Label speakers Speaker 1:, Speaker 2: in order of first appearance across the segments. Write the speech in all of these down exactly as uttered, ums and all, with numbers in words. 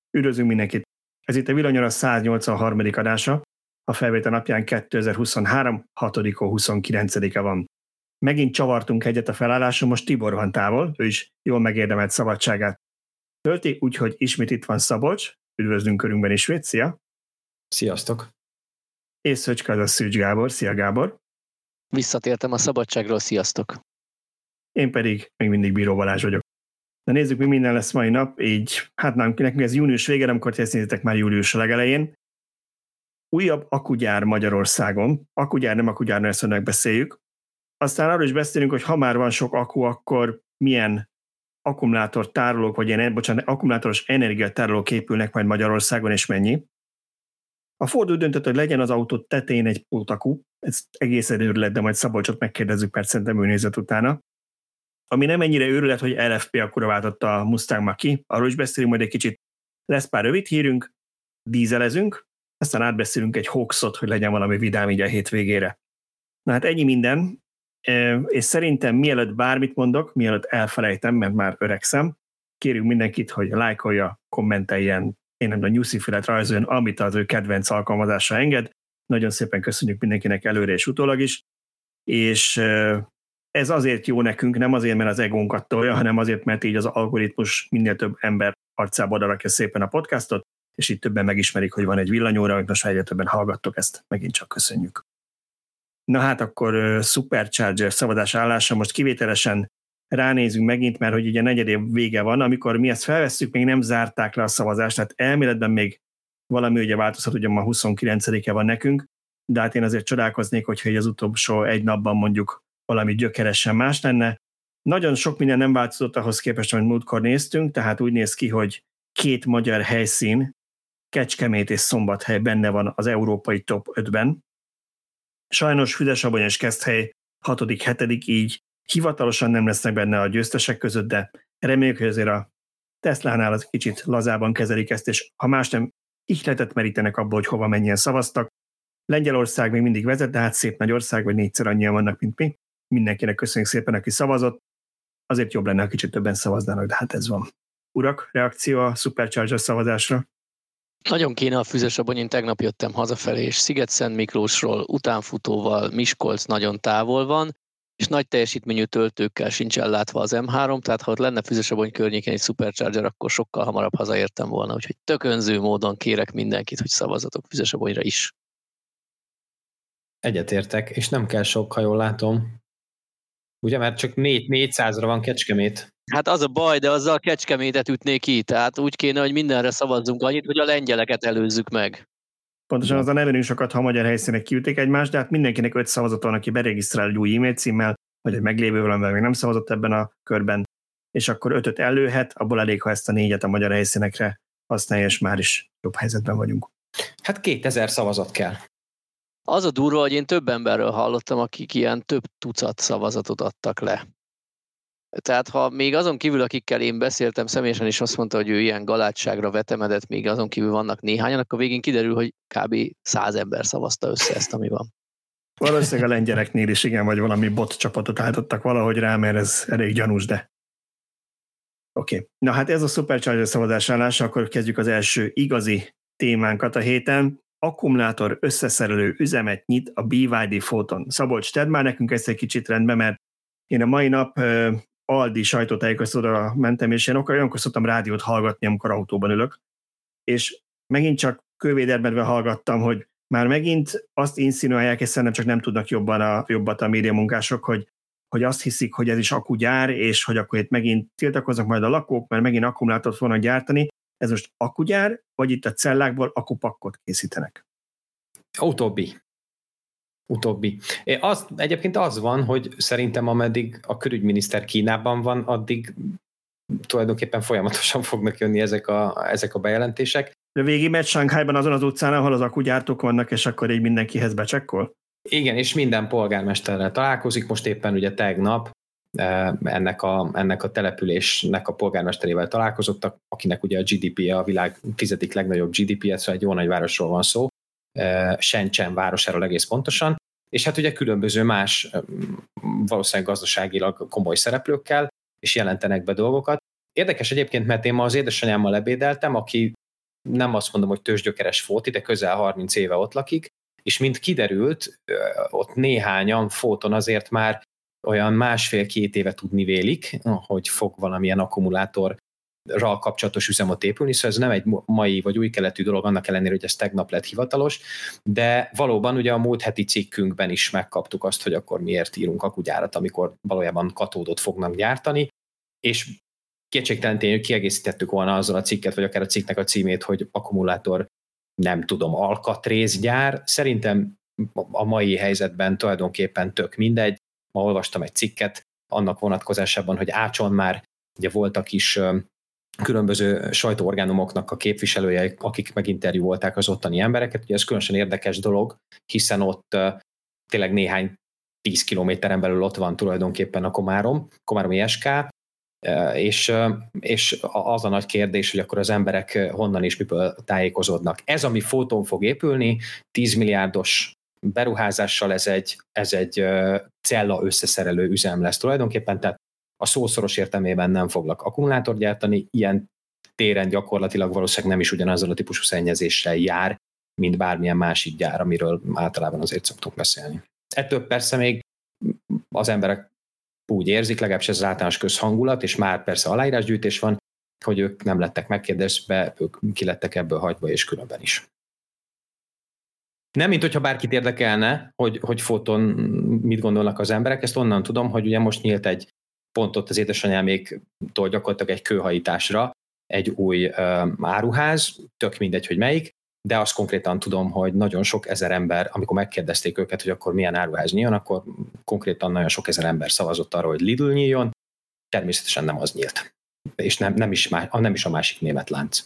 Speaker 1: Üdvözlünk mindenkit! Ez itt a Villanyóra száznyolcvanharmadik adása, a felvétel napján kétezer-huszonhárom. hatodika huszonkilencedike van. Megint csavartunk egyet a felálláson, most Tibor van távol, ő is jól megérdemelt szabadságát tölti, úgyhogy ismét itt van Szabolcs, üdvözlünk körünkben ismét, szia!
Speaker 2: Sziasztok!
Speaker 1: És Szöcske, az a Szűcs Gábor, szia Gábor!
Speaker 3: Visszatértem a szabadságról, sziasztok!
Speaker 1: Én pedig még mindig Bíró Balázs vagyok. Na nézzük, mi minden lesz mai nap, így, hát nekünk ez június vége, amikor ti ezt nézitek már július legelején. Újabb akkugyár Magyarországon, akkugyár, nem akkugyár, ezt megbeszéljük. Aztán arról is beszélünk, hogy ha már van sok akku, akkor milyen akkumulátortárolók, vagy ilyen, bocsánat, akkumulátoros energiatárolók épülnek majd Magyarországon, és mennyi. A Ford úgy döntött, hogy legyen az autó tetején egy pótakú, ez egészen őrület, de majd Szabolcsot megkérdezzük, mert szerintem ő nézett utána. Ami nem ennyire őrület, hogy el ef pé akkora váltotta a Mustang Mach-E, arról is beszélünk majd egy kicsit. Lesz pár rövid hírünk, dízelezünk, aztán átbeszélünk egy hoaxot, hogy legyen valami vidám így a hétvégére. Na hát ennyi minden, és szerintem mielőtt bármit mondok, mielőtt elfelejtem, mert már öregszem, kérjük mindenkit, hogy lájkolja, kommenteljen, én nem a nyuszifilet rajzoljon, amit az ő kedvenc alkalmazása enged. Nagyon szépen köszönjük mindenkinek előre és utólag is, és ez azért jó nekünk, nem azért, mert az egónkat tolja, hanem azért, mert így az algoritmus minél több ember arcába odarakja szépen a podcastot, és így többen megismerik, hogy van egy villanyóra, amit most egyre többen hallgattok, ezt megint csak köszönjük. Na hát akkor uh, Supercharger szavazás állása, most kivételesen ránézünk megint, mert hogy ugye negyed év vége van, amikor mi ezt felvesszük, még nem zárták le a szavazást, tehát elméletben még valami ugye változhat, ugye ma huszonkilencedike van nekünk, de hát én azért csodálkoznék, hogyha az utolsó egy napban mondjuk valami gyökeresen más lenne. Nagyon sok minden nem változott ahhoz képest, amit múltkor néztünk, tehát úgy néz ki, hogy két magyar helyszín, Kecskemét és Szombathely benne van az európai top ötben. Sajnos Füzesabony és Keszthely hatodik hetedik így hivatalosan nem lesznek benne a győztesek között, de reméljük, hogy azért a Teslánál az kicsit lazában kezelik ezt, és ha más nem, ihletet merítenek abból, hogy hova mennyien szavaztak. Lengyelország még mindig vezet, de hát szép nagy ország, vagy négyszer annyian vannak, mint mi. Mindenkinek köszönjük szépen, aki szavazott. Azért jobb lenne, ha kicsit többen szavaznának, de hát ez van. Urak, reakció a Supercharger szavazásra?
Speaker 3: Nagyon kéne a Füzesabonyin, tegnap jöttem hazafelé, és Sziget-Szent Miklósról utánfutóval Miskolc nagyon távol van, és nagy teljesítményű töltőkkel sincs ellátva az em három, tehát ha ott lenne Füzesabony környékén egy Supercharger, akkor sokkal hamarabb hazaértem volna, úgyhogy tökönző módon kérek mindenkit, hogy szavazatok Füzesabonyra is.
Speaker 2: Egyetértek, és nem kell sok, ha jól látom. Ugye, mert csak négyszázra van Kecskemét.
Speaker 3: Hát az a baj, de azzal Kecskemétet ütnék ki, tehát úgy kéne, hogy mindenre szavazzunk annyit, hogy a lengyeleket előzzük meg.
Speaker 1: Pontosan az a nevelünk sokat, ha a magyar helyszínek kiütik egymást, de hát mindenkinek öt szavazat van, aki beregisztrál egy új e-mail címmel, vagy egy meglévő valamivel még nem szavazott ebben a körben, és akkor ötöt előhet, abból elég, ha ezt a négyet a magyar helyszínekre használja, és már is jobb helyzetben vagyunk.
Speaker 2: Hát kétezer szavazat kell.
Speaker 3: Az a durva, hogy én több emberről hallottam, akik ilyen több tucat szavazatot adtak le. Tehát ha még azon kívül, akikkel én beszéltem személyesen, is azt mondta, hogy ő ilyen galátságra vetemedett, még azon kívül vannak néhányan, akkor végén kiderül, hogy kb. száz ember szavazta össze ezt, ami van.
Speaker 1: Valószínűleg a lengyeleknél is igen, vagy valami bot csapatot állítottak valahogy rá, mert ez elég gyanús, de oké. Okay. Na hát ez a Supercharger szavazás állása, akkor kezdjük az első igazi témánkat a héten. Akkumulátor összeszerelő üzemet nyit a bé vé dé Photon. Szabolcs, tedd már nekünk ezt egy kicsit rendbe, mert én a mai nap uh, Aldi sajtótájékoztatóra mentem, és én olyankor szoktam rádiót hallgatni, amikor autóban ülök, és megint csak kővédermedve hallgattam, hogy már megint azt insinuálják, és szerintem csak nem tudnak jobban a, jobbat a médiamunkások, hogy, hogy azt hiszik, hogy ez is akkugyár, és hogy akkor itt megint tiltakoznak majd a lakók, mert megint akkumulátort fognak gyártani. Ez most akkugyár, vagy itt a cellákból akkupakkot készítenek?
Speaker 2: Utóbbi. Utóbbi. Az, egyébként az van, hogy szerintem ameddig a külügyminiszter Kínában van, addig tulajdonképpen folyamatosan fognak jönni ezek a, ezek a bejelentések.
Speaker 1: De végig megy Shanghaiban azon az utcán, ahol az akkugyártók vannak, és akkor így mindenkihez becsekkol?
Speaker 2: Igen, és minden polgármesterrel találkozik, most éppen ugye tegnap ennek a, ennek a településnek a polgármesterével találkozottak, akinek ugye a gé dé pé-je a világ tizedik legnagyobb gé dé pé-je, szóval egy jó nagy városról van szó, Shenzhen városáról egész pontosan, és hát ugye különböző más valószínűleg gazdaságilag komoly szereplőkkel, és jelentenek be dolgokat. Érdekes egyébként, mert én ma az édesanyámmal ebédeltem, aki nem azt mondom, hogy tőzsgyökeres fóti, de közel harminc éve ott lakik, és mint kiderült, ott néhányan Fóton azért már olyan másfél-két éve tudni vélik, hogy fog valamilyen akkumulátorral kapcsolatos üzemot épülni, szóval ez nem egy mai vagy új keletű dolog, annak ellenére, hogy ez tegnap lett hivatalos, de valóban ugye a múlt heti cikkünkben is megkaptuk azt, hogy akkor miért írunk akkugyárat, amikor valójában katódot fognak gyártani, és kétségtelen tényleg kiegészítettük volna azzal a cikket, vagy akár a cikknek a címét, hogy akkumulátor, nem tudom, alkatrészgyár. Szerintem a mai helyzetben tulajdonképpen tök mindegy. Ma olvastam egy cikket annak vonatkozásában, hogy Ácson már ugye voltak is különböző sajtóorgánumoknak a képviselője, akik meginterjúolták az ottani embereket. Ugye ez különösen érdekes dolog, hiszen ott tényleg néhány tíz kilométeren belül ott van tulajdonképpen a Komárom, Komáromi es ká, és, és az a nagy kérdés, hogy akkor az emberek honnan és miből tájékozódnak. Ez, ami Fóton fog épülni, tíz milliárdos beruházással, ez egy, ez egy cella összeszerelő üzem lesz tulajdonképpen, tehát a szószoros értelmében nem foglak akkumulátort gyártani, ilyen téren gyakorlatilag valószínűleg nem is ugyanazzal a típusú szennyezéssel jár, mint bármilyen másik gyár, amiről általában azért szoktunk beszélni. Ettől persze még az emberek úgy érzik, legalábbis ez az általános közhangulat, és már persze aláírásgyűjtés van, hogy ők nem lettek megkérdezve, ők ki lettek ebből hagyva, és különben is. Nem, mint hogyha bárkit érdekelne, hogy, hogy Fóton mit gondolnak az emberek, ezt onnan tudom, hogy ugye most nyílt egy pont ott az édesanyáméktól gyakorlatilag egy kőhajításra egy új uh, áruház, tök mindegy, hogy melyik, de azt konkrétan tudom, hogy nagyon sok ezer ember, amikor megkérdezték őket, hogy akkor milyen áruház nyíljon, akkor konkrétan nagyon sok ezer ember szavazott arra, hogy Lidl nyíljon, természetesen nem az nyílt. És nem, nem, is, má, nem is a másik német lánc.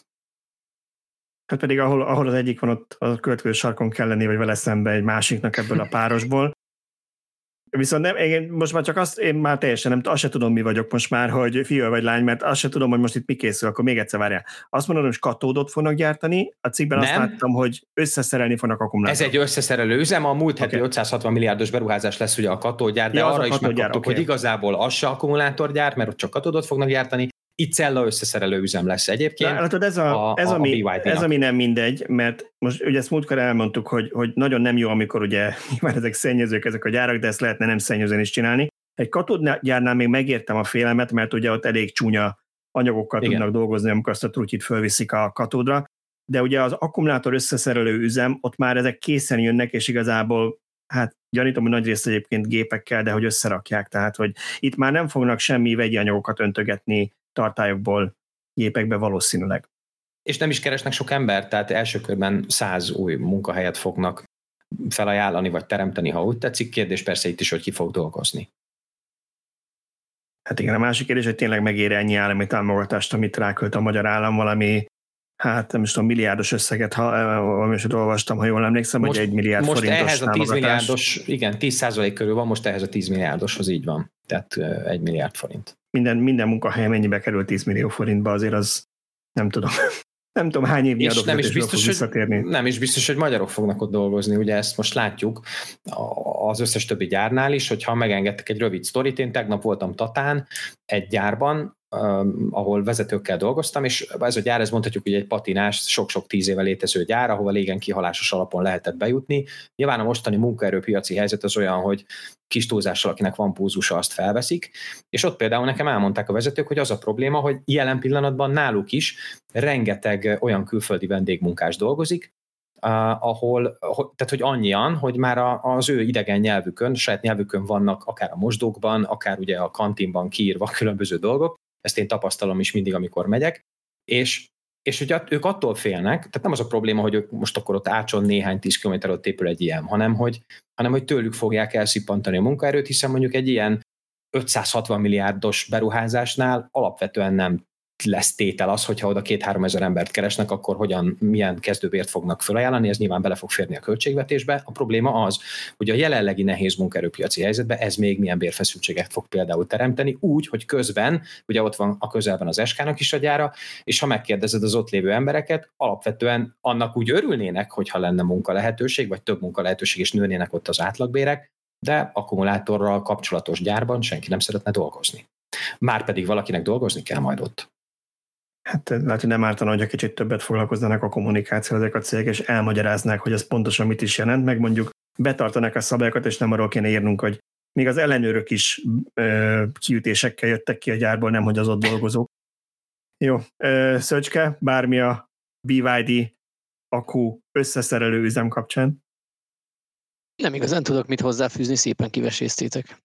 Speaker 1: Hát pedig ahol, ahol az egyik van, ott a következő sarkon kell lenni, vagy vele szembe egy másiknak ebből a párosból. Viszont nem, én most már csak azt, én már teljesen nem, azt se tudom, mi vagyok most már, hogy fiú vagy lány, mert azt se tudom, hogy most itt mi készül, akkor még egyszer várjál. Azt mondod, hogy katódot fognak gyártani, a cikkben nem. Azt láttam, hogy összeszerelni fognak akkumulátort.
Speaker 2: Ez egy összeszerelő üzem, a múlt heti okay. ötszázhatvan milliárdos beruházás lesz ugye a katódgyár, de ja, arra is megkaptuk, okay. hogy igazából az se akkumulátorgyár, mert ott csak katódot fognak gyártani, itt cella összeszerelő üzem lesz egyébként.
Speaker 1: Látod, ez, a, a, ez, a, ami, a ez ami nem mindegy, mert most ugye ezt múltkor elmondtuk, hogy, hogy nagyon nem jó, amikor ugye már ezek szennyezők, ezek a gyárak, de ezt lehetne nem szennyezően is csinálni. Egy katódgyárnál még megértem a félelmet, mert ugye ott elég csúnya anyagokkal Igen. tudnak dolgozni, amikor azt a trutyit fölviszik a katódra, de ugye az akkumulátor összeszerelő üzem, ott már ezek készen jönnek, és igazából hát gyanítom, hogy nagy részt egyébként gépekkel, de hogy összerakják, tehát hogy itt már nem fognak semmi vegyi anyagokat öntögetni tartályokból gépekbe valószínűleg.
Speaker 2: És nem is keresnek sok embert, tehát első körben száz új munkahelyet fognak felajánlani, vagy teremteni, ha úgy tetszik. Kérdés persze itt is, hogy ki fog dolgozni.
Speaker 1: Hát igen, a másik kérdés, hogy tényleg megér ennyi állami támogatást, amit rákölt a magyar állam, valami, hát nem is tudom, milliárdos összeget, ha valami is olvastam, ha jól emlékszem, most, hogy egy milliárd
Speaker 2: most
Speaker 1: forintos
Speaker 2: ehhez a tíz
Speaker 1: támogatás.
Speaker 2: milliárdos, igen, tíz százalék körül van, most ehhez a tíz milliárdoshoz így van. Tehát egy milliárd forint.
Speaker 1: Minden, minden munkahely mennyibe kerül tíz millió forintba, azért az nem tudom. Nem tudom, hány évnyi adófizetésből fog visszatérni.
Speaker 2: Nem is biztos, hogy magyarok fognak ott dolgozni, ugye ezt most látjuk az összes többi gyárnál is, hogyha megengedtek egy rövid sztorit, én tegnap voltam Tatán egy gyárban, ahol vezetőkkel dolgoztam, és ez a gyár, ez mondhatjuk, hogy egy patinás, sok-sok tíz éve létező gyár, ahova légen kihalásos alapon lehetett bejutni. Nyilván a mostani munkaerőpiaci helyzet az olyan, hogy kis túlzással, akinek van pulzusa, azt felveszik, és ott például nekem elmondták a vezetők, hogy az a probléma, hogy jelen pillanatban náluk is rengeteg olyan külföldi vendégmunkás dolgozik, Uh, ahol, tehát hogy annyian, hogy már a, az ő idegen nyelvükön, saját nyelvükön vannak akár a mosdókban, akár ugye a kantínban kiírva különböző dolgok, ezt én tapasztalom is mindig, amikor megyek, és, és ugye ők attól félnek, tehát nem az a probléma, hogy ők most akkor ott Ácson néhány tíz kilométer ott épül egy ilyen, hanem hogy, hanem hogy tőlük fogják elszippantani a munkaerőt, hiszen mondjuk egy ilyen ötszázhatvan milliárdos beruházásnál alapvetően nem lesz tétel az, hogyha oda két-három ezer embert keresnek, akkor hogyan, milyen kezdőbért fognak felajánlani, ez nyilván bele fog férni a költségvetésbe. A probléma az, hogy a jelenlegi nehéz munkaerőpiaci helyzetben ez még milyen bérfeszültséget fog például teremteni, úgy, hogy közben, ugye ott van a közelben az es ká-nak is a gyára, és ha megkérdezed az ott lévő embereket, alapvetően annak úgy örülnének, hogyha lenne munkalehetőség, vagy több munkalehetőség, és nőnének ott az átlagbérek, de akkumulátorral kapcsolatos gyárban senki nem szeretne dolgozni. Márpedig valakinek dolgozni kell majd ott.
Speaker 1: Hát lehet, hogy nem ártana, hogyha kicsit többet foglalkoznának a kommunikáció ezek a cégek, és elmagyaráznák, hogy ez pontosan mit is jelent, meg mondjuk betartanak a szabályokat, és nem arról kéne írnunk, hogy még az ellenőrök is ö, kiütésekkel jöttek ki a gyárból, nem hogy az ott dolgozók. Jó, ö, Szöcske, bármi a bé vé dé akku összeszerelő üzem kapcsán?
Speaker 3: Nem igazán tudok mit hozzáfűzni, szépen kiveséztétek.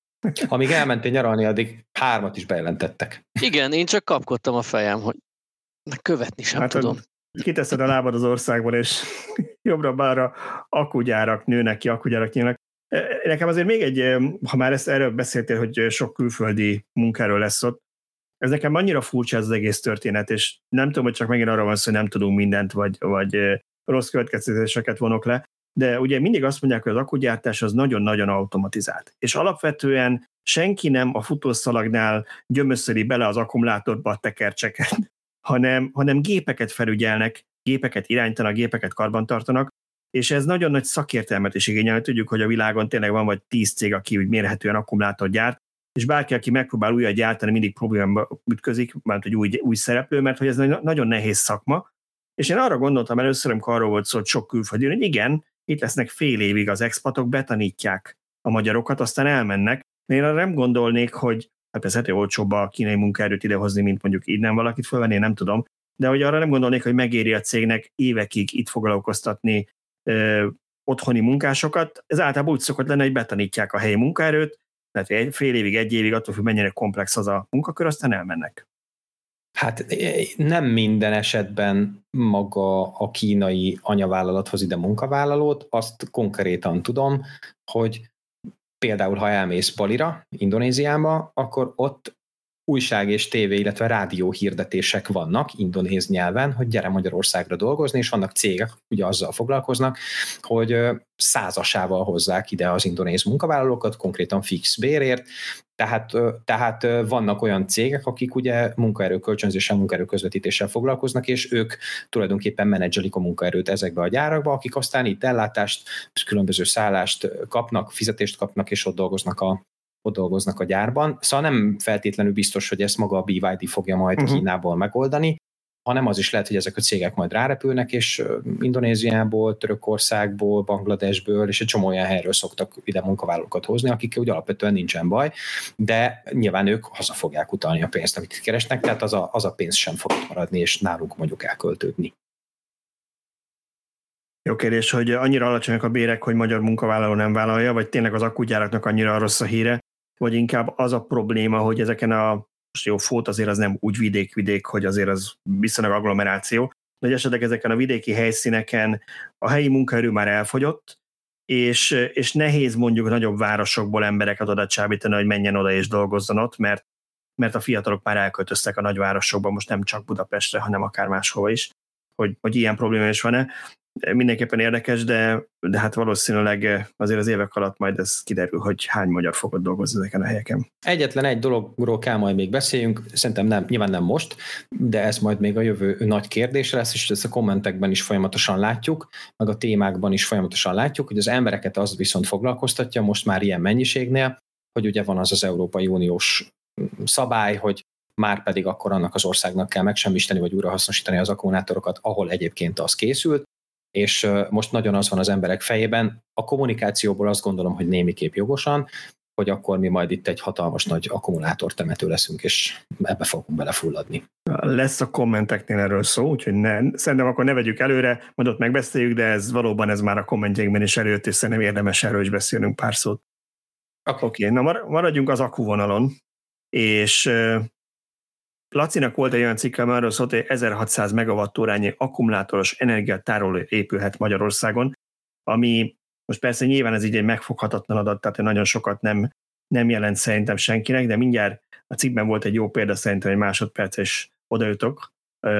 Speaker 2: Amíg elmentél nyaralni, addig hármat is bejelentettek.
Speaker 3: Igen, én csak kapkodtam a fejem, hogy követni sem hát, tudom.
Speaker 1: Kiteszed a lábad az országból, és jobbra-balra akkugyárak nőnek ki, akkugyárak nyílnak. Nekem azért még egy, ha már ezt erről beszéltél, hogy sok külföldi munkáról lesz ott, ez nekem annyira furcsa ez az egész történet, és nem tudom, hogy csak megint arra van szó, hogy nem tudunk mindent, vagy, vagy rossz következtetéseket vonok le, de ugye mindig azt mondják, hogy az akkugyártás az nagyon-nagyon automatizált. És alapvetően senki nem a futószalagnál gyömöszöli bele az akkumulátorba a tekercseket, hanem, hanem gépeket felügyelnek, gépeket irányítanak, gépeket karbantartanak, és ez nagyon nagy szakértelmet is igényel. Tudjuk, hogy a világon tényleg van vagy tíz cég, aki úgy mérhetően akkumulátort gyárt, és bárki, aki megpróbál újat gyártani, mindig problémába ütközik, mert hogy új, új szereplő, mert hogy ez nagyon nehéz szakma. És én arra gondoltam először, amikor arról volt szó, hogy sok külföldi, hogy igen, itt lesznek fél évig az expatok, betanítják a magyarokat, aztán elmennek. De én arra nem gondolnék, hogy hát ez hát olcsóbb a kínai munkaerőt idehozni, mint mondjuk innen valakit fölvenni, nem tudom. De hogy arra nem gondolnék, hogy megéri a cégnek évekig itt foglalkoztatni ö, otthoni munkásokat. Ez általában úgy szokott lenni, hogy betanítják a helyi munkaerőt, tehát egy fél évig, egy évig, attól függ, mennyire komplex az a munkakör, aztán elmennek.
Speaker 2: Hát nem minden esetben maga a kínai anyavállalat hoz ide munkavállalót, azt konkrétan tudom, hogy például ha elmész Balira, Indonéziába, akkor ott újság és tévé, illetve rádió hirdetések vannak indonéz nyelven, hogy gyere Magyarországra dolgozni, és vannak cégek, ugye azzal foglalkoznak, hogy százasával hozzák ide az indonéz munkavállalókat, konkrétan fix bérért, tehát, tehát vannak olyan cégek, akik ugye munkaerőkölcsönzéssel, munkaerőközvetítéssel foglalkoznak, és ők tulajdonképpen menedzselik a munkaerőt ezekbe a gyárakba, akik aztán itt ellátást, különböző szállást kapnak, fizetést kapnak, és ott dolgoznak a ott dolgoznak a gyárban. Szóval nem feltétlenül biztos, hogy ezt maga a bé vé dé fogja majd uh-huh. Kínából megoldani, hanem az is lehet, hogy ezek a cégek majd rárepülnek, és Indonéziából, Törökországból, Bangladesből, és egy csomó olyan helyről szoktak ide munkavállalókat hozni, akikkel úgy alapvetően nincsen baj, de nyilván ők haza fogják utalni a pénzt, amit itt keresnek, tehát az a, az a pénz sem fog maradni, és náluk mondjuk elköltődni.
Speaker 1: Jó kérdés, hogy annyira alacsonyak a bérek, hogy magyar munkavállaló nem vállalja, vagy tényleg az akkugyáraknak annyira rossz a híre, vagy inkább az a probléma, hogy ezeken a, most jó, Fót azért az nem úgy vidék-vidék, hogy azért az viszonylag agglomeráció, de esetleg ezeken a vidéki helyszíneken a helyi munkaerő már elfogyott, és, és nehéz mondjuk nagyobb városokból embereket oda csábítani, hogy menjen oda és dolgozzon ott, mert, mert a fiatalok már elköltöztek a nagyvárosokba, most nem csak Budapestre, hanem akár máshova is, hogy, hogy ilyen probléma is van-e. Mindenképpen érdekes, de, de hát valószínűleg azért az évek alatt majd ez kiderül, hogy hány magyar fogod dolgozni ezeken a helyeken.
Speaker 2: Egyetlen egy dologról kell majd még beszéljünk, szerintem nem, nyilván nem most, de ez majd még a jövő nagy kérdése lesz, és ezt a kommentekben is folyamatosan látjuk, meg a témákban is folyamatosan látjuk, hogy az embereket az viszont foglalkoztatja most már ilyen mennyiségnél, hogy ugye van az az Európai Uniós szabály, hogy már pedig akkor annak az országnak kell megsemmisíteni, vagy újrahasznosítani az akkumulátorokat, ahol egyébként az készült, és most nagyon az van az emberek fejében, a kommunikációból azt gondolom, hogy némiképp jogosan, hogy akkor mi majd itt egy hatalmas nagy akkumulátortemető leszünk, és ebbe fogunk belefulladni.
Speaker 1: Lesz a kommenteknél erről szó, úgyhogy ne, szerintem akkor ne vegyük előre, majd ott megbeszéljük, de ez valóban ez már a kommentjékben is előtt, és szerintem érdemes erről is beszélnünk pár szót. Oké, okay. okay, na maradjunk az akkuvonalon, és Lacinak volt egy olyan cikke, amelyről szólt, hogy ezerhatszáz megawattórányi akkumulátoros energiatároló épülhet Magyarországon, ami most persze nyilván ez így egy megfoghatatlan adat, tehát nagyon sokat nem, nem jelent szerintem senkinek, de mindjárt a cikkben volt egy jó példa, szerintem egy másodperc, és odajutok,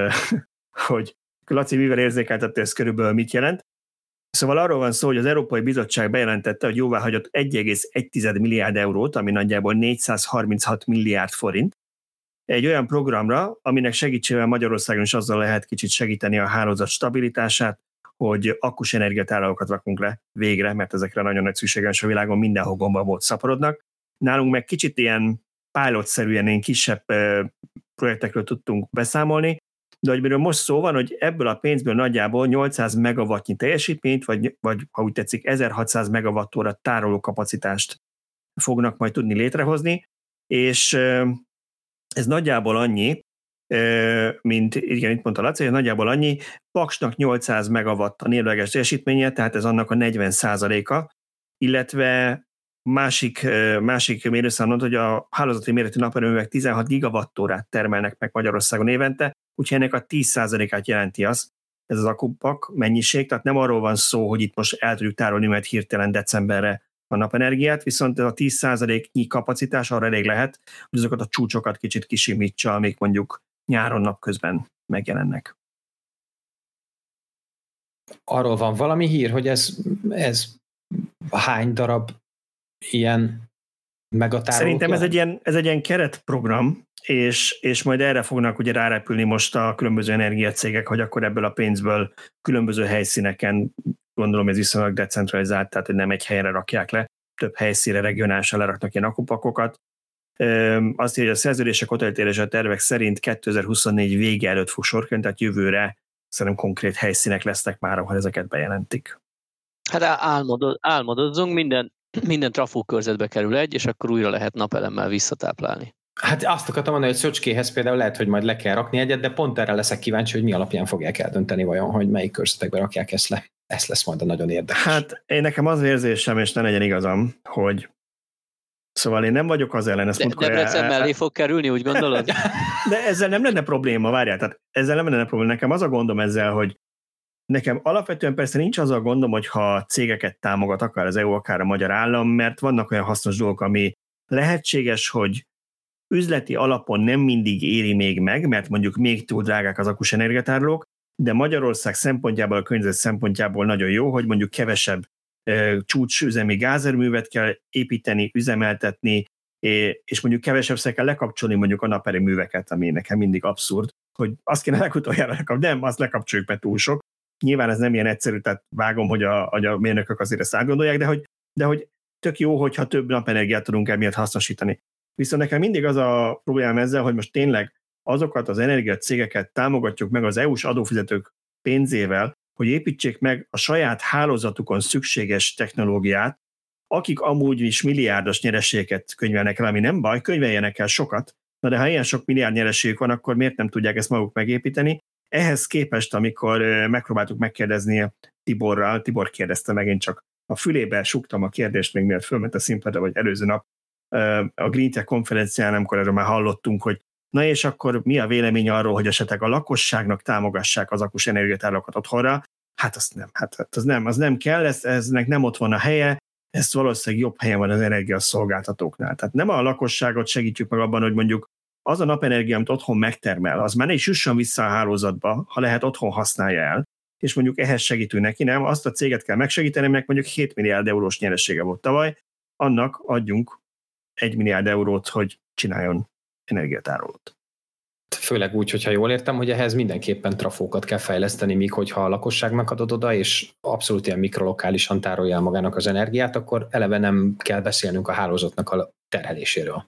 Speaker 1: hogy Laci mivel érzékeltette, ez körülbelül mit jelent. Szóval arról van szó, hogy az Európai Bizottság bejelentette, hogy jóváhagyott egy egész egy milliárd eurót, ami nagyjából négyszázharminchat milliárd forint, egy olyan programra, aminek segítségével Magyarországon is azzal lehet kicsit segíteni a hálózat stabilitását, hogy akkus energiatárolókat rakunk le végre, mert ezekre nagyon nagy szüksége a világon, mindenhol gombamód szaporodnak. Nálunk meg kicsit ilyen pilot-szerűen, ilyen kisebb projektekről tudtunk beszámolni, de hogy miről most szó van, hogy ebből a pénzből nagyjából nyolcszáz megawattnyi teljesítményt, vagy, vagy ha úgy tetszik, ezerhatszáz megawattóra tároló kapacitást fognak majd tudni létrehozni, és ez nagyjából annyi, mint igen, itt mondta Laci, ez nagyjából annyi, Paksnak nyolcszáz megawatt a névleges teljesítménye, tehát ez annak a negyven százaléka, illetve másik, másik mérőszám mondta, hogy a hálózati méretű naperőművek tizenhat gigawattórát termelnek meg Magyarországon évente, úgyhogy ennek a tíz százalékát jelenti az, ez az akupak mennyiség, tehát nem arról van szó, hogy itt most el tudjuk tárolni, mert hirtelen decemberre a napenergiát, viszont ez a tíz százaléknyi kapacitás arra elég lehet, hogy azokat a csúcsokat kicsit kisimítsa, amik mondjuk nyáron napközben megjelennek.
Speaker 2: Arról van valami hír, hogy ez, ez hány darab ilyen megatárolók?
Speaker 1: Szerintem ez egy ilyen, ez egy ilyen keretprogram, és, és majd erre fognak ugye rárepülni most a különböző energiacégek, hogy akkor ebből a pénzből különböző helyszíneken, gondolom ez viszonylag decentralizált, tehát hogy nem egy helyre rakják le, több helyszínre regionálisan leraknak ilyen akupakokat. Azt írja, hogy a szerződések odaítélése tervek szerint kétezer-huszonnégy vége előtt fog sor kerülni, tehát jövőre szerintem konkrét helyszínek lesznek már, ahol ezeket bejelentik.
Speaker 3: Hát álmodoz, álmodozzunk, minden, minden trafókörzetbe kerül egy, és akkor újra lehet napelemmel visszatáplálni.
Speaker 2: Hát azt akartam mondani, hogy Szöcskéhez például lehet, hogy majd le kell rakni egyet, de pont erre leszek kíváncsi, hogy mi alapján fogják eldönteni vajon, hogy melyik körzetekbe rakják ezt le. Ez lesz majd a nagyon érdekes.
Speaker 1: Hát én nekem az érzésem, és ne legyen igazam, hogy szóval én nem vagyok az ellen. Ezt
Speaker 3: de Debrecen el... mellé fog kerülni, úgy gondolod?
Speaker 1: De ezzel nem lenne probléma, várjál, tehát ezzel nem lenne probléma. Nekem az a gondom ezzel, hogy nekem alapvetően persze nincs az a gondom, hogyha cégeket támogat akár az é u, akár a magyar állam, mert vannak olyan hasznos dolgok, ami lehetséges, hogy üzleti alapon nem mindig éri még meg, mert mondjuk még túl drágák az akus energiatárolók, de Magyarország szempontjából, a környezet szempontjából nagyon jó, hogy mondjuk kevesebb e, csúcsüzemi gázerőművet kell építeni, üzemeltetni, és mondjuk kevesebbszer kell lekapcsolni mondjuk a naperőműveket, ami nekem mindig abszurd, hogy azt kéne legutoljára lekapcsolni, nem, azt lekapcsoljuk, mert túl sok. Nyilván ez nem ilyen egyszerű, tehát vágom, hogy a, hogy a mérnökök azért ezt átgondolják, de hogy, de hogy tök jó, hogyha több napenergiát tudunk emiatt hasznosítani. Viszont nekem mindig az a problémám ezzel, hogy most tényleg azokat az energiacégeket támogatjuk meg az é u-s adófizetők pénzével, hogy építsék meg a saját hálózatukon szükséges technológiát, akik amúgy is milliárdos nyereségeket könyvelnek el, ami nem baj, könyveljenek el sokat, na de ha ilyen sok milliárd nyereségük van, akkor miért nem tudják ezt maguk megépíteni? Ehhez képest, amikor megpróbáltuk megkérdezni a Tiborral, Tibor kérdezte meg, én csak a fülébe sugtam a kérdést, még mielőtt fölment a színpadra, vagy előző nap a Green Tech konferencián, amikor erről már hallottunk, hogy na és akkor mi a vélemény arról, hogy esetleg a lakosságnak támogassák az akus energiatárolókat otthonra? Hát azt nem, hát az nem, az nem kell, ez, eznek nem ott van a helye, ez valószínűleg jobb helyen van az energiaszolgáltatóknál. Tehát nem a lakosságot segítjük meg abban, hogy mondjuk az a napenergia, amit otthon megtermel, az már ne is jusson vissza a hálózatba, ha lehet otthon használja el, és mondjuk ehhez segítünk neki, nem? Azt a céget kell megsegíteni, aminek mondjuk hét milliárd eurós nyeresége volt tavaly, annak adjunk egy milliárd eurót, hogy csináljon energiatárolót.
Speaker 2: Főleg úgy, hogyha jól értem, hogy ehhez mindenképpen trafókat kell fejleszteni, míg hogyha a lakosságnak adod oda, és abszolút ilyen mikrolokálisan tárolja el magának az energiát, akkor eleve nem kell beszélnünk a hálózatnak a terheléséről.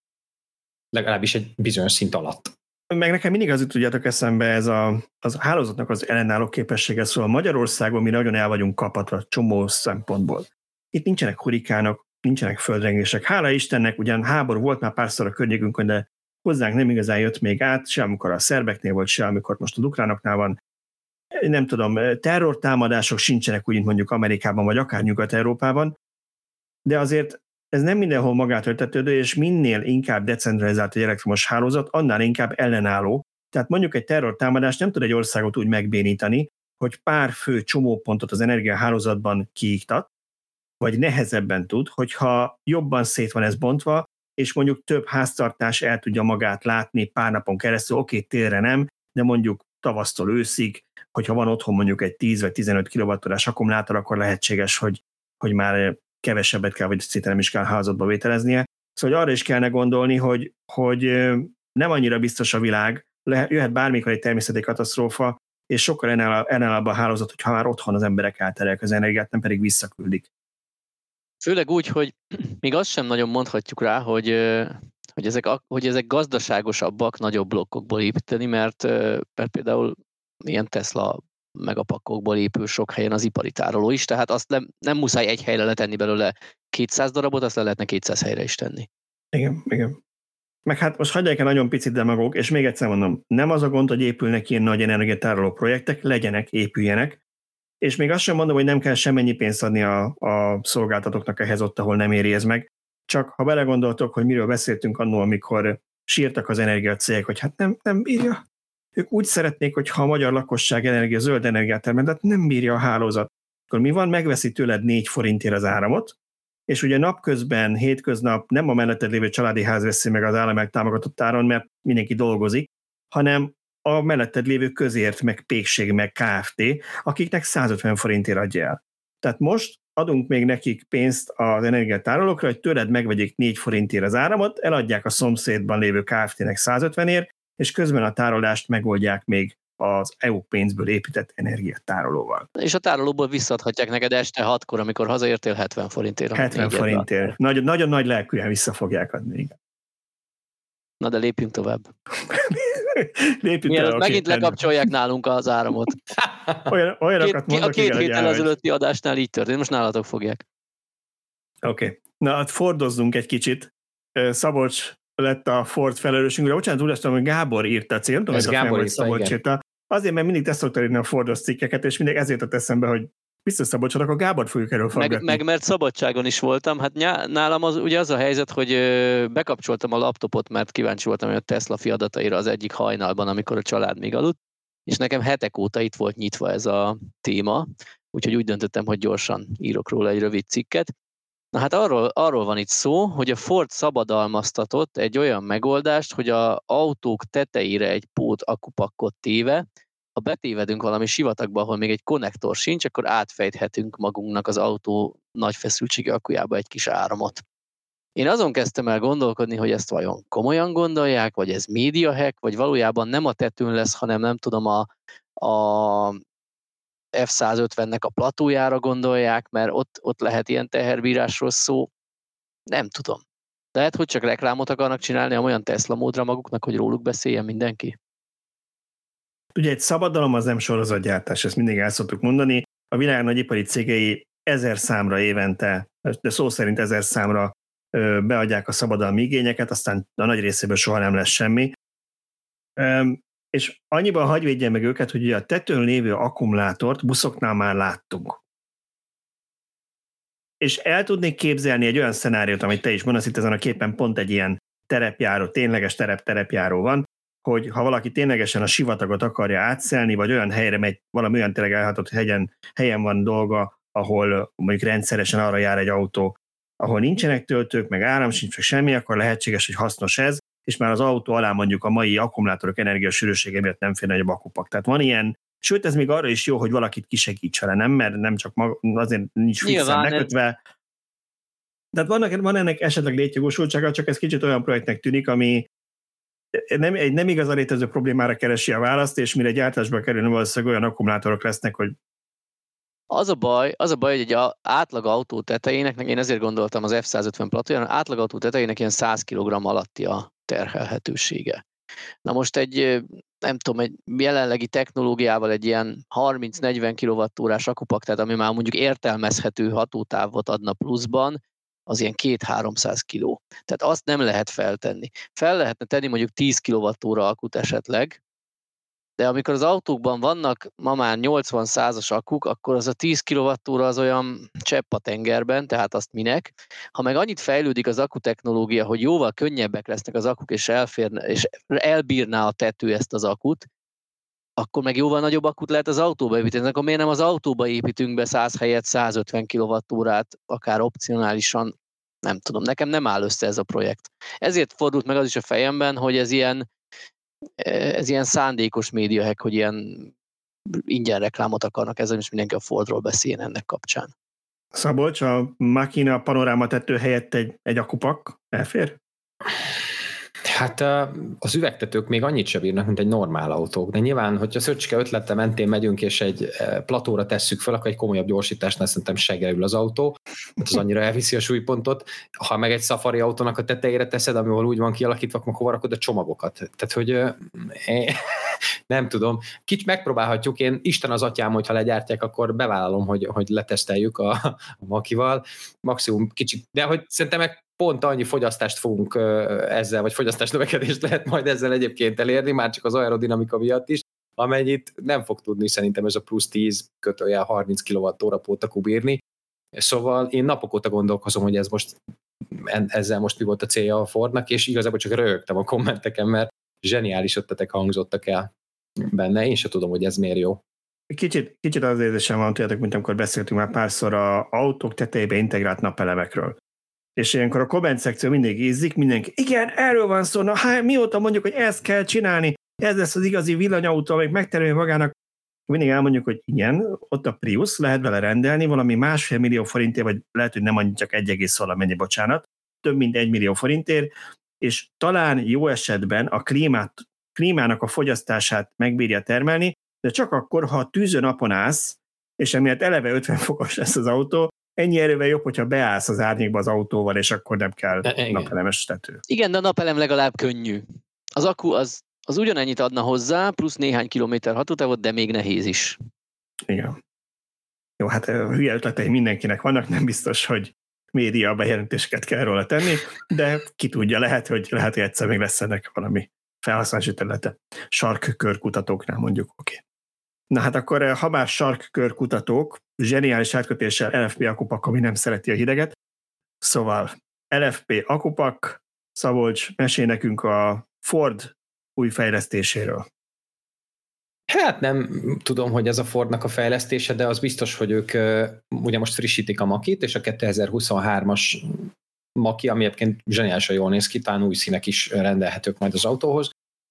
Speaker 2: Legalábbis egy bizonyos szint alatt.
Speaker 1: Meg nekem mindig az jut, tudjátok eszembe, ez a, az a hálózatnak az ellenálló képessége, szóval Magyarországon mi nagyon el vagyunk kapatra csomó szempontból. Itt nincsenek hurikánok, nincsenek földrengések. Hála Istennek, ugyan háború volt már párszor a környékünkön, de hozzánk nem igazán jött még át, se amikor a szerbeknél volt, se amikor most a ukránoknál van. Nem tudom, terrortámadások sincsenek úgy, mint mondjuk Amerikában, vagy akár Nyugat-Európában, de azért ez nem mindenhol magától értetődő, és minél inkább decentralizált egy elektromos hálózat, annál inkább ellenálló. Tehát mondjuk egy terrortámadás nem tud egy országot úgy megbénítani, hogy pár fő csomópontot az energiahálózatban kiiktat, vagy nehezebben tud, hogyha jobban szét van ez bontva, és mondjuk több háztartás el tudja magát látni pár napon keresztül, oké, okay, télre nem, de mondjuk tavasztól őszig, hogyha van otthon mondjuk egy tíz vagy tizenöt kilowattórás akkumulátor, akkor lehetséges, hogy, hogy már kevesebbet kell, vagy szinte nem is kell házatba vételeznie. Szóval arra is kellene gondolni, hogy, hogy nem annyira biztos a világ, jöhet bármikor egy természeti katasztrófa, és sokkal ellenállóbb a hálózat, hogyha már otthon az emberek átterelják az energiát, nem pedig visszaküldik.
Speaker 3: Főleg úgy, hogy még azt sem nagyon mondhatjuk rá, hogy, hogy ezek, hogy ezek gazdaságosabbak nagyobb blokkokból építeni, mert, mert például ilyen Tesla megapakkokból épül sok helyen az ipari tároló is, tehát azt nem, nem muszáj egy helyre letenni belőle kétszáz darabot, azt le lehetne kétszáz helyre is tenni.
Speaker 1: Igen, igen. Meg hát most hagyják el nagyon picit demagóg, és még egyszer mondom, nem az a gond, hogy épülnek ilyen nagy energiatároló projektek, legyenek, épüljenek, és még azt sem mondom, hogy nem kell semmennyi pénzt adni a, a szolgáltatóknak ehhez ott, ahol nem éri ez meg, csak ha belegondoltok, hogy miről beszéltünk annól, amikor sírtak az energiacégek, hogy hát nem, nem bírja. Ők úgy szeretnék, hogy ha a magyar lakosság energia, zöld energiát termel, de nem bírja a hálózat. Akkor mi van, megveszi tőled négy forintért az áramot, és ugye napközben, hétköznap nem a melletted lévő családi ház veszi meg az állam támogatott áron, mert mindenki dolgozik, hanem a melletted lévő közért, meg pékség, meg Kft., akiknek százötven forintért adja el. Tehát most adunk még nekik pénzt az energiatárolókra, hogy tőled megvegyék négy forintért az áramot, eladják a szomszédban lévő Kft.-nek százötvenért, és közben a tárolást megoldják még az é u pénzből épített energiatárolóval.
Speaker 3: És a tárolóból visszaadhatják neked este hatkor, amikor hazaértél hetven forintért.
Speaker 1: hetven forintért. Nagyon, nagyon nagy lelkűen vissza fogják adni. Igen.
Speaker 3: Na de lépjünk tovább.
Speaker 1: lépjünk
Speaker 3: tovább. Megint tenni. Lekapcsolják nálunk az áramot.
Speaker 1: Olyan, olyanokat
Speaker 3: két,
Speaker 1: mondok,
Speaker 3: a két
Speaker 1: igen,
Speaker 3: héttel ezelőtti adásnál így történt, most nálatok fogják.
Speaker 1: Oké. Okay. Na hát fordozzunk egy kicsit. Szabolcs lett a Ford felelősünk. Bocsánat, úgy azt hogy Gábor írta a cél. Nem tudom,
Speaker 2: ez Gábor
Speaker 1: hogy Szabolcs írta. Azért, mert mindig te szoktál írni a Fordos cikkeket, és mindig ezért a eszembe, hogy biztos Szabolcsot, akkor Gábort fogjuk erről faggatni.
Speaker 3: Meg, meg mert szabadságon is voltam. Hát nyá, nálam az, ugye az a helyzet, hogy bekapcsoltam a laptopot, mert kíváncsi voltam, hogy a Tesla fiadataira az egyik hajnalban, amikor a család még aludt, és nekem hetek óta itt volt nyitva ez a téma, úgyhogy úgy döntöttem, hogy gyorsan írok róla egy rövid cikket. Na hát arról, arról van itt szó, hogy a Ford szabadalmaztatott egy olyan megoldást, hogy az autók tetejére egy pót akupakkot téve, ha betévedünk valami sivatagba, ahol még egy konnektor sincs, akkor átfejthetünk magunknak az autó nagy feszültségi akujába egy kis áramot. Én azon kezdtem el gondolkodni, hogy ezt vajon komolyan gondolják, vagy ez média hack, vagy valójában nem a tetőn lesz, hanem nem tudom, a, a ef száz ötvennek a platójára gondolják, mert ott, ott lehet ilyen teherbírásról szó. Nem tudom. Lehet, hogy csak reklámot akarnak csinálni olyan Tesla módra maguknak, hogy róluk beszéljen mindenki.
Speaker 1: Ugye egy szabadalom az nem sorozatgyártás, ezt mindig el szoktuk mondani. A világ nagy ipari cégei ezer számra évente, de szó szerint ezer számra beadják a szabadalmi igényeket, aztán a nagy részéből soha nem lesz semmi. És annyiban hagyj védjen meg őket, hogy a tetőn lévő akkumulátort buszoknál már láttunk. És el tudnék képzelni egy olyan szenáriót, amit te is mondasz, itt ezen a képen pont egy ilyen terepjáró, tényleges terep-terepjáró van, hogy ha valaki ténylegesen a sivatagot akarja átszelni, vagy olyan helyre megy, valami olyan tényleg elhatott hegyen, helyen van dolga, ahol mondjuk rendszeresen arra jár egy autó, ahol nincsenek töltők, meg áram sincs, meg semmi, akkor lehetséges, hogy hasznos ez, és már az autó alá mondjuk a mai akkumulátorok energiasűrűsége miatt nem fér nagyobb akupak. Tehát van ilyen, sőt ez még arra is jó, hogy valakit kisegíts vele, nem? Mert nem csak maga, azért nincs fixen megkötve. Tehát vannak, van ennek esetleg létjogosultsága, csak ez kicsit olyan projektnek tűnik, ami nem, egy nem igazán létező problémára keresi a választ, és mire gyártásba kerülne, valószínűleg olyan akkumulátorok lesznek, hogy
Speaker 3: Az a baj, az a baj, hogy egy átlag autó tetejének, én ezért gondoltam az ef száz ötven platóján, átlag autó tetejének ilyen száz kilogramm alatti a terhelhetősége. Na most egy, nem tudom, egy jelenlegi technológiával egy ilyen harminc-negyven kilowattórás akupak, tehát ami már mondjuk értelmezhető hatótávot adna pluszban, az ilyen két-háromszáz kiló. Tehát azt nem lehet feltenni. Fel lehetne tenni mondjuk tíz kilowattóra akut esetleg, de amikor az autókban vannak ma már nyolcvan-százas akuk, akkor az a tíz kilowattóra az olyan csepp a tengerben, tehát azt minek. Ha meg annyit fejlődik az akutechnológia, hogy jóval könnyebbek lesznek az akuk, és, elférne, és elbírná a tető ezt az akut, akkor meg jóval nagyobb akut lehet az autóba építeni. Akkor miért nem az autóba építünk be száz helyett száz ötven kilowattórát, akár opcionálisan, nem tudom, nekem nem áll össze ez a projekt. Ezért fordult meg az is a fejemben, hogy ez ilyen ez ilyen szándékos médiahack, hogy ilyen ingyen reklámot akarnak ezzel, és mindenki a Fordról beszéljen ennek kapcsán.
Speaker 1: Szabolcs, a Makina panoráma tető helyett egy, egy akupak elfér?
Speaker 2: Hát az üvegtetők még annyit sem bírnak, mint egy normál autók, de nyilván, hogyha Szöcske ötlete mentén megyünk, és egy platóra tesszük fel, akkor egy komolyabb gyorsításnál szerintem seggelül az autó, hát az annyira elviszi a súlypontot. Ha meg egy Safari autónak a tetejére teszed, amivel úgy van kialakítva, akkor hova rakod a csomagokat. Tehát, hogy eh, nem tudom. Kicsit megpróbálhatjuk, én Isten az atyám, hogyha legyártják, akkor bevállalom, hogy, hogy leteszteljük a, a Makival. Maximum kicsit, de hogy szerintem meg pont annyi fogyasztást fogunk ezzel, vagy fogyasztás növekedést lehet majd ezzel egyébként elérni, már csak az aerodinamika miatt is, amennyit nem fog tudni szerintem ez a plusz tíz kötőjel harminc kilovattóra pótakú bírni. Szóval én napok óta gondolkozom, hogy ez most, ezzel most mi volt a célja a Fordnak, és igazából csak röhögtem a kommenteken, mert zseniális ötletek hangzottak el benne, én sem tudom, hogy ez miért jó.
Speaker 1: Kicsit, kicsit az érzésem van, tudjátok, mint amikor beszéltünk már párszor az autók tetejébe integrált napelemekről. És ilyenkor a komment szekció mindig ízzik, mindenki, igen, erről van szó, na hát mióta mondjuk, hogy ezt kell csinálni, ez lesz az igazi villanyautó, amelyik megterülje magának. Mindig elmondjuk, hogy igen, ott a Prius, lehet vele rendelni, valami másfél millió forintért, vagy lehet, hogy nem annyi, csak egy egész valamennyi, bocsánat, több mint egy millió forintért, és talán jó esetben a klímát, klímának a fogyasztását megbírja termelni, de csak akkor, ha a tűzön napon állsz, és emiatt eleve ötven fokos lesz az autó, ennyi erővel jobb, hogyha beállsz az árnyékba az autóval, és akkor nem kell napelemes tető.
Speaker 3: Igen, de a napelem legalább könnyű. Az akku az, az ugyanennyit adna hozzá, plusz néhány kilométer hatótávot, de még nehéz is.
Speaker 1: Igen. Jó, hát hülye ötletei mindenkinek vannak, nem biztos, hogy média bejelentéseket kell róla tenni, de ki tudja, lehet, hogy, lehet, hogy egyszer még lesz ennek valami felhasználási területe. Sarkkörkutatóknál mondjuk, oké. Okay. Na hát akkor, ha már sarkkörkutatók, zseniális átkötéssel el ef pé akupak, ami nem szereti a hideget. Szóval el ef pé akupak, Szabolcs, mesélj nekünk a Ford új fejlesztéséről.
Speaker 2: Hát nem tudom, hogy ez a Fordnak a fejlesztése, de az biztos, hogy ők ugye most frissítik a Makit, és a kétezer-huszonhármas Maki, ami egyébként zseniálisan jól néz ki, talán új színek is rendelhetők majd az autóhoz.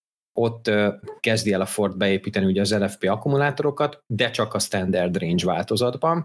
Speaker 2: Ott kezdi el a Ford beépíteni ugye az el ef pé akkumulátorokat, de csak a standard range változatban.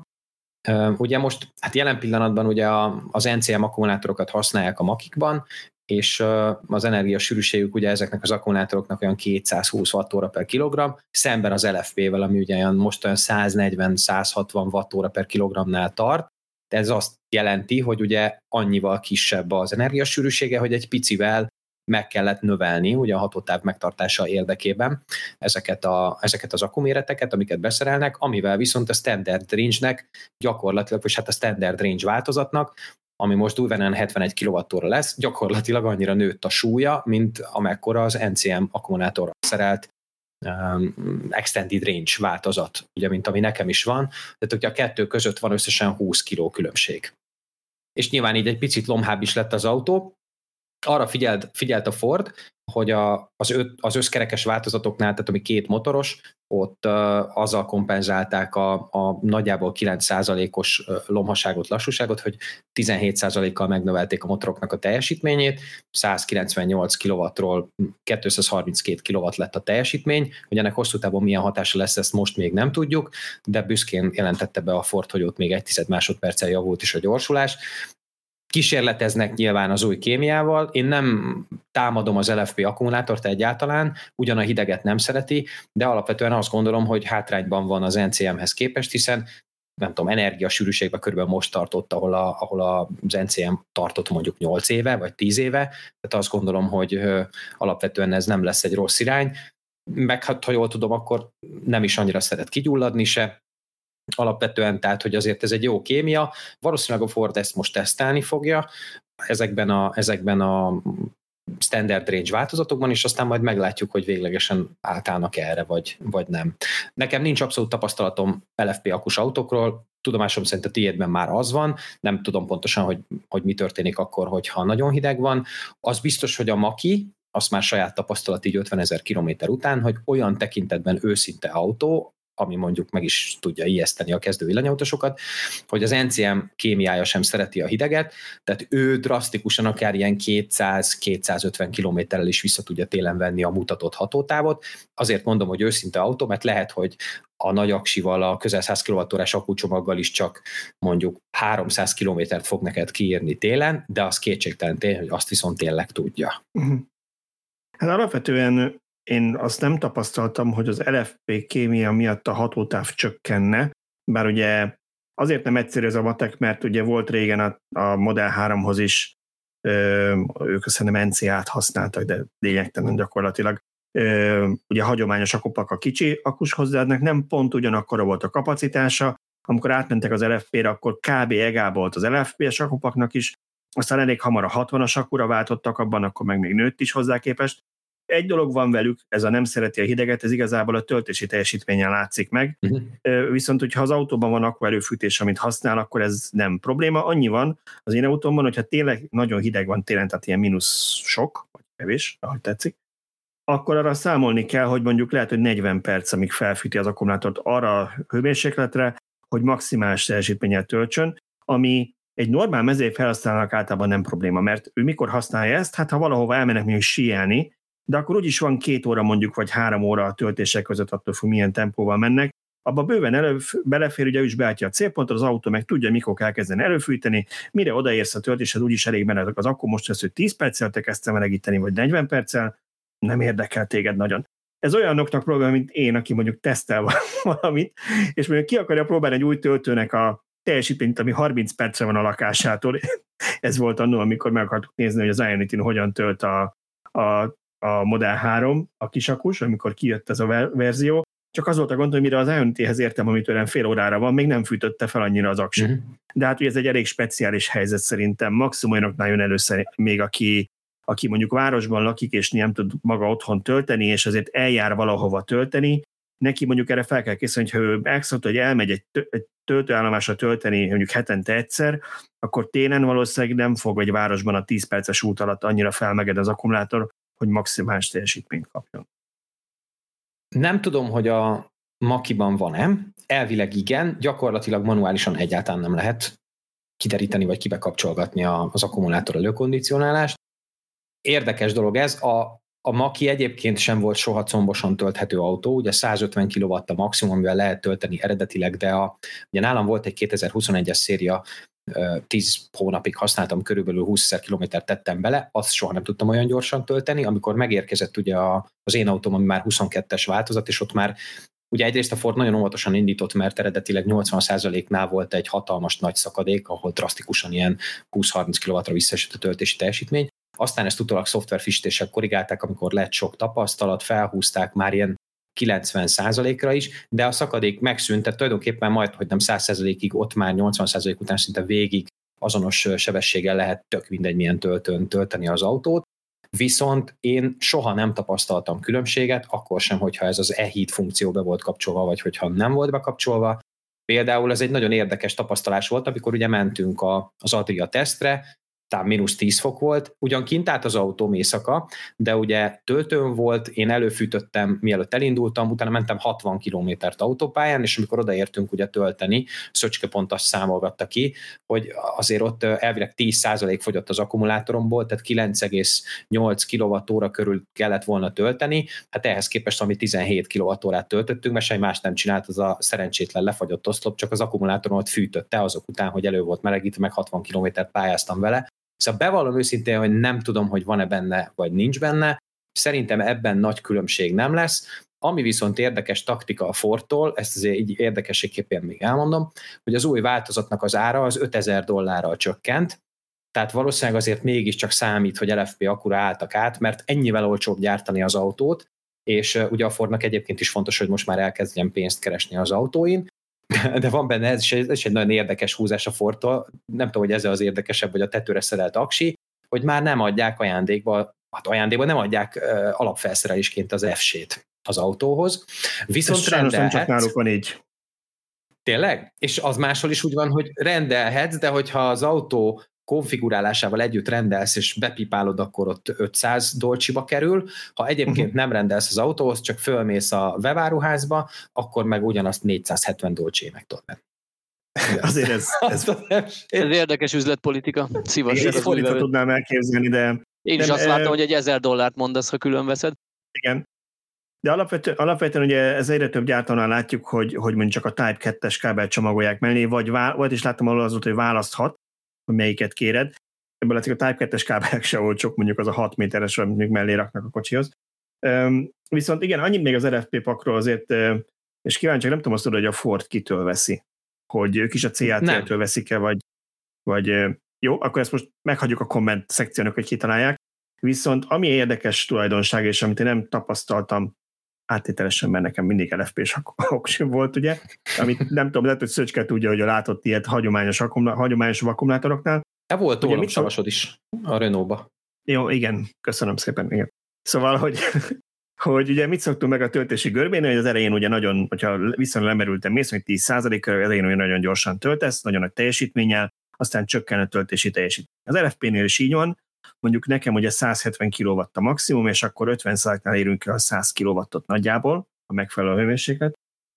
Speaker 2: Ugye most, hát jelen pillanatban ugye az en cé em akkumulátorokat használják a Makikban, és az energiasűrűségük ugye ezeknek az akkumulátoroknak olyan kétszázhúsz wattóra per kilogramm, szemben az el ef pével, ami ugye olyan, most olyan száznegyven-százhatvan wattóra per kilogrammnál tart. De ez azt jelenti, hogy ugye annyival kisebb az energiasűrűsége, hogy egy picivel meg kellett növelni ugye a hatótáv megtartása érdekében ezeket, a, ezeket az akkuméreteket, amiket beszerelnek, amivel viszont a standard range-nek gyakorlatilag, vagy hát a standard range változatnak, ami most durván hetvenegy kilowattóra lesz, gyakorlatilag annyira nőtt a súlya, mint amekkora az en cé em akkumulátorra szerelt um, extended range változat, ugye, mint ami nekem is van. Tehát ugye a kettő között van összesen húsz kiló különbség. És nyilván így egy picit lomhább is lett az autó. Arra figyelt, figyelt a Ford, hogy a, az, öt, az összkerekes változatoknál, tehát ami két motoros, ott uh, azzal kompenzálták a, a nagyjából kilenc százalékos lomhaságot, lassúságot, hogy tizenhét százalékkal megnövelték a motoroknak a teljesítményét, százkilencvennyolc kilowattról kétszázharminckét kilowatt lett a teljesítmény, hogy ennek hosszú távon milyen hatása lesz, ezt most még nem tudjuk, de büszkén jelentette be a Ford, hogy ott még egy tized másodperccel javult is a gyorsulás. Kísérleteznek nyilván az új kémiával. Én nem támadom az el ef pé akkumulátort egyáltalán, ugyan a hideget nem szereti, de alapvetően azt gondolom, hogy hátrányban van az en cé emhez képest, hiszen nem tudom, energiasűrűségben körülbelül most tartott, ahol, a, ahol az en cé em tartott mondjuk nyolc éve, vagy tíz éve, tehát azt gondolom, hogy alapvetően ez nem lesz egy rossz irány, meg hát, ha jól tudom, akkor nem is annyira szeret kigyulladni se, alapvetően, tehát, hogy azért ez egy jó kémia. Valószínűleg a Ford ezt most tesztelni fogja ezekben a, ezekben a standard range változatokban, és aztán majd meglátjuk, hogy véglegesen átállnak erre, vagy, vagy nem. Nekem nincs abszolút tapasztalatom el ef pé akus autókról, tudomásom szerint a tiédben már az van, nem tudom pontosan, hogy, hogy mi történik akkor, hogyha nagyon hideg van. Az biztos, hogy a Maki, azt már saját tapasztalat így ötvenezer kilométer után, hogy olyan tekintetben őszinte autó, ami mondjuk meg is tudja ijeszteni a kezdő villanyautósokat, hogy az en cé em kémiája sem szereti a hideget, tehát ő drasztikusan akár ilyen kétszáz-kétszázötven kilométerrel is vissza tudja télen venni a mutatott hatótávot. Azért mondom, hogy őszinte autó, mert lehet, hogy a nagy aksival, a közel száz kilowattórás akkucsomaggal is csak mondjuk háromszáz kilométert fog neked kiírni télen, de az kétségtelen tény, hogy azt viszont tényleg tudja.
Speaker 1: Uh-huh. Hát alapvetően én azt nem tapasztaltam, hogy az el ef pé kémia miatt a hatótáv csökkenne, bár ugye azért nem egyszerű ez a matek, mert ugye volt régen a, a Model háromhoz is, ö, ők szerintem en cé á-t használtak, de lényegtelen gyakorlatilag. Ö, ugye hagyományos akupak a kicsi akushoz, de ennek nem pont ugyanakkora volt a kapacitása. Amikor átmentek az el ef pére, akkor kb. Egál volt az el ef pé-es akupaknak is, aztán elég hamar a hatvanas akkura váltottak abban, akkor meg még nőtt is hozzá képest. Egy dolog van velük, ez a nem szereti a hideget, ez igazából a töltési teljesítményen látszik meg, uh-huh. Viszont hogyha az autóban van akkuerőfűtés, amit használ, akkor ez nem probléma. Annyi van az én autómban, hogyha tényleg nagyon hideg van télen, tehát ilyen mínusz sok, vagy kevés, ahogy tetszik, akkor arra számolni kell, hogy mondjuk lehet, hogy negyven perc, amíg felfűti az akkumulátort arra a hőmérsékletre, hogy maximális teljesítménnyel töltsön, ami egy normál mezői felhasználónak általában nem probléma, mert ő mikor használja ezt, hát ha valahova elmennek mondjuk síelni, de akkor úgyis van két óra mondjuk, vagy három óra a töltések között, attól függ, milyen tempóval mennek. Abba bőven elő, belefér, ugye ő is beállítja a célpontot, az autó meg tudja, mikor kell kezdeni előfűteni, mire odaérsz a töltésed, úgyis elég meleg az akku, most lesz, hogy tíz perccel te kezdtem melegíteni, vagy negyven perccel, nem érdekel téged nagyon. Ez olyanoknak próbál, mint én, aki mondjuk tesztel valamit, és mondjuk ki akarja próbálni egy új töltőnek a teljesítményt, ami harminc percre van a lakásától. Ez volt annól, amikor meg akartuk nézni, hogy az Ionity-n hogyan tölt a, a a Model három, a kisakus, amikor kijött ez a verzió, csak az volt a gond, hogy mire az Ionity-hez értem, ami tőlem fél órára van, még nem fűtötte fel annyira az aksit. Uh-huh. De hát ugye ez egy elég speciális helyzet szerintem, maximum olyanoknál jön először még aki, aki mondjuk városban lakik, és nem tud maga otthon tölteni, és azért eljár valahova tölteni, neki mondjuk erre fel kell készülni, hogy ha ő megszokta, hogy elmegy egy, tö- egy töltőállomásra tölteni mondjuk hetente egyszer, akkor télen valószínűleg nem fog egy városban a tíz perces út alatt annyira felmeged az akkumulátor, hogy maximális teljesítményt kapjon.
Speaker 2: Nem tudom, hogy a Makiban van-e, elvileg igen, gyakorlatilag manuálisan egyáltalán nem lehet kideríteni vagy kibekapcsolgatni az akkumulátor előkondicionálást. Érdekes dolog ez, a, a Maki egyébként sem volt soha combosan tölthető autó, ugye százötven kilowatt a maximum, amivel lehet tölteni eredetileg, de a, ugye nálam volt egy kétezer-huszonegyes széria, tíz hónapig használtam, körülbelül húszezer kilométert tettem bele, azt soha nem tudtam olyan gyorsan tölteni, amikor megérkezett ugye a, az én autóm, ami már huszonkettes változat, és ott már ugye egyrészt a Ford nagyon óvatosan indított, mert eredetileg nyolcvan százaléknál volt egy hatalmas nagy szakadék, ahol drasztikusan ilyen húsz-harminc kilowattra visszaesett a töltési teljesítmény. Aztán ezt utólag szoftverfrissítések korrigálták, amikor lett sok tapasztalat, felhúzták már ilyen kilencven százalékra is, de a szakadék megszűnt, tehát tulajdonképpen majd, hogy nem száz százalékig, ott már nyolcvan százalék után szinte végig azonos sebességgel lehet tök mindegy milyen töltőn tölteni az autót, viszont én soha nem tapasztaltam különbséget, akkor sem, hogyha ez az e-híd funkció be volt kapcsolva, vagy hogyha nem volt bekapcsolva. Például ez egy nagyon érdekes tapasztalás volt, amikor ugye mentünk a, az Adria tesztre, talán mínusz tíz fok volt, ugyan kint állt az autóm éjszaka, de ugye töltőn volt, én előfűtöttem, mielőtt elindultam, utána mentem hatvan kilométert autópályán, és amikor odaértünk ugye tölteni, Szöcske pont azt számolgatta ki, hogy azért ott elvileg tíz százalék fogyott az akkumulátoromból, tehát kilenc egész nyolc kilovattóra körül kellett volna tölteni, hát ehhez képest ami tizenhét kilowattórát töltöttünk, mert semmi más nem csinált, az a szerencsétlen lefagyott oszlop, csak az akkumulátoromat fűtötte azok után, hogy elő volt melegítve, meg hatvan kilométert pályáztam vele. Szóval bevallom őszintén, hogy nem tudom, hogy van-e benne, vagy nincs benne. Szerintem ebben nagy különbség nem lesz. Ami viszont érdekes taktika a Fordtól, ezt azért így érdekességképpen még elmondom, hogy az új változatnak az ára az ötezer dollárral csökkent, tehát valószínűleg azért mégiscsak számít, hogy el ef pé akkura álltak át, mert ennyivel olcsóbb gyártani az autót, és ugye a Fordnak egyébként is fontos, hogy most már elkezdjen pénzt keresni az autóin, de van benne, ez is, ez is egy nagyon érdekes húzás a Fordtól, nem tudom, hogy ez az érdekesebb, vagy a tetőre szerelt aksi, hogy már nem adják ajándékba, hát ajándékba nem adják uh, alapfelszerelésként az ef sét az autóhoz. Viszont
Speaker 1: ez rendelhetsz. Csak náluk van így.
Speaker 2: Tényleg? És az máshol is úgy van, hogy rendelhetsz, de hogyha az autó konfigurálásával együtt rendelsz, és bepipálod, akkor ott ötszáz dolcsiba kerül. Ha egyébként uh-huh. nem rendelsz az autóhoz, csak fölmész a webáruházba, akkor meg ugyanazt négyszázhetven dolcsé meg tudod venni.
Speaker 1: Azért ez... ez...
Speaker 3: ez érdekes üzletpolitika. Szívasság
Speaker 1: az új vevőt. Tudnám elképzelni, de...
Speaker 3: Én is
Speaker 1: nem,
Speaker 3: azt látom, hogy egy ezer dollárt mondasz, ha külön veszed.
Speaker 1: Igen. De alapvetően, alapvetően ugye ez egyre több gyártónál látjuk, hogy, hogy mondjuk csak a Type kettes kábelt csomagolják mellé, vagy, vá- vagy is láttam ahol az volt, hogy választhat, hogy melyiket kéred. ebből látszik, a Type kettes kábelek se olcsók, mondjuk az a hat méteres, amit még mellé raknak a kocsihoz. Viszont igen, annyit még az er ef pé pakról azért, és kíváncsi, nem tudom azt tudod, hogy a Ford kitől veszi, hogy ők is a cé á té-től veszik-e, vagy, vagy jó, akkor ezt most meghagyjuk a komment szekciónak, hogy kitalálják. Viszont ami érdekes tulajdonság, és amit én nem tapasztaltam áttételesen, mert nekem mindig el ef pés oksim volt, ugye, amit nem tudom, lehet, hogy Szöcske tudja, hogy a látott ilyet hagyományos, akkumulá- hagyományos akkumulátoroknál.
Speaker 2: De volt ólomsavasod is a Renault-ba.
Speaker 1: Jó, igen, köszönöm szépen, igen. Szóval, hogy, hogy ugye mit szoktunk meg a töltési görbén, hogy az elején ugye nagyon, hogyha viszonylag lemerültem, mész, hogy tíz százalékra, az elején ugye nagyon gyorsan töltesz, nagyon nagy teljesítménnyel, aztán csökken a töltési teljesítmény. Az er ef pé-nél is így van, mondjuk nekem ugye száz hetven kilowatt a maximum, és akkor ötven százaléknál érünk el a száz kilowattot nagyjából, a megfelelő hőmérséklet.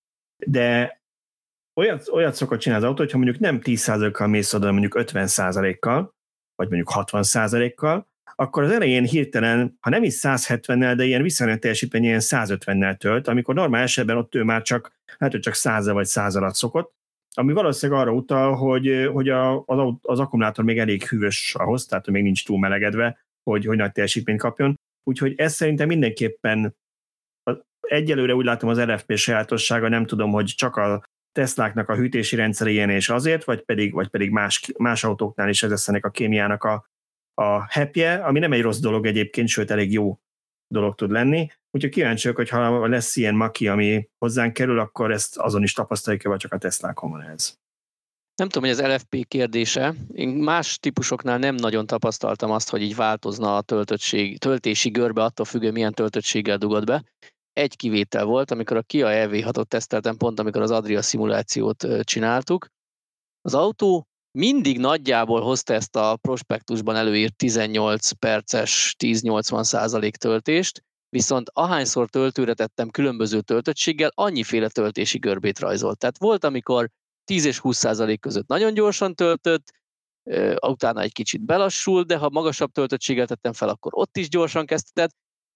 Speaker 1: De olyat, olyat szokott csinálni az autó, hogyha mondjuk nem tíz százalékkal mész oda, mondjuk ötven százalékkal, vagy mondjuk hatvan százalékkal, akkor az elején hirtelen, ha nem is száz hetvennel, de ilyen viszonylag teljesítmény ilyen száz ötvennel tölt, amikor normál esetben ott ő már csak, hát hogy csak száz vagy száz alatt szokott, ami valószínűleg arra utal, hogy, hogy a, az, az akkumulátor még elég hűvös ahhoz, tehát hogy még nincs túl melegedve, hogy, hogy nagy teljesítményt kapjon. Úgyhogy ez szerintem mindenképpen egyelőre úgy látom az er ef pé sajátossága, nem tudom, hogy csak a Tesláknak a hűtési rendszere ilyen és azért, vagy pedig, vagy pedig más, más autóknál is ez lesz ennek a kémiának a, a happy-je, ami nem egy rossz dolog egyébként, sőt elég jó dolog tud lenni. Úgyhogy kíváncsiak, hogy ha lesz ilyen maki, ami hozzánk kerül, akkor ezt azon is tapasztaljuk, vagy csak a Teslákon van ez.
Speaker 3: Nem tudom, hogy az el ef pé kérdése. Én más típusoknál nem nagyon tapasztaltam azt, hogy így változna a töltöttség, töltési görbe attól függően, milyen töltöttséggel dugod be. Egy kivétel volt, amikor a Kia e vé hatot teszteltem, pont amikor az Adria szimulációt csináltuk. Az autó mindig nagyjából hozta ezt a prospektusban előírt tizennyolc perces tíz nyolcvan százalék töltést, viszont ahányszor töltőre tettem különböző töltöttséggel, annyiféle töltési görbét rajzolt. Tehát volt, amikor tíz és húsz százalék között nagyon gyorsan töltött, utána egy kicsit belassult, de ha magasabb töltöttséggel tettem fel, akkor ott is gyorsan kezdett.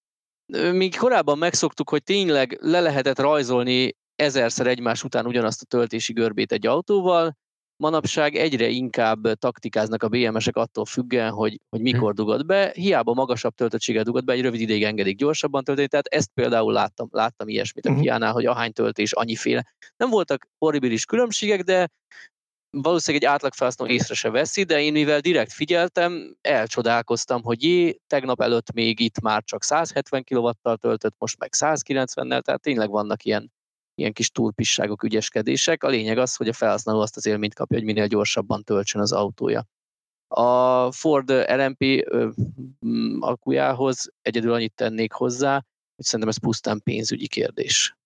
Speaker 3: Míg korábban megszoktuk, hogy tényleg le lehetett rajzolni ezerszer egymás után ugyanazt a töltési görbét egy autóval, manapság egyre inkább taktikáznak a bé em esek attól függően, hogy, hogy mikor dugod be, hiába magasabb töltöttséggel dugod be, egy rövid ideig engedik gyorsabban tölteni, tehát ezt például láttam, láttam ilyesmit a Kiánál, hogy ahány töltés, annyiféle. Nem voltak horribilis különbségek, de valószínűleg egy átlagfelhasználó észre se veszi, de én mivel direkt figyeltem, elcsodálkoztam, hogy jé, tegnap előtt még itt már csak száz hetven kilowattal töltött, most meg száz kilencvennel, tehát tényleg vannak ilyen, ilyen kis turpisságok, ügyeskedések. A lényeg az, hogy a felhasználó azt az élményt kapja, hogy minél gyorsabban töltsön az autója. A Ford el em pé akkujához egyedül annyit tennék hozzá, hogy szerintem ez pusztán pénzügyi kérdés.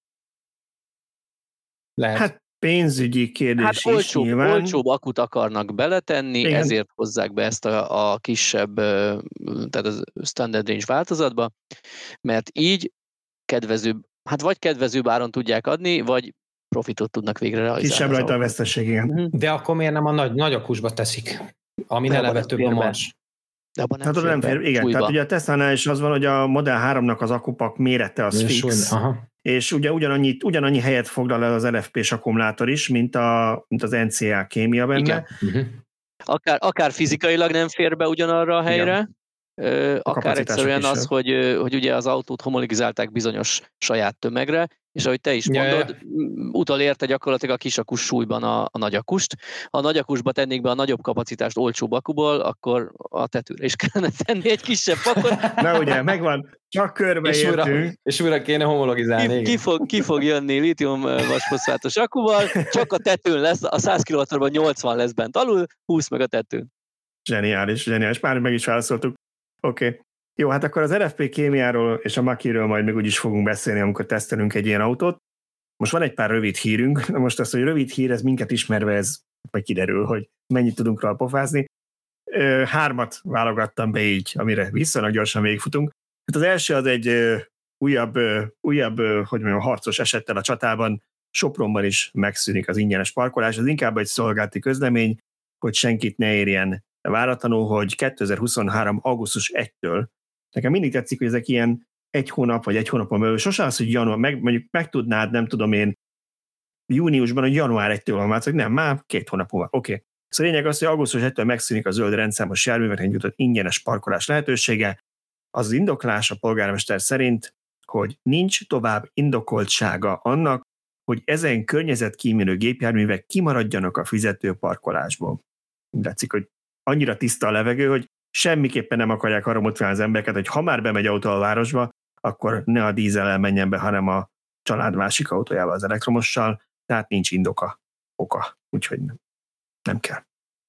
Speaker 2: Lehet.
Speaker 1: Hát pénzügyi kérdés
Speaker 3: hát
Speaker 1: is
Speaker 3: olcsóbb,
Speaker 1: nyilván.
Speaker 3: olcsóbb akut akarnak beletenni, igen. Ezért hozzák be ezt a, a kisebb, tehát a standard range változatba, mert így kedvezőbb, hát vagy kedvezőbb áron tudják adni, vagy profitot tudnak végre rajzolni.
Speaker 1: Kisebb rajta a veszteség, igen.
Speaker 2: De akkor miért nem a nagy, nagy akusba teszik, ami eleve több a mars?
Speaker 3: De abban nem
Speaker 1: hát
Speaker 3: fér
Speaker 1: nem
Speaker 3: be,
Speaker 1: fér, igen,
Speaker 3: újba.
Speaker 1: tehát ugye a Tesla-nál is az van, hogy a Model háromnak az akupak mérete az
Speaker 2: És
Speaker 1: fix,
Speaker 2: úgy,
Speaker 1: és ugye ugyanannyi, ugyanannyi helyet foglal el az el ef pés akkumulátor is, mint, a, mint az en cé á kémia benne.
Speaker 2: Uh-huh.
Speaker 3: Akár, akár fizikailag nem fér be ugyanarra a helyre, igen. Akár egyszerűen az, hogy, hogy ugye az autót homologizálták bizonyos saját tömegre, és ahogy te is mondod, ja, ja. utal érte gyakorlatilag a kisakus súlyban a, a nagyakust. Ha a nagyakusba tennék be a nagyobb kapacitást olcsóbb akuból, akkor a tetőre is kellene tenni egy kisebb pakot.
Speaker 1: Na ugye, megvan, csak körbeértünk.
Speaker 2: És újra, és újra kéne homologizálni.
Speaker 3: Ki, ki, fog, ki fog jönni litium vasfoszfátos akuval, csak a tetőn lesz, a száz kilowattban nyolcvan lesz bent alul, húsz meg a tetőn.
Speaker 1: Zseniális, zseniális. Már meg is válaszoltuk. Oké. Okay. Jó, hát akkor az er ef pé kémiáról és a Mach-ről majd még úgyis fogunk beszélni, amikor tesztelünk egy ilyen autót. Most van egy pár rövid hírünk. Most az, hogy rövid hír, ez minket ismerve, ez majd kiderül, hogy mennyit tudunk rá pofázni. Hármat válogattam be így, amire viszonylag gyorsan végigfutunk. Hát az első az egy újabb, újabb hogy mondjam, harcos esettel a csatában. Sopronban is megszűnik az ingyenes parkolás. Ez inkább egy szolgálati közlemény, hogy senkit ne érjen váratlanul, hogy kétezer-huszonhárom. augusztus elsejétől. Nekem mindig tetszik, hogy ezek ilyen egy hónap, vagy egy hónapon belül, sose az, hogy január, meg, mondjuk megtudnád, nem tudom én, júniusban, hogy január elsejétől van, hogy nem, már két hónap múlva. Oké. Okay. Szóval lényeg az, hogy augusztus elsejétől megszűnik a zöld rendszámos járműveknek nyújtott ingyenes parkolás lehetősége. Az indoklás a polgármester szerint, hogy nincs tovább indokoltsága annak, hogy ezen környezetkímélő gépjárművek kimaradjanak a fizető parkolásból. Úgy látszik, hogy annyira tiszta a levegő, hogy semmiképpen nem akarják arra motiválni az embereket, hogy ha már bemegy autó a városba, akkor ne a dízellel menjen be, hanem a család másik autójával, az elektromossal, tehát nincs indoka, oka, úgyhogy nem, nem kell.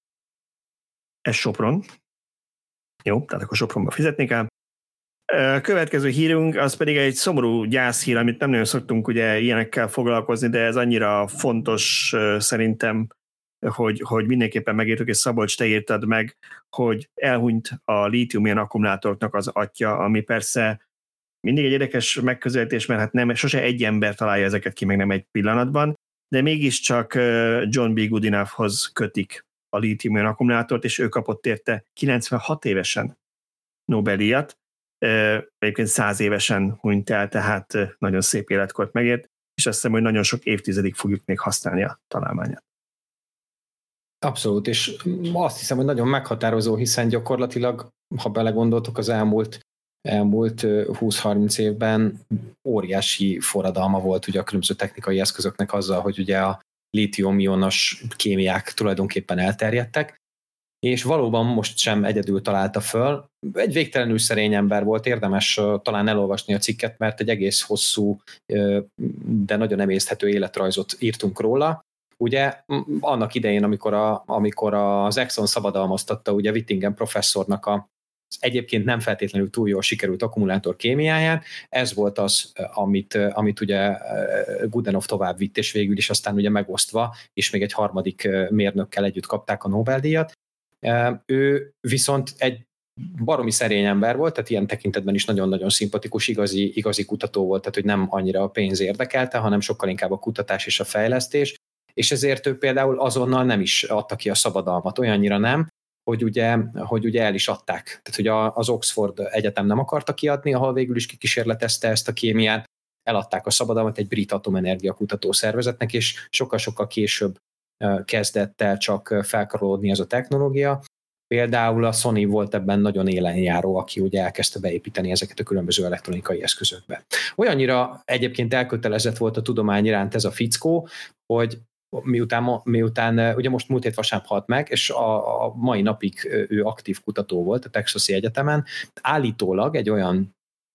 Speaker 1: Ez Sopron. Jó, tehát akkor Sopronba fizetni kell. A következő hírünk, az pedig egy szomorú gyászhír, amit nem nagyon szoktunk ugye ilyenekkel foglalkozni, de ez annyira fontos szerintem, hogy, hogy mindenképpen megírtuk, és Szabolcs, te írtad meg, hogy elhunyt a lítium-ion akkumulátoroknak az atya, ami persze mindig egy érdekes megközelítés, mert hát nem, sose egy ember találja ezeket ki, meg nem egy pillanatban, de mégiscsak John B. Goodenough-hoz kötik a lítium-ion akkumulátort, és ő kapott érte kilencvenhat évesen Nobel-díjat, egyébként száz évesen hunyt el, tehát nagyon szép életkort megért, és azt hiszem, hogy nagyon sok évtizedig fogjuk még használni a találmányát.
Speaker 2: Abszolút, és azt hiszem, hogy nagyon meghatározó, hiszen gyakorlatilag, ha belegondoltok, az elmúlt, elmúlt húsz-harminc évben óriási forradalma volt ugye a különböző technikai eszközöknek azzal, hogy ugye a lítium-ionos kémiák tulajdonképpen elterjedtek, és valóban most sem egyedül találta föl. Egy végtelenül szerény ember volt, érdemes talán elolvasni a cikket, mert egy egész hosszú, de nagyon emészthető életrajzot írtunk róla. Ugye annak idején, amikor, a, amikor az Exxon szabadalmaztatta ugye Wittingen professzornak a az egyébként nem feltétlenül túl jól sikerült akkumulátor kémiáját, ez volt az, amit, amit ugye Goodenough tovább vitt, és végül is aztán ugye megosztva, és még egy harmadik mérnökkel együtt kapták a Nobel-díjat. Ő viszont egy baromi szerény ember volt, tehát ilyen tekintetben is nagyon-nagyon szimpatikus, igazi, igazi kutató volt, tehát hogy nem annyira a pénz érdekelte, hanem sokkal inkább a kutatás és a fejlesztés, és ezért ő például azonnal nem is adta ki a szabadalmat, olyannyira nem, hogy ugye, hogy ugye el is adták. Tehát, hogy az Oxford Egyetem nem akarta kiadni, ahol végül is kikísérletezte ezt a kémiát, eladták a szabadalmat egy brit atomenergia kutató szervezetnek, és sokkal-sokkal később kezdett el csak felkarolódni ez a technológia. Például a Sony volt ebben nagyon élenjáró, aki ugye elkezdte beépíteni ezeket a különböző elektronikai eszközökbe. Olyannyira egyébként elkötelezett volt a tudomány iránt ez a fickó, hogy miután, miután ugye most múlt hét vasárnap halt meg, és a, a mai napig ő aktív kutató volt a Texasi Egyetemen, állítólag egy olyan,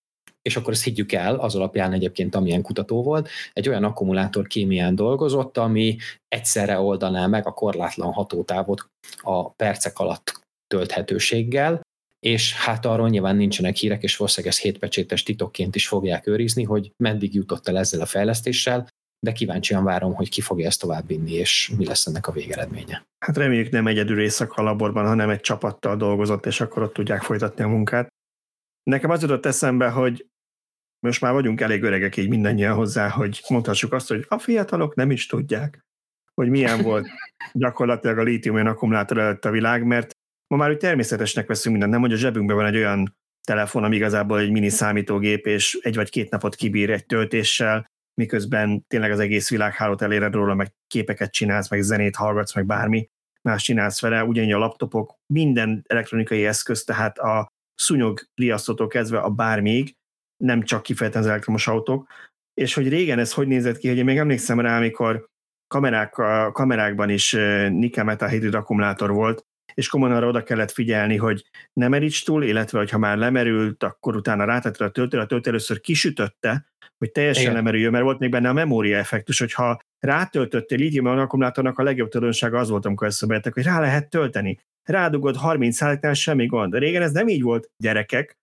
Speaker 2: és akkor ezt higgyük el, az alapján egyébként amilyen kutató volt, egy olyan akkumulátor kémián dolgozott, ami egyszerre oldaná meg a korlátlan hatótávot a percek alatt tölthetőséggel, és hát arról nyilván nincsenek hírek, és valószínűleg ezt hétpecsétes titokként is fogják őrizni, hogy meddig jutott el ezzel a fejlesztéssel, de kíváncsian várom, hogy ki fogja ezt továbbvinni, és mi lesz ennek a végeredménye.
Speaker 1: Hát reméljük nem egyedül éjszaka a laborban, hanem egy csapattal dolgozott, és akkor ott tudják folytatni a munkát. Nekem az jutott eszembe, hogy most már vagyunk elég öregek így mindannyian hozzá, hogy mondhassuk azt, hogy a fiatalok nem is tudják, hogy milyen volt gyakorlatilag a lítium-ion akkumulátor előtt a világ, mert ma már úgy természetesnek veszünk mindent, nem, hogy a zsebünkben van egy olyan telefon, ami igazából egy mini számítógép, és egy vagy két napot kibír egy töltéssel, miközben tényleg az egész világhálót eléred róla, meg képeket csinálsz, meg zenét hallgatsz, meg bármi más csinálsz vele, ugyanígy a laptopok, minden elektronikai eszköz, tehát a szúnyog riasztótól kezdve a bármig, nem csak kifejezetten az elektromos autók, és hogy régen ez hogy nézett ki, hogy én még emlékszem rá, amikor kamerák, a kamerákban is nikkel-metal-hidrid akkumulátor volt, és komolyan arra oda kellett figyelni, hogy ne meríts túl, illetve hogyha már lemerült, akkor utána rátetted a töltőre, a töltő először kisütötte, hogy teljesen Igen. lemerüljön, mert volt még benne a memória effektus, hogyha rátöltöttél lítium-ion akkumulátornak a legjobb tulajdonsága az volt, amikor eszembe, hogy rá lehet tölteni. Rádugod harminc százaléknál semmi gond. De régen ez nem így volt, gyerekek.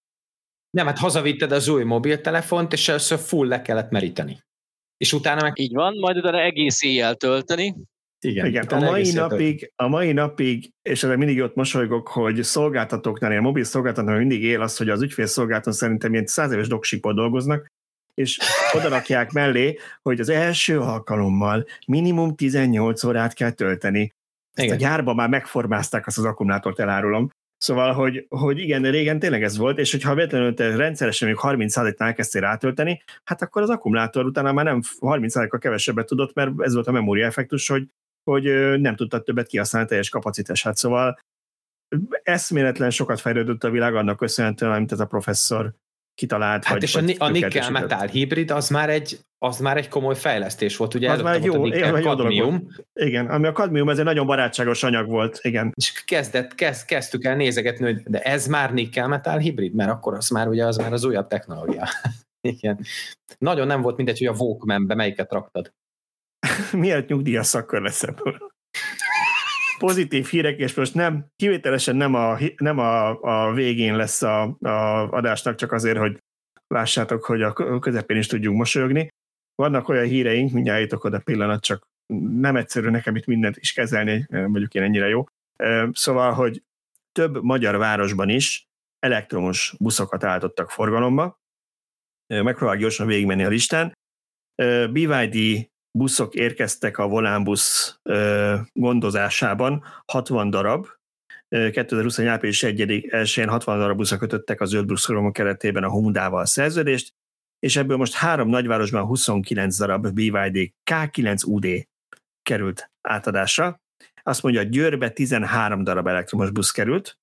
Speaker 2: Nem, hát hazavitted az új mobiltelefont, és először full le kellett meríteni. És utána meg...
Speaker 3: Így van, majd utána egész éjjel tölteni.
Speaker 1: Igen, Igen a, mai napig, a mai napig, és erre mindig ott mosolygok, hogy szolgáltatóknál, ilyen mobil szolgáltatóknál mindig él az, hogy az ügyfélszolgáltatón szerintem ilyen száz éves doksippal dolgoznak, és oda rakják mellé, hogy az első alkalommal minimum tizennyolc órát kell tölteni. Ezt igen. A gyárban már megformázták azt az akkumulátort, elárulom. Szóval, hogy, hogy igen, de régen tényleg ez volt, és hogyha véletlenül te rendszeresen még harminc százaléknál elkezdtél rátölteni, hát akkor az akkumulátor utána már nem harminc százalékkal kevesebbet tudott, mert ez volt a memória effektus, hogy hogy nem tudtak többet kihasználni teljes kapacitását. Szóval eszméletlen sokat fejlődött a világ annak köszönhetően, amit ez a professzor kitalált.
Speaker 2: Hát
Speaker 1: vagy,
Speaker 2: és
Speaker 1: vagy
Speaker 2: a, a nikkel-metál hibrid az már, egy, az már egy komoly fejlesztés volt, ugye
Speaker 1: az már egy jó,
Speaker 2: a nikkel-kadmium.
Speaker 1: Igen, ami a kadmium, ez egy nagyon barátságos anyag volt, igen.
Speaker 2: És kezdett, kezd, kezdtük el nézegetni, hogy de ez már nikkel-metál hibrid, mert akkor az már ugye az már az újabb technológia. Igen. Nagyon nem volt mindegy, hogy a Walkman-be melyiket raktad.
Speaker 1: Miért nyugdíjas szakkör lesz ebből? Pozitív hírek, és most nem, kivételesen nem a, nem a, a végén lesz a, a adásnak, csak azért, hogy lássátok, hogy a közepén is tudjunk mosolyogni. Vannak olyan híreink, mindjárt jutok oda pillanat, csak nem egyszerű nekem itt mindent is kezelni, mondjuk én ennyire jó. Szóval, hogy több magyar városban is elektromos buszokat állítottak forgalomba. Megpróbálok gyorsan végigmenni a listán. bé vé dé buszok érkeztek a Volánbusz gondozásában, hatvan darab. kétezer-huszonegy április elsején hatvan darab buszra kötöttek a zöld buszprogramok keretében a Hyundaival szerződést, és ebből most három nagyvárosban huszonkilenc darab bé vé dé ká kilenc u dé került átadásra. Azt mondja, Győrbe tizenhárom darab elektromos busz került.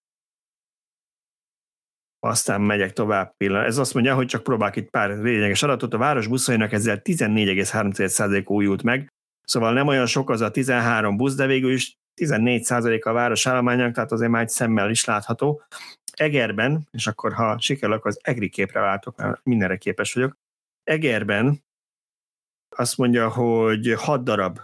Speaker 1: Aztán megyek tovább pillanat. Ez azt mondja, hogy csak próbálok itt pár lényeges adatot. A város buszainak ezzel tizennégy egész három százalék újult meg. Szóval nem olyan sok az a tizenhárom busz, de végül is tizennégy százalék a város állományának, tehát azért már egy szemmel is látható. Egerben, és akkor ha sikerül, akkor az egri képre váltok, mert mindenre képes vagyok. Egerben azt mondja, hogy hat darab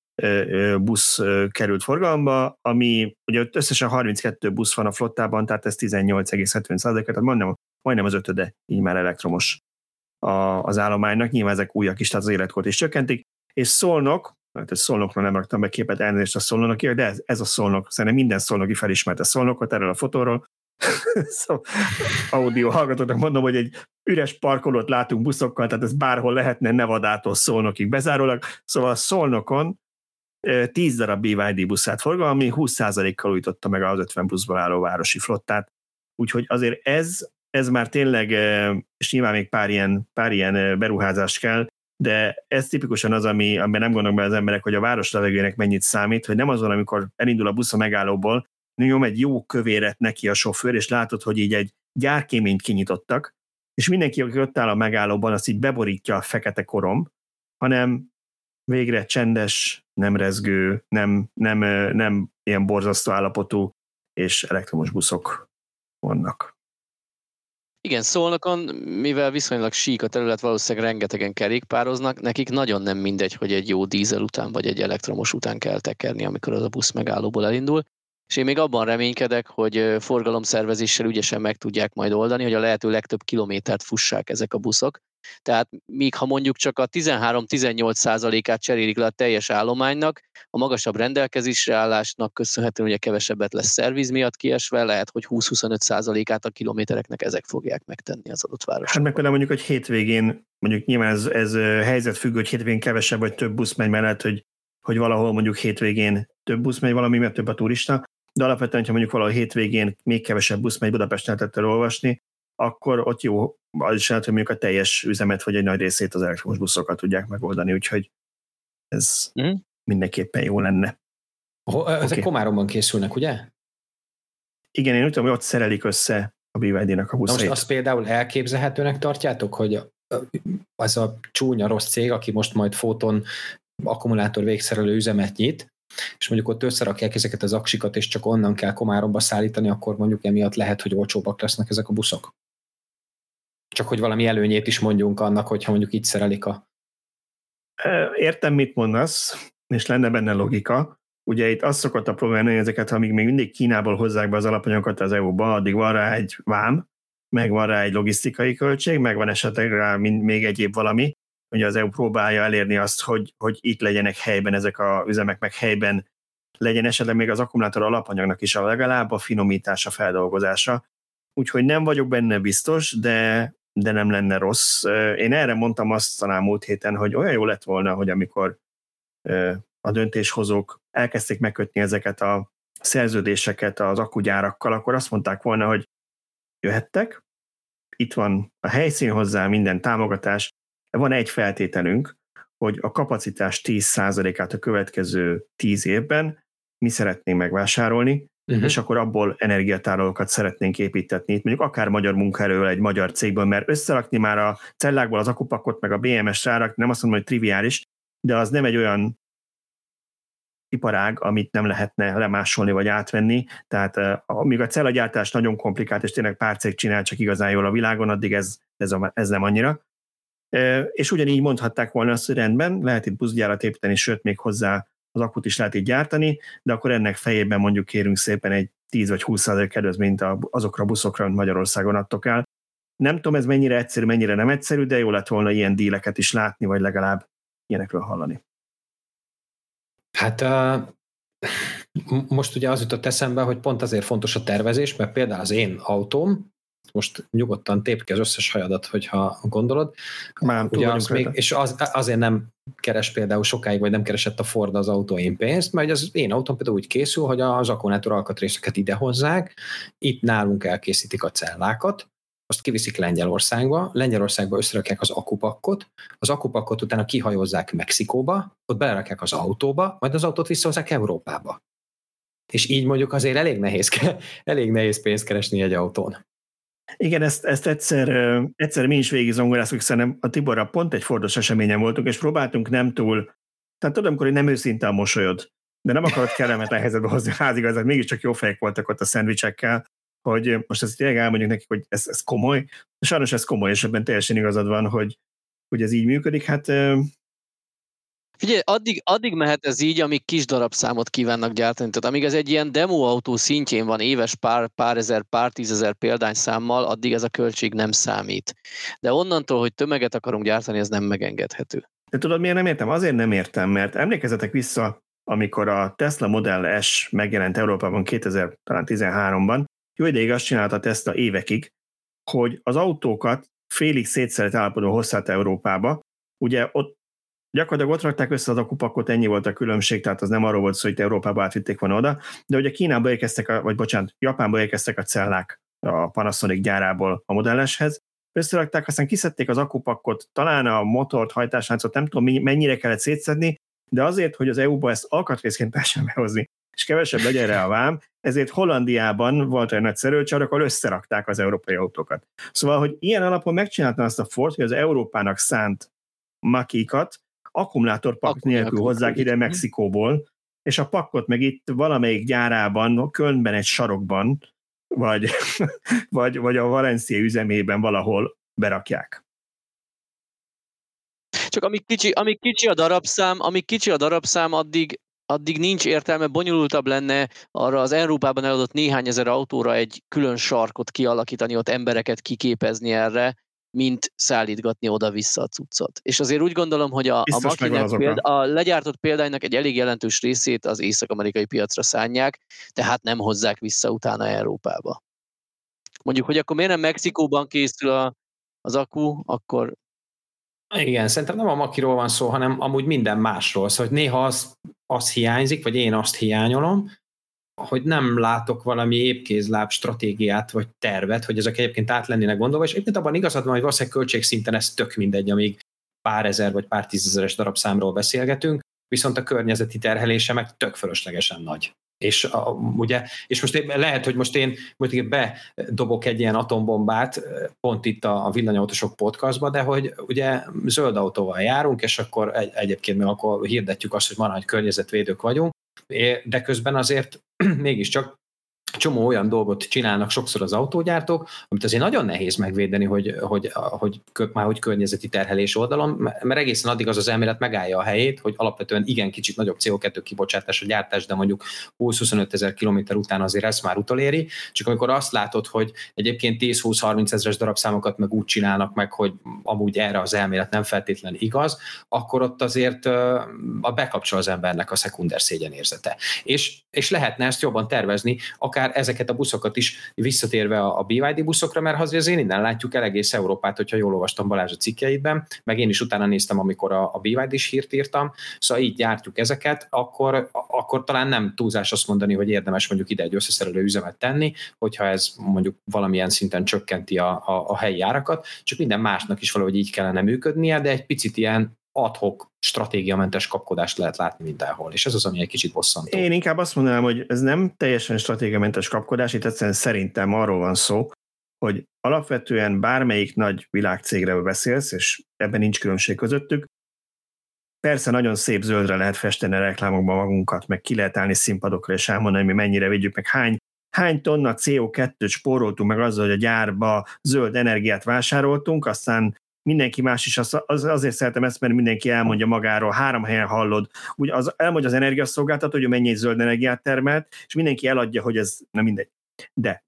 Speaker 1: busz került forgalomba, ami ugye összesen harminckettő busz van a flottában, tehát ez tizennyolc egész hetven százalék, tehát majdnem, majdnem az ötöde így már elektromos a, az állománynak. Nyilván ezek újak is, tehát az életkort is csökkentik. És Szolnok, hát ez Szolnokra nem raktam be képet, elnézést a Szolnokért, de ez, ez a Szolnok, szerintem minden szolnoki felismerte Szolnokot erről a fotóról. Szóval audio hallgatóknak mondom, hogy egy üres parkolót látunk buszokkal, tehát ez bárhol lehetne Nevadától Szolnokig bezárólag. Szóval Szolnokon tíz darab bé vé dé buszát forgalom, ami húsz százalékkal újította meg az ötven pluszból álló városi flottát. Úgyhogy azért ez, ez már tényleg, és nyilván még pár ilyen, pár ilyen beruházás kell, de ez tipikusan az, ami, amiben nem gondolnak be az emberek, hogy a város levegőjének mennyit számít, hogy nem azon, amikor elindul a busz a megállóból, nyom egy jó kövéret neki a sofőr, és látod, hogy így egy gyárkéményt kinyitottak, és mindenki, aki ott áll a megállóban, azt így beborítja a fekete korom, hanem végre csendes, nem rezgő, nem, nem, nem ilyen borzasztó állapotú, és elektromos buszok vannak.
Speaker 3: Igen, Szolnokon, mivel viszonylag sík a terület, valószínűleg rengetegen kerékpároznak, nekik nagyon nem mindegy, hogy egy jó dízel után vagy egy elektromos után kell tekerni, amikor az a busz megállóból elindul. És én még abban reménykedek, hogy forgalomszervezéssel ügyesen meg tudják majd oldani, hogy a lehető legtöbb kilométert fussák ezek a buszok. Tehát míg ha mondjuk csak a tizenhárom-tizennyolc százalékát cserélik le a teljes állománynak, a magasabb rendelkezésre állásnak köszönhetően ugye kevesebbet lesz szerviz miatt kiesve, lehet, hogy húsz-huszonöt százalékát a kilométereknek ezek fogják megtenni az adott városban.
Speaker 1: Hát meg például mondjuk, hogy hétvégén, mondjuk nyilván ez, ez helyzetfüggő, hogy hétvégén kevesebb vagy több busz megy, mert lehet, hogy, hogy valahol mondjuk hétvégén több busz megy valami, mert több a turista, de alapvetően, ha mondjuk valahol hétvégén még kevesebb busz megy, Budapesten lehetett olvasni, akkor ott jó, az is lehet, hogy mondjuk a teljes üzemet, vagy egy nagy részét az elektromos buszokat tudják megoldani, úgyhogy ez mm. mindenképpen jó lenne.
Speaker 2: Oh, ezek okay. Komáromban készülnek, ugye?
Speaker 1: Igen, én úgy tudom, hogy ott szerelik össze a bé vé dé-nek a buszait.
Speaker 2: Most azt például elképzelhetőnek tartjátok, hogy az a csúnya rossz cég, aki most majd Foton akkumulátor végszerelő üzemet nyit, és mondjuk ott összerakják ezeket az aksikat, és csak onnan kell Komáromba szállítani, akkor mondjuk emiatt lehet, hogy olcsóbbak lesznek ezek a buszok. Csak hogy valami előnyét is mondjunk annak, hogyha mondjuk itt szerelik a...
Speaker 1: Értem, mit mondasz, és lenne benne logika. Ugye itt az szokott a probléma, hogy ezeket, amíg még mindig Kínából hozzák be az alapanyagokat az é u-ba, addig van rá egy vám, meg van rá egy logisztikai költség, meg van esetleg rá még egyéb valami. Ugye az é u próbálja elérni azt, hogy, hogy itt legyenek helyben ezek a üzemek, meg helyben legyen esetleg még az akkumulátor alapanyagnak is a legalább a finomítása, feldolgozása. Úgyhogy nem vagyok benne biztos, de, de nem lenne rossz. Én erre mondtam azt talán múlt héten, hogy olyan jó lett volna, hogy amikor a döntéshozók elkezdték megkötni ezeket a szerződéseket az akkugyárakkal, akkor azt mondták volna, hogy jöhettek, itt van a helyszín hozzá, minden támogatás, van egy feltételünk, hogy a kapacitás tíz százalékát a következő tíz évben mi szeretnénk megvásárolni, uh-huh. és akkor abból energiatárolókat szeretnénk építetni. Itt mondjuk akár magyar munkaerővel egy magyar cégből, mert összerakni már a cellákból az akupakot, meg a bé em es rárak, nem azt mondom, hogy triviális, de az nem egy olyan iparág, amit nem lehetne lemásolni vagy átvenni. Tehát amíg a cellagyártás nagyon komplikált, és tényleg pár cég csinál csak igazán jól a világon, addig ez, ez, a, ez nem annyira. És ugyanígy mondhatták volna azt, hogy rendben, lehet itt buszgyárat építeni, sőt még hozzá az akut is lehet így gyártani, de akkor ennek fejében mondjuk kérünk szépen egy tíz vagy húsz százalék kedvezményt azokra a buszokra, amit Magyarországon adtok el. Nem tudom, ez mennyire egyszerű, mennyire nem egyszerű, de jó lett volna ilyen díleket is látni, vagy legalább ilyenekről hallani.
Speaker 2: Hát uh, most ugye az jutott eszembe, hogy pont azért fontos a tervezés, mert például az én autóm, most nyugodtan tép ki az összes hajadat, hogyha gondolod.
Speaker 1: Már
Speaker 2: ugye az még, és az, azért nem keres például sokáig, vagy nem keresett a Ford az autóim pénzt, mert az én autóm például úgy készül, hogy az akkumulátor alkatrészeket idehozzák, itt nálunk elkészítik a cellákat, azt kiviszik Lengyelországba, Lengyelországba összerakják az akupakkot, az akupakkot utána kihajózzák Mexikóba, ott belerakják az autóba, majd az autót visszahozzák Európába. És így mondjuk azért elég nehéz, elég nehéz pénzt keresni egy autón.
Speaker 1: Igen, ezt, ezt egyszer, egyszer mi is végig zongoráztuk, szerintem a Tiborra pont egy Fordos eseményen voltunk, és próbáltunk nem túl, tehát tudom, amikor nem őszinte a mosolyod, de nem akarod kellemetlen helyzetbe hozni a házigazdat, mégiscsak jó fejek voltak ott a szendvicsekkel, hogy most ezt tényleg elmondjuk nekik, hogy ez, ez komoly, sajnos ez komoly, és ebben teljesen igazad van, hogy, hogy ez így működik, hát...
Speaker 3: Figyelj, addig, addig mehet ez így, amíg kis darabszámot kívánnak gyártani. Tehát amíg ez egy ilyen demoautó szintjén van éves pár, pár ezer, pár tízezer példányszámmal, addig ez a költség nem számít. De onnantól, hogy tömeget akarunk gyártani, ez nem megengedhető.
Speaker 1: De tudod, miért nem értem? Azért nem értem, mert emlékezzetek vissza, amikor a Tesla Model S megjelent Európában kétezer-tizenháromban, jó ideig azt csinálta a Tesla évekig, hogy az autókat félig szétszeret állapotban hozzáta Európába. Ugye ott gyakorlatilag ott rakták össze az akupakot, ennyi volt a különbség, tehát az nem arról volt szó, hogy Európába átvitték volna oda, de ugye Kínába érkeztek, a, vagy bocsánat, Japánba érkeztek a cellák a Panasonic gyárából a Model S-hez, összerakták, aztán kiszedték az akupakot, talán a motort, hajtásláncot, nem tudom mennyire kellett szétszedni, de azért, hogy az é u-ba ezt alkatrészként lehessen behozni, és kevesebb legyen rá a vám, ezért Hollandiában volt egy nagy szerőcsarnok, ahol összerakták az európai autókat. Szóval, hogy ilyen alapon megcsinálta azt a Ford, hogy az Európának szánt makikat akkumulátorpak nélkül hozzák ide Mexikóból, és a pakkot meg itt valamelyik gyárában, Kölnben egy sarokban, vagy, vagy, vagy a Valencia üzemében valahol berakják.
Speaker 3: Csak amíg kicsi, amíg kicsi a darabszám, amíg kicsi a darabszám, addig, addig nincs értelme, bonyolultabb lenne arra az Európában eladott néhány ezer autóra egy külön sarkot kialakítani, ott embereket kiképezni erre, mint szállítgatni oda-vissza a cuccot. És azért úgy gondolom, hogy a, a, makinek példa, a legyártott példánynak egy elég jelentős részét az észak-amerikai piacra szánják, tehát nem hozzák vissza utána Európába. Mondjuk, hogy akkor miért nem Mexikóban készül a, az akku, akkor...
Speaker 2: Igen, szerintem nem a makiról van szó, hanem amúgy minden másról. Szóval, hogy néha az, az hiányzik, vagy én azt hiányolom, hogy nem látok valami épkézláb stratégiát, vagy tervet, hogy ezek egyébként át lennének gondolva, és egyébként abban igazad van, hogy valószínűleg költségszinten ez tök mindegy, amíg pár ezer vagy pár tízezeres darabszámról beszélgetünk, viszont a környezeti terhelése meg tök fölöslegesen nagy. És, a, ugye, és most én, lehet, hogy most én most bedobok egy ilyen atombombát pont itt a, a Villanyautósok podcastba, de hogy ugye zöld autóval járunk, és akkor egy, egyébként meg akkor hirdetjük azt, hogy már nagy környezetvédők vagyunk, de közben azért mégiscsak csomó olyan dolgot csinálnak sokszor az autógyártók, amit azért nagyon nehéz megvédeni, hogy, hogy, hogy, hogy már hogy környezeti terhelés oldalon, mert egészen addig az az elmélet megállja a helyét, hogy alapvetően igen kicsit nagyobb cé o kettő kibocsátás a gyártás, de mondjuk húsz-huszonöt ezer kilométer után azért ezt már utoléri, csak amikor azt látod, hogy egyébként tíz-húsz-harminc ezeres darabszámokat meg úgy csinálnak meg, hogy amúgy erre az elmélet nem feltétlen igaz, akkor ott azért a bekapcsol az embernek a szekunder szégyenérzete. És, és lehetne ezt jobban tervezni, akár ezeket a buszokat is visszatérve a bé ipszilon buszokra, mert azért innen látjuk el egész Európát, hogyha jól olvastam Balázs a cikkeidben, meg én is utána néztem, amikor a, a bé ipszilon-is hírt írtam, szóval így gyártjuk ezeket, akkor, akkor talán nem túlzás azt mondani, hogy érdemes mondjuk ide egy összeszerelő üzemet tenni, hogyha ez mondjuk valamilyen szinten csökkenti a, a, a helyi árakat, csak minden másnak is valahogy így kellene működnie, de egy picit ilyen ad-hoc stratégiamentes kapkodást lehet látni mindenhol, és ez az, ami egy kicsit bosszantó.
Speaker 1: Én inkább azt mondanám, hogy ez nem teljesen stratégiamentes kapkodás, itt egyszerűen szerintem arról van szó, hogy alapvetően bármelyik nagy világcégről beszélsz, és ebben nincs különbség közöttük, persze nagyon szép zöldre lehet festeni a reklámokban magunkat, meg ki lehet állni színpadokra, és elmondani, hogy mi mennyire védjük, meg hány, hány tonna cé o kettőt spóroltunk meg azzal, hogy a gyárba zöld energiát vásároltunk, aztán mindenki más is, az, az, azért szeretem ezt, mert mindenki elmondja magáról, három helyen hallod, úgy az, elmondja az energiaszolgáltató, hogy mennyi zöld energiát termelt, és mindenki eladja, hogy ez nem mindegy. De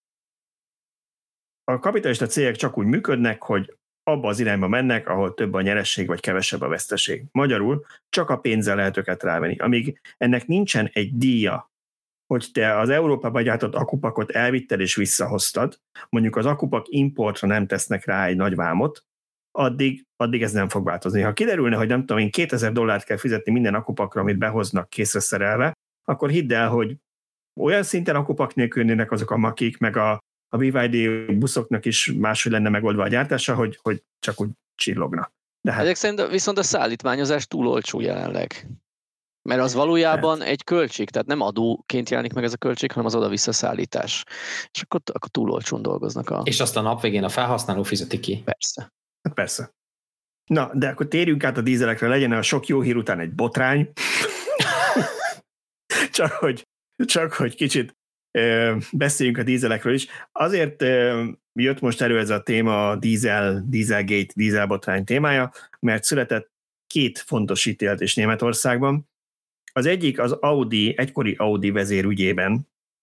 Speaker 1: a kapitalista cégek csak úgy működnek, hogy abba az irányba mennek, ahol több a nyeresség, vagy kevesebb a veszteség. Magyarul csak a pénzzel lehet őket rávenni. Amíg ennek nincsen egy díja, hogy te az Európába gyártott akupakot elvitted és visszahoztad, mondjuk az akupak importra nem tesznek rá egy nagy vámot, addig, addig ez nem fog változni. Ha kiderülne, hogy nem tudom én, kétezer dollárt kell fizetni minden akupakra, amit behoznak készre szerelve, akkor hidd el, hogy olyan szinten akupak nélkül jönnének azok a makik, meg a, a bé vé dé buszoknak is máshogy lenne megoldva a gyártása, hogy, hogy csak úgy csillogna. De hát...
Speaker 3: Ezek szerint viszont a szállítmányozás túl olcsó jelenleg. Mert az valójában egy költség, tehát nem adóként jelenik meg ez a költség, hanem az oda-vissza szállítás. És akkor, akkor túl olcsón dolgoznak. A...
Speaker 2: És azt a nap végén a felhasználó fizeti ki.
Speaker 3: Persze.
Speaker 1: Hát persze. Na, de akkor térjünk át a dízelekre, legyen a sok jó hír után egy botrány. csak, hogy, csak hogy kicsit ö, beszéljünk a dízelekről is. Azért ö, jött most elő ez a téma, a dízel, dízelgate, dízelbotrány témája, mert született két fontos ítélet Németországban. Az egyik az Audi, egykori Audi vezér ügyében,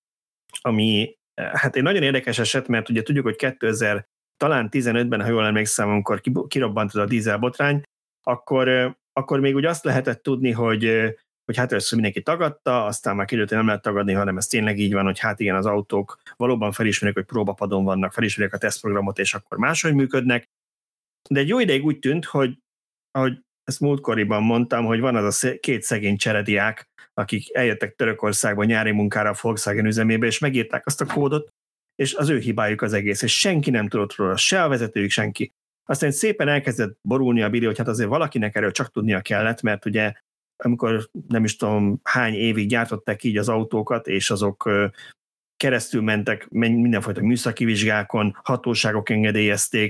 Speaker 1: ami hát egy nagyon érdekes eset, mert ugye tudjuk, hogy kétezer talán tizenötben, ha jól emlékszem, amikor kirobbant a dízelbotrány, akkor, akkor még úgy azt lehetett tudni, hogy, hogy hát először mindenki tagadta, aztán már kiderült, hogy nem lehet tagadni, hanem ez tényleg így van, hogy hát igen, az autók valóban felismerik, hogy próbapadon vannak, felismerik a tesztprogramot, és akkor máshogy működnek. De egy jó ideig úgy tűnt, hogy ahogy ezt múltkoriban mondtam, hogy van az a két szegény cserediák, akik eljöttek Törökországba nyári munkára a Volkswagen üzemébe, és megírták azt a kódot, és az ő hibájuk az egész, és senki nem tudott róla, se a vezetőjük, senki. Aztán szépen elkezdett borulni a bili, hogy hát azért valakinek erről csak tudnia kellett, mert ugye amikor nem is tudom hány évig gyártották így az autókat, és azok keresztül mentek mindenfajta műszaki vizsgákon, hatóságok engedélyezték.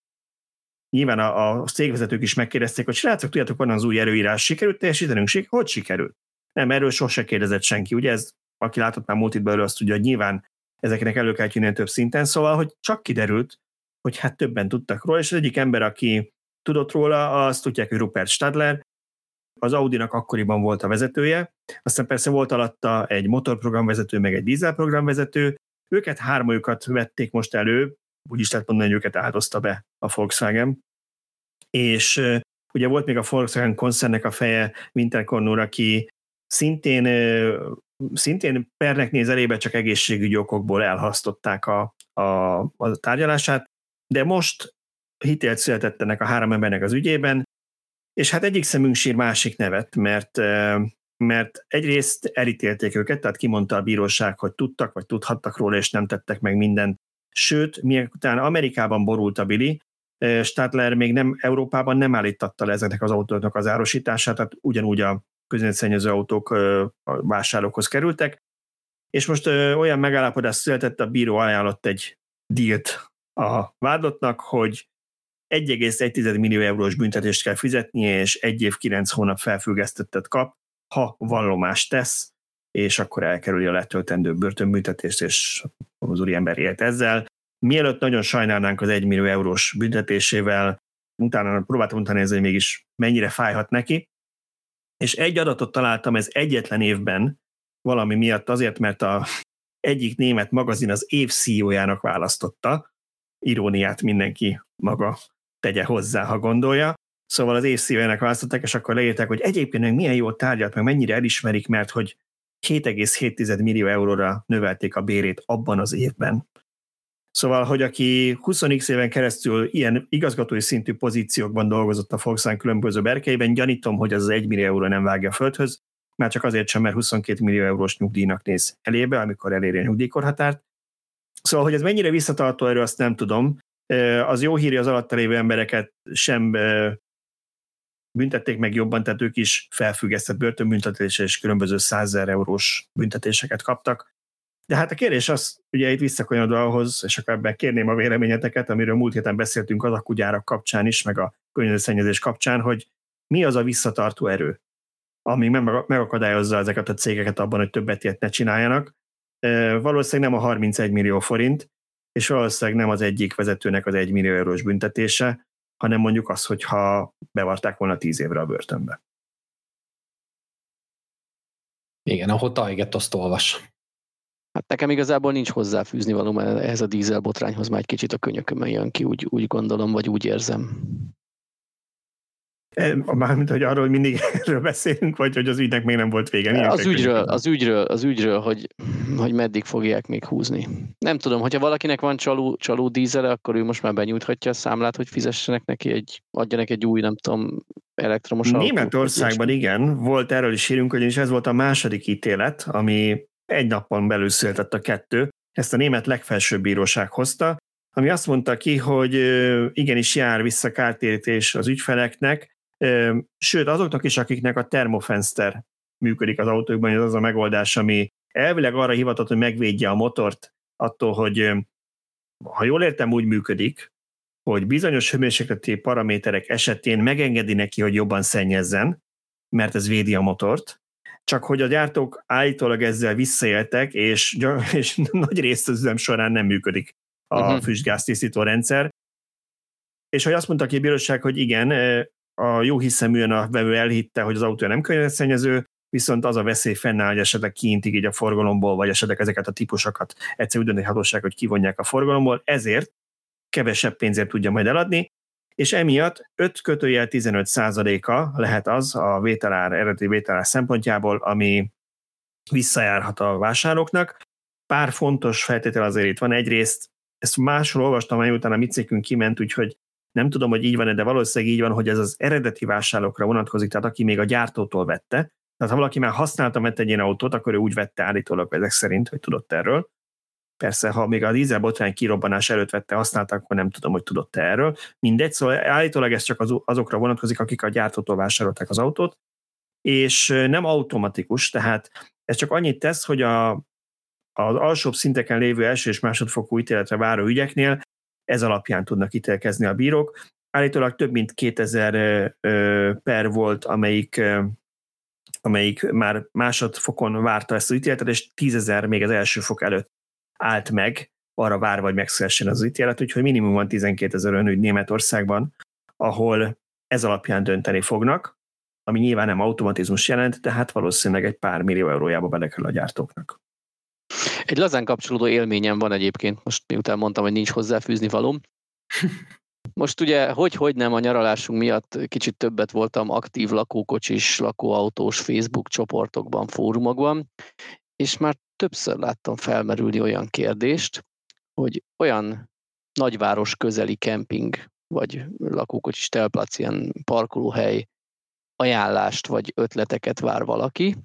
Speaker 1: Nyilván a, a cégvezetők is megkérdezték, hogy srácok, tudjátok, van az új előírás, sikerült teljesítenünk? Hogy sikerült? Nem, erről sose kérdezett senki. Ugye ez, aki látott már múltit belőle, azt tudja, hogy nyilván ezeknek elő kell jönni több szinten, szóval, hogy csak kiderült, hogy hát többen tudtak róla, és az egyik ember, aki tudott róla, azt tudják, hogy Rupert Stadler, az Audinak akkoriban volt a vezetője, aztán persze volt alatta egy motorprogramvezető, meg egy dízelprogramvezető, őket hármajukat vették most elő, úgy is lehet mondani, hogy őket áldozta be a Volkswagen, és uh, ugye volt még a Volkswagen koncernnek a feje, Winterkorn, aki szintén, uh, szintén pernek néz elébe, csak egészségügyi okokból elhasztották a, a, a tárgyalását, de most hitélt született ennek a három embernek az ügyében, és hát egyik szemünk sír másik nevet, mert, uh, mert egyrészt elítélték őket, tehát kimondta a bíróság, hogy tudtak, vagy tudhattak róla, és nem tettek meg mindent. Sőt, miután Amerikában borult a bili, Stadler még nem Európában nem állítatta le ezeknek az autóknak az árosítását, tehát ugyanúgy a környezetszennyező autók a vásárlókhoz kerültek, és most olyan megállapodás született, a bíró ajánlott egy dílt a vádlottnak, hogy egy egész egy millió eurós büntetést kell fizetnie, és egy év kilenc hónap felfüggesztettet kap, ha vallomást tesz, és akkor elkerüli a letöltendő börtönbüntetést, és az úriember élt ezzel. Mielőtt nagyon sajnálnánk az egy millió eurós büntetésével, utána próbáltam utána nézni, hogy mégis mennyire fájhat neki, és egy adatot találtam, ez egyetlen évben valami miatt azért, mert a egyik német magazin az év C E O-jának választotta, iróniát mindenki maga tegye hozzá, ha gondolja. Szóval az év C E O-jának választották, és akkor leírták, hogy egyébként meg milyen jól tárgyalt, meg mennyire elismerik, mert hogy hét egész hét millió euróra növelték a bérét abban az évben. Szóval, hogy aki húsz éven keresztül ilyen igazgatói szintű pozíciókban dolgozott a Volkswagen különböző berkeiben, gyanítom, hogy az az egy millió euró nem vágja a földhöz, már csak azért sem, mert huszonkét millió eurós nyugdíjnak néz elébe, amikor eléri a nyugdíjkorhatárt. Szóval, hogy ez mennyire visszatartó erő, azt nem tudom. Az jó hír, az alatta lévő embereket sem büntették meg jobban, tehát ők is felfüggesztett börtönbüntetésre és különböző százezer eurós büntetéseket kaptak. De hát a kérdés az, ugye itt visszakanyarodva ahhoz, és akkor ebben kérném a véleményeteket, amiről múlt héten beszéltünk az akkugyárak kapcsán is, meg a környezetszennyezés kapcsán, hogy mi az a visszatartó erő, ami megakadályozza ezeket a cégeket abban, hogy többet ilyet ne csináljanak. Valószínűleg nem a harmincegy millió forint, és valószínűleg nem az egyik vezetőnek az egy millió eurós büntetése, hanem mondjuk az, hogyha bevarták volna tíz évre a börtönbe.
Speaker 2: Igen, ahol Tajget azt olvas.
Speaker 3: Hát nekem igazából nincs hozzáfűzni való, mert ehhez a dízel botrányhoz már egy kicsit a könyökömön jön ki, úgy, úgy gondolom, vagy úgy érzem.
Speaker 1: Mármint, hogy arról, hogy mindig erről beszélünk, vagy hogy az ügynek még nem volt vége. Milyen
Speaker 3: az ügyről, az ügyről, az ügyről, hogy, hogy meddig fogják még húzni. Nem tudom, hogyha valakinek van csaló, csaló dízele, akkor ő most már benyújthatja a számlát, hogy fizessenek neki egy, adjanak egy új, nem tudom, elektromos autót.
Speaker 1: Németországban igen, volt erről is hírünk, ugyanis ez volt a második ítélet, ami egy napon belül született a kettő. Ezt a német legfelsőbb bíróság hozta, ami azt mondta ki, hogy igenis jár vissza kártérítés az ügyfeleknek, sőt azoknak is, akiknek a termofenster működik az autókban, ez az a megoldás, ami elvileg arra hivatott, hogy megvédje a motort attól, hogy ha jól értem, úgy működik, hogy bizonyos hőmérsékleti paraméterek esetén megengedi neki, hogy jobban szennyezzen, mert ez védi a motort, csak hogy a gyártók állítólag ezzel visszaéltek, és, és nagy részt az üzem során nem működik a uh-huh. füstgáztisztító rendszer. És hogy azt mondta ki a bíróság, hogy igen, a jó hiszeműen a vevő elhitte, hogy az autó nem környezetszennyező, viszont az a veszély fennáll, hogy esetleg kiintik így a forgalomból, vagy esetleg ezeket a típusokat egyszer úgy dönt egy hatóság, hogy kivonják a forgalomból, ezért kevesebb pénzért tudja majd eladni, és emiatt öt kötőjel tizenöt százaléka lehet az a vételár, eredeti vételár szempontjából, ami visszajárhat a vásárlóknak. Pár fontos feltétel azért itt van. Egyrészt, ezt máshol olvastam, hogy utána a mi cikkünk kiment, úgyhogy nem tudom, hogy így van, de valószínűleg így van, hogy ez az eredeti vásárlókra vonatkozik, tehát aki még a gyártótól vette. Tehát ha valaki már használta, vett egy ilyen autót, akkor ő úgy vette állítólag ezek szerint, hogy tudott erről. Persze, ha még a dízel botrány kirobbanás előtt vette, használta, akkor nem tudom, hogy tudott erről. Mindegy, szóval állítólag ez csak az, azokra vonatkozik, akik a gyártótól vásárolták az autót, és nem automatikus, tehát ez csak annyit tesz, hogy a, az alsóbb szinteken lévő első és másodfokú ítéletre váró ügyeknél ez alapján tudnak ítélkezni a bírók. Állítólag több mint kétezer per volt, amelyik, amelyik már másodfokon várta ezt az ítéletet, és tízezer még az első fok előtt állt meg, arra vár, vagy megszülessen az ítélet, úgyhogy minimum van tizenkétezer olyan ügy Németországban, ahol ez alapján dönteni fognak, ami nyilván nem automatizmus jelent, tehát valószínűleg egy pár millió eurójába belekerül a gyártóknak.
Speaker 3: Egy lazán kapcsolódó élményem van egyébként, most miután mondtam, hogy nincs hozzáfűzni valóm. Most ugye, hogy-hogy nem a nyaralásunk miatt kicsit többet voltam aktív lakókocsis, lakóautós Facebook csoportokban, fórumokban, és már többször láttam felmerülni olyan kérdést, hogy olyan nagyváros közeli kemping, vagy lakókocsis telplac, ilyen parkolóhely ajánlást, vagy ötleteket vár valaki,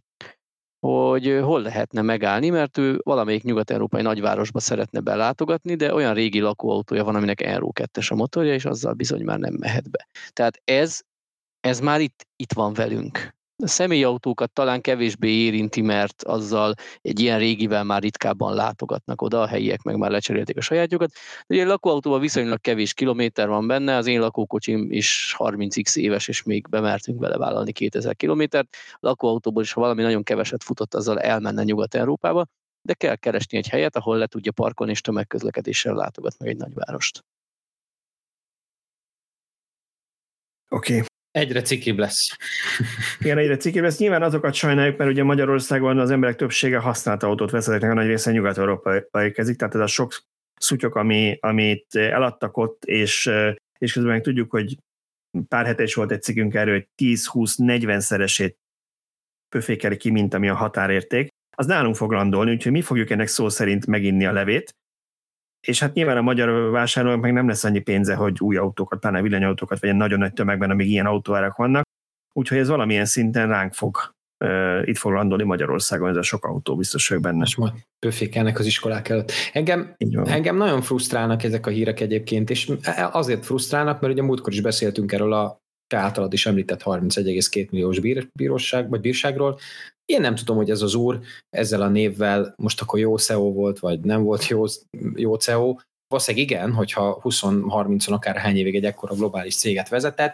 Speaker 3: hogy hol lehetne megállni, mert ő valamelyik nyugat-európai nagyvárosba szeretne belátogatni, de olyan régi lakóautója van, aminek Euro kettes a motorja, és azzal bizony már nem mehet be. Tehát ez, ez már itt, itt van velünk. A személyautókat talán kevésbé érinti, mert azzal egy ilyen régivel már ritkábban látogatnak oda, a helyiek meg már lecserélték a sajátjukat. De ugye a lakóautóban viszonylag kevés kilométer van benne, az én lakókocsim is harminc x éves, és még bemertünk vele vállalni kétezer kilométert. A lakóautóból is, ha valami nagyon keveset futott, azzal elmenne Nyugat-Európába, de kell keresni egy helyet, ahol le tudja parkolni, és tömegközlekedéssel látogat meg egy nagyvárost.
Speaker 1: Oké. Okay.
Speaker 2: Egyre cikibb lesz.
Speaker 1: Igen, egyre cikibb lesz. Nyilván azokat sajnáljuk, mert ugye Magyarországon az emberek többsége használt autót vesz, ezeknek a nagy része Nyugat-Európa érkezik, tehát ez a sok szutyok, ami, amit eladtak ott, és, és közben meg tudjuk, hogy pár hete is volt egy cikkünk erről, hogy tíz-húsz-negyvenszeresét pöfékeli ki, mint ami a határérték. Az nálunk fog landolni, úgyhogy mi fogjuk ennek szó szerint meginni a levét, és hát nyilván a magyar vásárlók meg nem lesz annyi pénze, hogy új autókat, pláne villanyautókat vegyen nagyon nagy tömegben, amíg ilyen autóárak vannak, úgyhogy ez valamilyen szinten ránk fog, uh, itt fog landolni Magyarországon, ez a sok autó, biztos vagyok benne.
Speaker 2: És majd pöfékelnek az iskolák előtt. Engem, engem nagyon frusztrálnak ezek a hírek egyébként, és azért frusztrálnak, mert ugye múltkor is beszéltünk erről a te általad is említett harmincegy egész két milliós bír, bíróság, vagy bírságról. Én nem tudom, hogy ez az úr ezzel a névvel most akkor jó cé e o volt, vagy nem volt jó, jó cé e o. Valószínűleg igen, hogyha húsz-harmincon akár hány évig egy ekkora globális céget vezetett.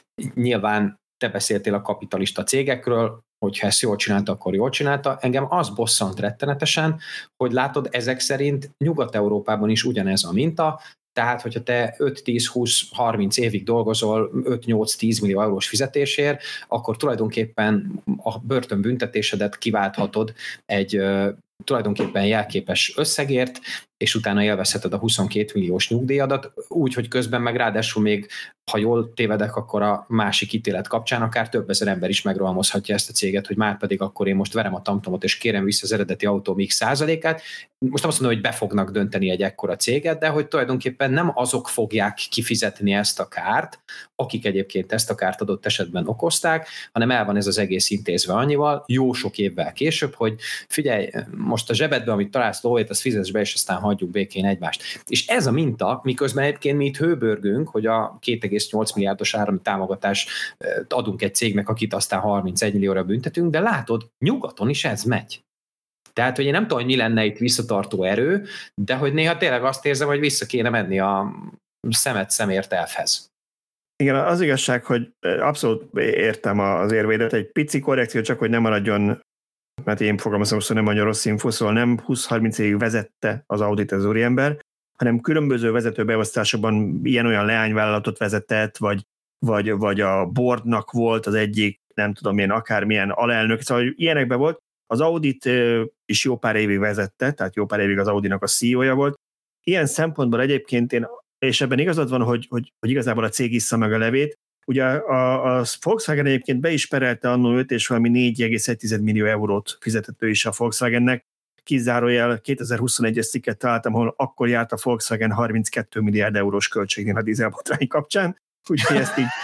Speaker 2: Nyilván te beszéltél a kapitalista cégekről, hogyha ezt jól csinálta, akkor jól csinálta. Engem az bosszant rettenetesen, hogy látod, ezek szerint Nyugat-Európában is ugyanez a minta, tehát, hogyha te öt-tíz-húsz-harminc évig dolgozol öt-nyolc-tíz millió eurós fizetésért, akkor tulajdonképpen a börtönbüntetésedet kiválthatod egy tulajdonképpen jelképes összegért, és utána élvezheted a huszonkét milliós nyugdíjadat, úgy, hogy közben meg ráadásul még, ha jól tévedek, akkor a másik ítélet kapcsán akár több ezer ember is megrohamozhatja ezt a céget, hogy már pedig akkor én most verem a tamtomot, és kérem vissza az eredeti autóm x százalékát. Most nem azt mondom, hogy be fognak dönteni egy ekkora céget, de hogy tulajdonképpen nem azok fogják kifizetni ezt a kárt, akik egyébként ezt a kárt adott esetben okozták, hanem el van ez az egész intézve annyival, jó sok évvel később, hogy figyelj, most a zsebedbe, amit találsz lóvét, azt fizess be, és aztán hagyjuk békén egymást. És ez a minta, miközben egyébként mi itt hőbörgünk, hogy a két egész nyolc milliárdos állami támogatást adunk egy cégnek, akit aztán harmincegy millióra büntetünk, de látod, nyugaton is ez megy. Tehát, hogy én nem tudom, hogy mi lenne itt visszatartó erő, de hogy néha tényleg azt érzem, hogy vissza kéne menni a szemet szemért elfhez.
Speaker 1: Igen, az igazság, hogy abszolút értem az érvédet, egy pici korrekció, csak hogy nem maradjon, mert én fogalmazom, hogy nem nagyon rossz info, szóval nem húsz-harminc évig vezette az Audit az úriember, hanem különböző vezetőbeosztásokban ilyen-olyan leányvállalatot vezetett, vagy, vagy, vagy a boardnak volt az egyik, nem tudom én, akármilyen alelnök, szóval ilyenekben volt. Az Audit is jó pár évig vezette, tehát jó pár évig az Audinak a cé e o-ja volt. Ilyen szempontból egyébként én, és ebben igazad van, hogy, hogy, hogy igazából a cég issza meg a levét. Ugye a, a Volkswagen egyébként be is perelte annól őt, és valami négy egész egy millió eurót fizetett ő is a Volkswagennek. Kizárójel kétezer-huszonegyes cikket találtam, ahol akkor járt a Volkswagen harminckét milliárd eurós költségnél a dízelbotrány kapcsán. Úgyhogy ezt így.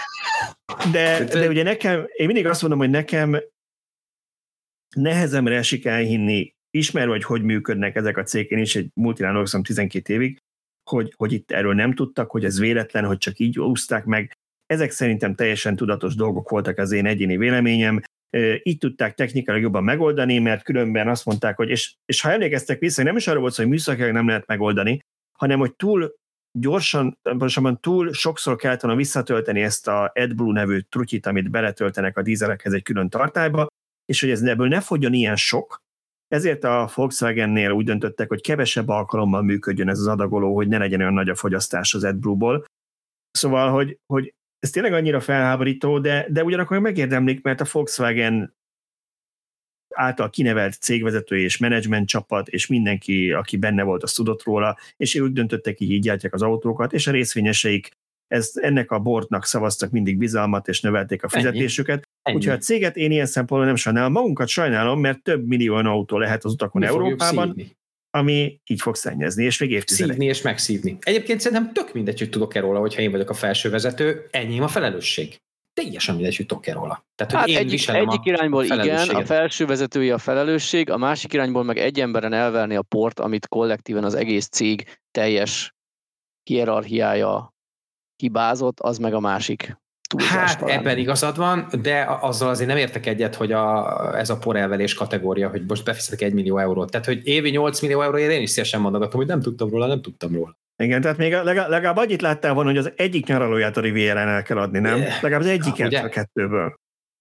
Speaker 1: De, de ugye nekem, én mindig azt mondom, hogy nekem nehezemre esik elhinni, ismerve, hogy hogy működnek ezek a cégek, én is egy multinál dolgozom tizenkét évig, hogy, hogy itt erről nem tudtak, hogy ez véletlen, hogy csak így úszták meg. Ezek szerintem teljesen tudatos dolgok voltak, az én egyéni véleményem. Így tudták technikailag jobban megoldani, mert különben azt mondták, hogy, és, és ha emlékeztek vissza, nem is arról volt szó, hogy műszakilag nem lehet megoldani, hanem hogy túl gyorsan, pontosabban túl sokszor kellett volna visszatölteni ezt a AdBlue nevű trutyit, amit beletöltenek a dízelekhez egy külön tartályba, és hogy ez ebből ne fogjon ilyen sok, ezért a Volkswagennél úgy döntöttek, hogy kevesebb alkalommal működjön ez az adagoló, hogy ne legyen olyan nagy a fogyasztás az AdBlue-ból. Szóval, hogy, hogy ez tényleg annyira felháborító, de, de ugyanakkor megérdemlik, mert a Volkswagen által kinevelt cégvezető és menedzsment csapat, és mindenki, aki benne volt, azt tudott róla, és ők döntöttek, hogy így gyártják az autókat, és a részvényeseik ezt, ennek a boardnak szavaztak mindig bizalmat, és növelték a fizetésüket. Ennyi. Úgyhogy a céget én ilyen szempontból nem sajnálom. Magunkat sajnálom, mert több millió autó lehet az utakon Mi Európában, ami így fog szennyezni, és még évtizedek.
Speaker 2: Szívni és megszívni. Egyébként szerintem tök mindegy, hogy tudok-e róla, hogyha én vagyok a felsővezető, enyém a felelősség. Teljesen mindegy, hogy tudok-e róla. Tehát, hogy
Speaker 3: hát
Speaker 2: én
Speaker 3: egyik, egyik irányból igen, a felsővezetői a felelősség, a másik irányból meg egy emberen elverni a port, amit kollektíven az egész cég teljes hierarchiája hibázott, az meg a másik.
Speaker 2: Hát talán. Ebben igazad van, de azzal azért nem értek egyet, hogy a, ez a porelvelés kategória, hogy most befizetek egy millió eurót. Tehát, hogy évi nyolc millió euróért én is szívesen mondogatom, hogy nem tudtam róla, nem tudtam róla.
Speaker 1: Igen, tehát még legalább, legalább annyit láttál volna, hogy az egyik nyaralóját a Rivierán el kell adni, nem? Legalább az egyiket a kettőből.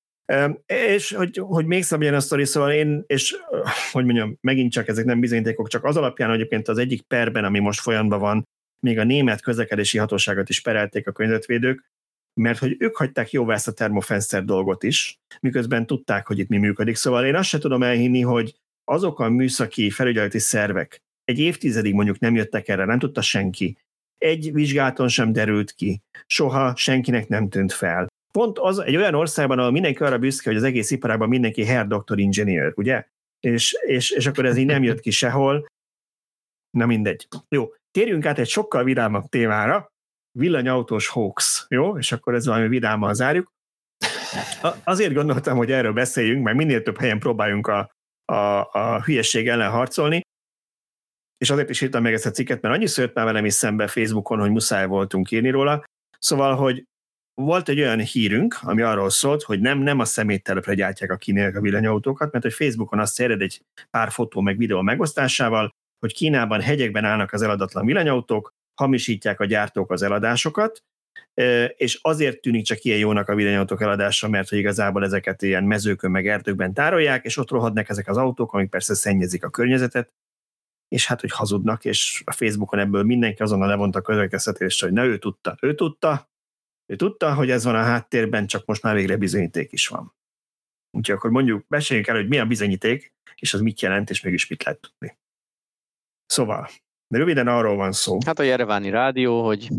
Speaker 1: És hogy, hogy még szabad ilyen a sztori, szóval én, és hogy mondjam, megint csak ezek nem bizonyítékok, csak az alapján, hogy egyébként az egyik perben, ami most folyamatban van, még a német közlekedési hatóságot is perelték a környezetvédők, mert hogy ők hagyták jóvá ezt a termofenster dolgot is, miközben tudták, hogy itt mi működik. Szóval én azt sem tudom elhinni, hogy azok a műszaki felügyeleti szervek egy évtizedig mondjuk nem jöttek erre, nem tudta senki. Egy vizsgálaton sem derült ki. Soha senkinek nem tűnt fel. Pont az egy olyan országban, ahol mindenki arra büszke, hogy az egész iparágban mindenki Herr Doktor Engineer, ugye? És, és, és akkor ez így nem jött ki sehol. Na mindegy. Jó, térjünk át egy sokkal vidámabb témára, villanyautós hoax, jó? És akkor ez valami vidámmal zárjuk. Azért gondoltam, hogy erről beszéljünk, mert minél több helyen próbáljunk a, a, a hülyesség ellen harcolni, és azért is írtam meg ezt a cikket, mert annyiszor jött már velem is szembe Facebookon, hogy muszáj voltunk írni róla. Szóval, hogy volt egy olyan hírünk, ami arról szólt, hogy nem, nem a szeméttelepre gyártják a kínaiak a villanyautókat, mert hogy Facebookon azt ered egy pár fotó meg videó megosztásával, hogy Kínában hegyekben állnak az eladatlan villanyautók, hamisítják a gyártók az eladásokat, és azért tűnik csak ilyen jónak a villanyautók eladása, mert hogy igazából ezeket ilyen mezőkön meg erdőkben tárolják, és ott rohadnak ezek az autók, amik persze szennyezik a környezetet, és hát, hogy hazudnak, és a Facebookon ebből mindenki azonnal levonta a következtetést, hogy na, ő tudta, ő tudta, ő tudta, hogy ez van a háttérben, csak most már végre bizonyíték is van. Úgyhogy akkor mondjuk, beszéljünk el, hogy mi a bizonyíték, és az mit jelent, és mégis mit lehet tudni. Szóval, de röviden arról van szó.
Speaker 3: Hát a Jereváni rádió, hogy...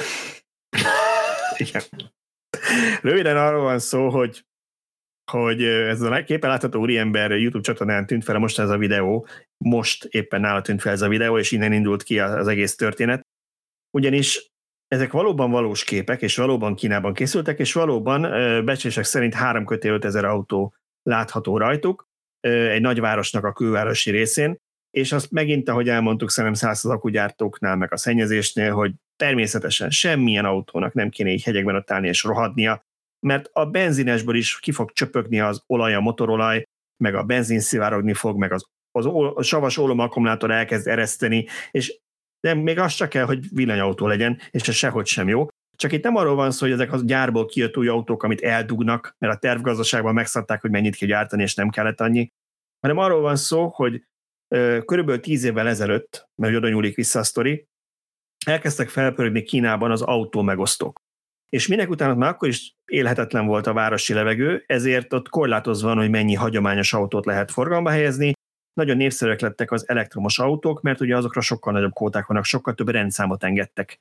Speaker 1: Igen. Röviden arról van szó, hogy, hogy ez a képen látható úriember YouTube csatornán tűnt fel most ez a videó, most éppen nála tűnt fel ez a videó, és innen indult ki az egész történet. Ugyanis ezek valóban valós képek, és valóban Kínában készültek, és valóban becslések szerint három kötélő ötezer autó látható rajtuk, egy nagyvárosnak a külvárosi részén, és azt megint, ahogy elmondtuk, szerintem száz az akugyártóknál, meg a szennyezésnél, hogy természetesen semmilyen autónak nem kéne így hegyekben ott állni és rohadnia, mert a benzinesből is ki fog csöpögni az olaj, a motorolaj, meg a benzin szivárogni fog, meg az, az ol, a savas ólom-akkumulátor elkezd ereszteni, és de még az csak kell, hogy villanyautó legyen, és ez sehogy sem jó. Csak itt nem arról van szó, hogy ezek a gyárból kijött új autók, amit eldugnak, mert a tervgazdaságban megszabták, hogy mennyit kell gyártani, és nem kellett annyi, hanem arról van szó, hogy ö, körülbelül tíz évvel ezelőtt, mert oda nyúlik vissza a sztori, elkezdtek felpörögni Kínában az autó megosztók. És minek utána már akkor is élhetetlen volt a városi levegő, ezért ott korlátozva van, hogy mennyi hagyományos autót lehet forgalomba helyezni. Nagyon népszerűek lettek az elektromos autók, mert ugye azokra sokkal nagyobb kvóták vannak, sokkal több rendszámot engedtek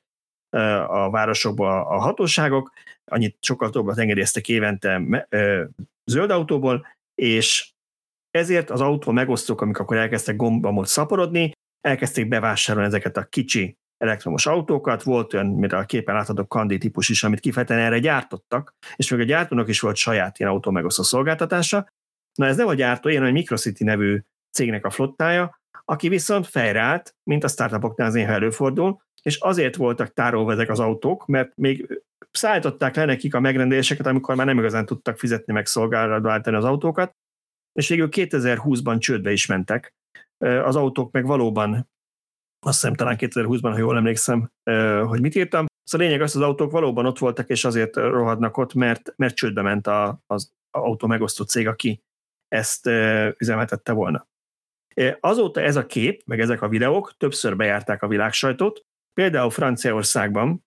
Speaker 1: a városokba a hatóságok, annyit sokkal többet engedélyeztek évente zöld autóból, és ezért az autó megosztók, amik akkor elkezdtek gombamot szaporodni, elkezdték bevásárolni ezeket a kicsi elektromos autókat, volt olyan, mint a képen látható Kandi típus is, amit kifejezetten erre gyártottak, és még a gyártónak is volt saját ilyen autó megosztó szolgáltatása. Na ez nem a gyártó, ilyen, hogy Microcity nevű cégnek a flottája, aki viszont fejreállt, mint a startupoknál az néha előfordul, és azért voltak tárolva ezek az autók, mert még szállították le nekik a megrendeléseket, amikor már nem igazán tudtak fizetni, meg szolgálatba állítani az autókat, és végül kétezer-húszban csődbe is mentek. Az autók meg valóban, azt hiszem talán kétezer-húszban, ha jól emlékszem, hogy mit írtam. Szóval lényeg az, az autók valóban ott voltak, és azért rohadnak ott, mert, mert csődbe ment a, az autó megosztó cég, aki ezt üzemeltette volna. Azóta ez a kép, meg ezek a videók többször bejárták a világsajtót. Például Franciaországban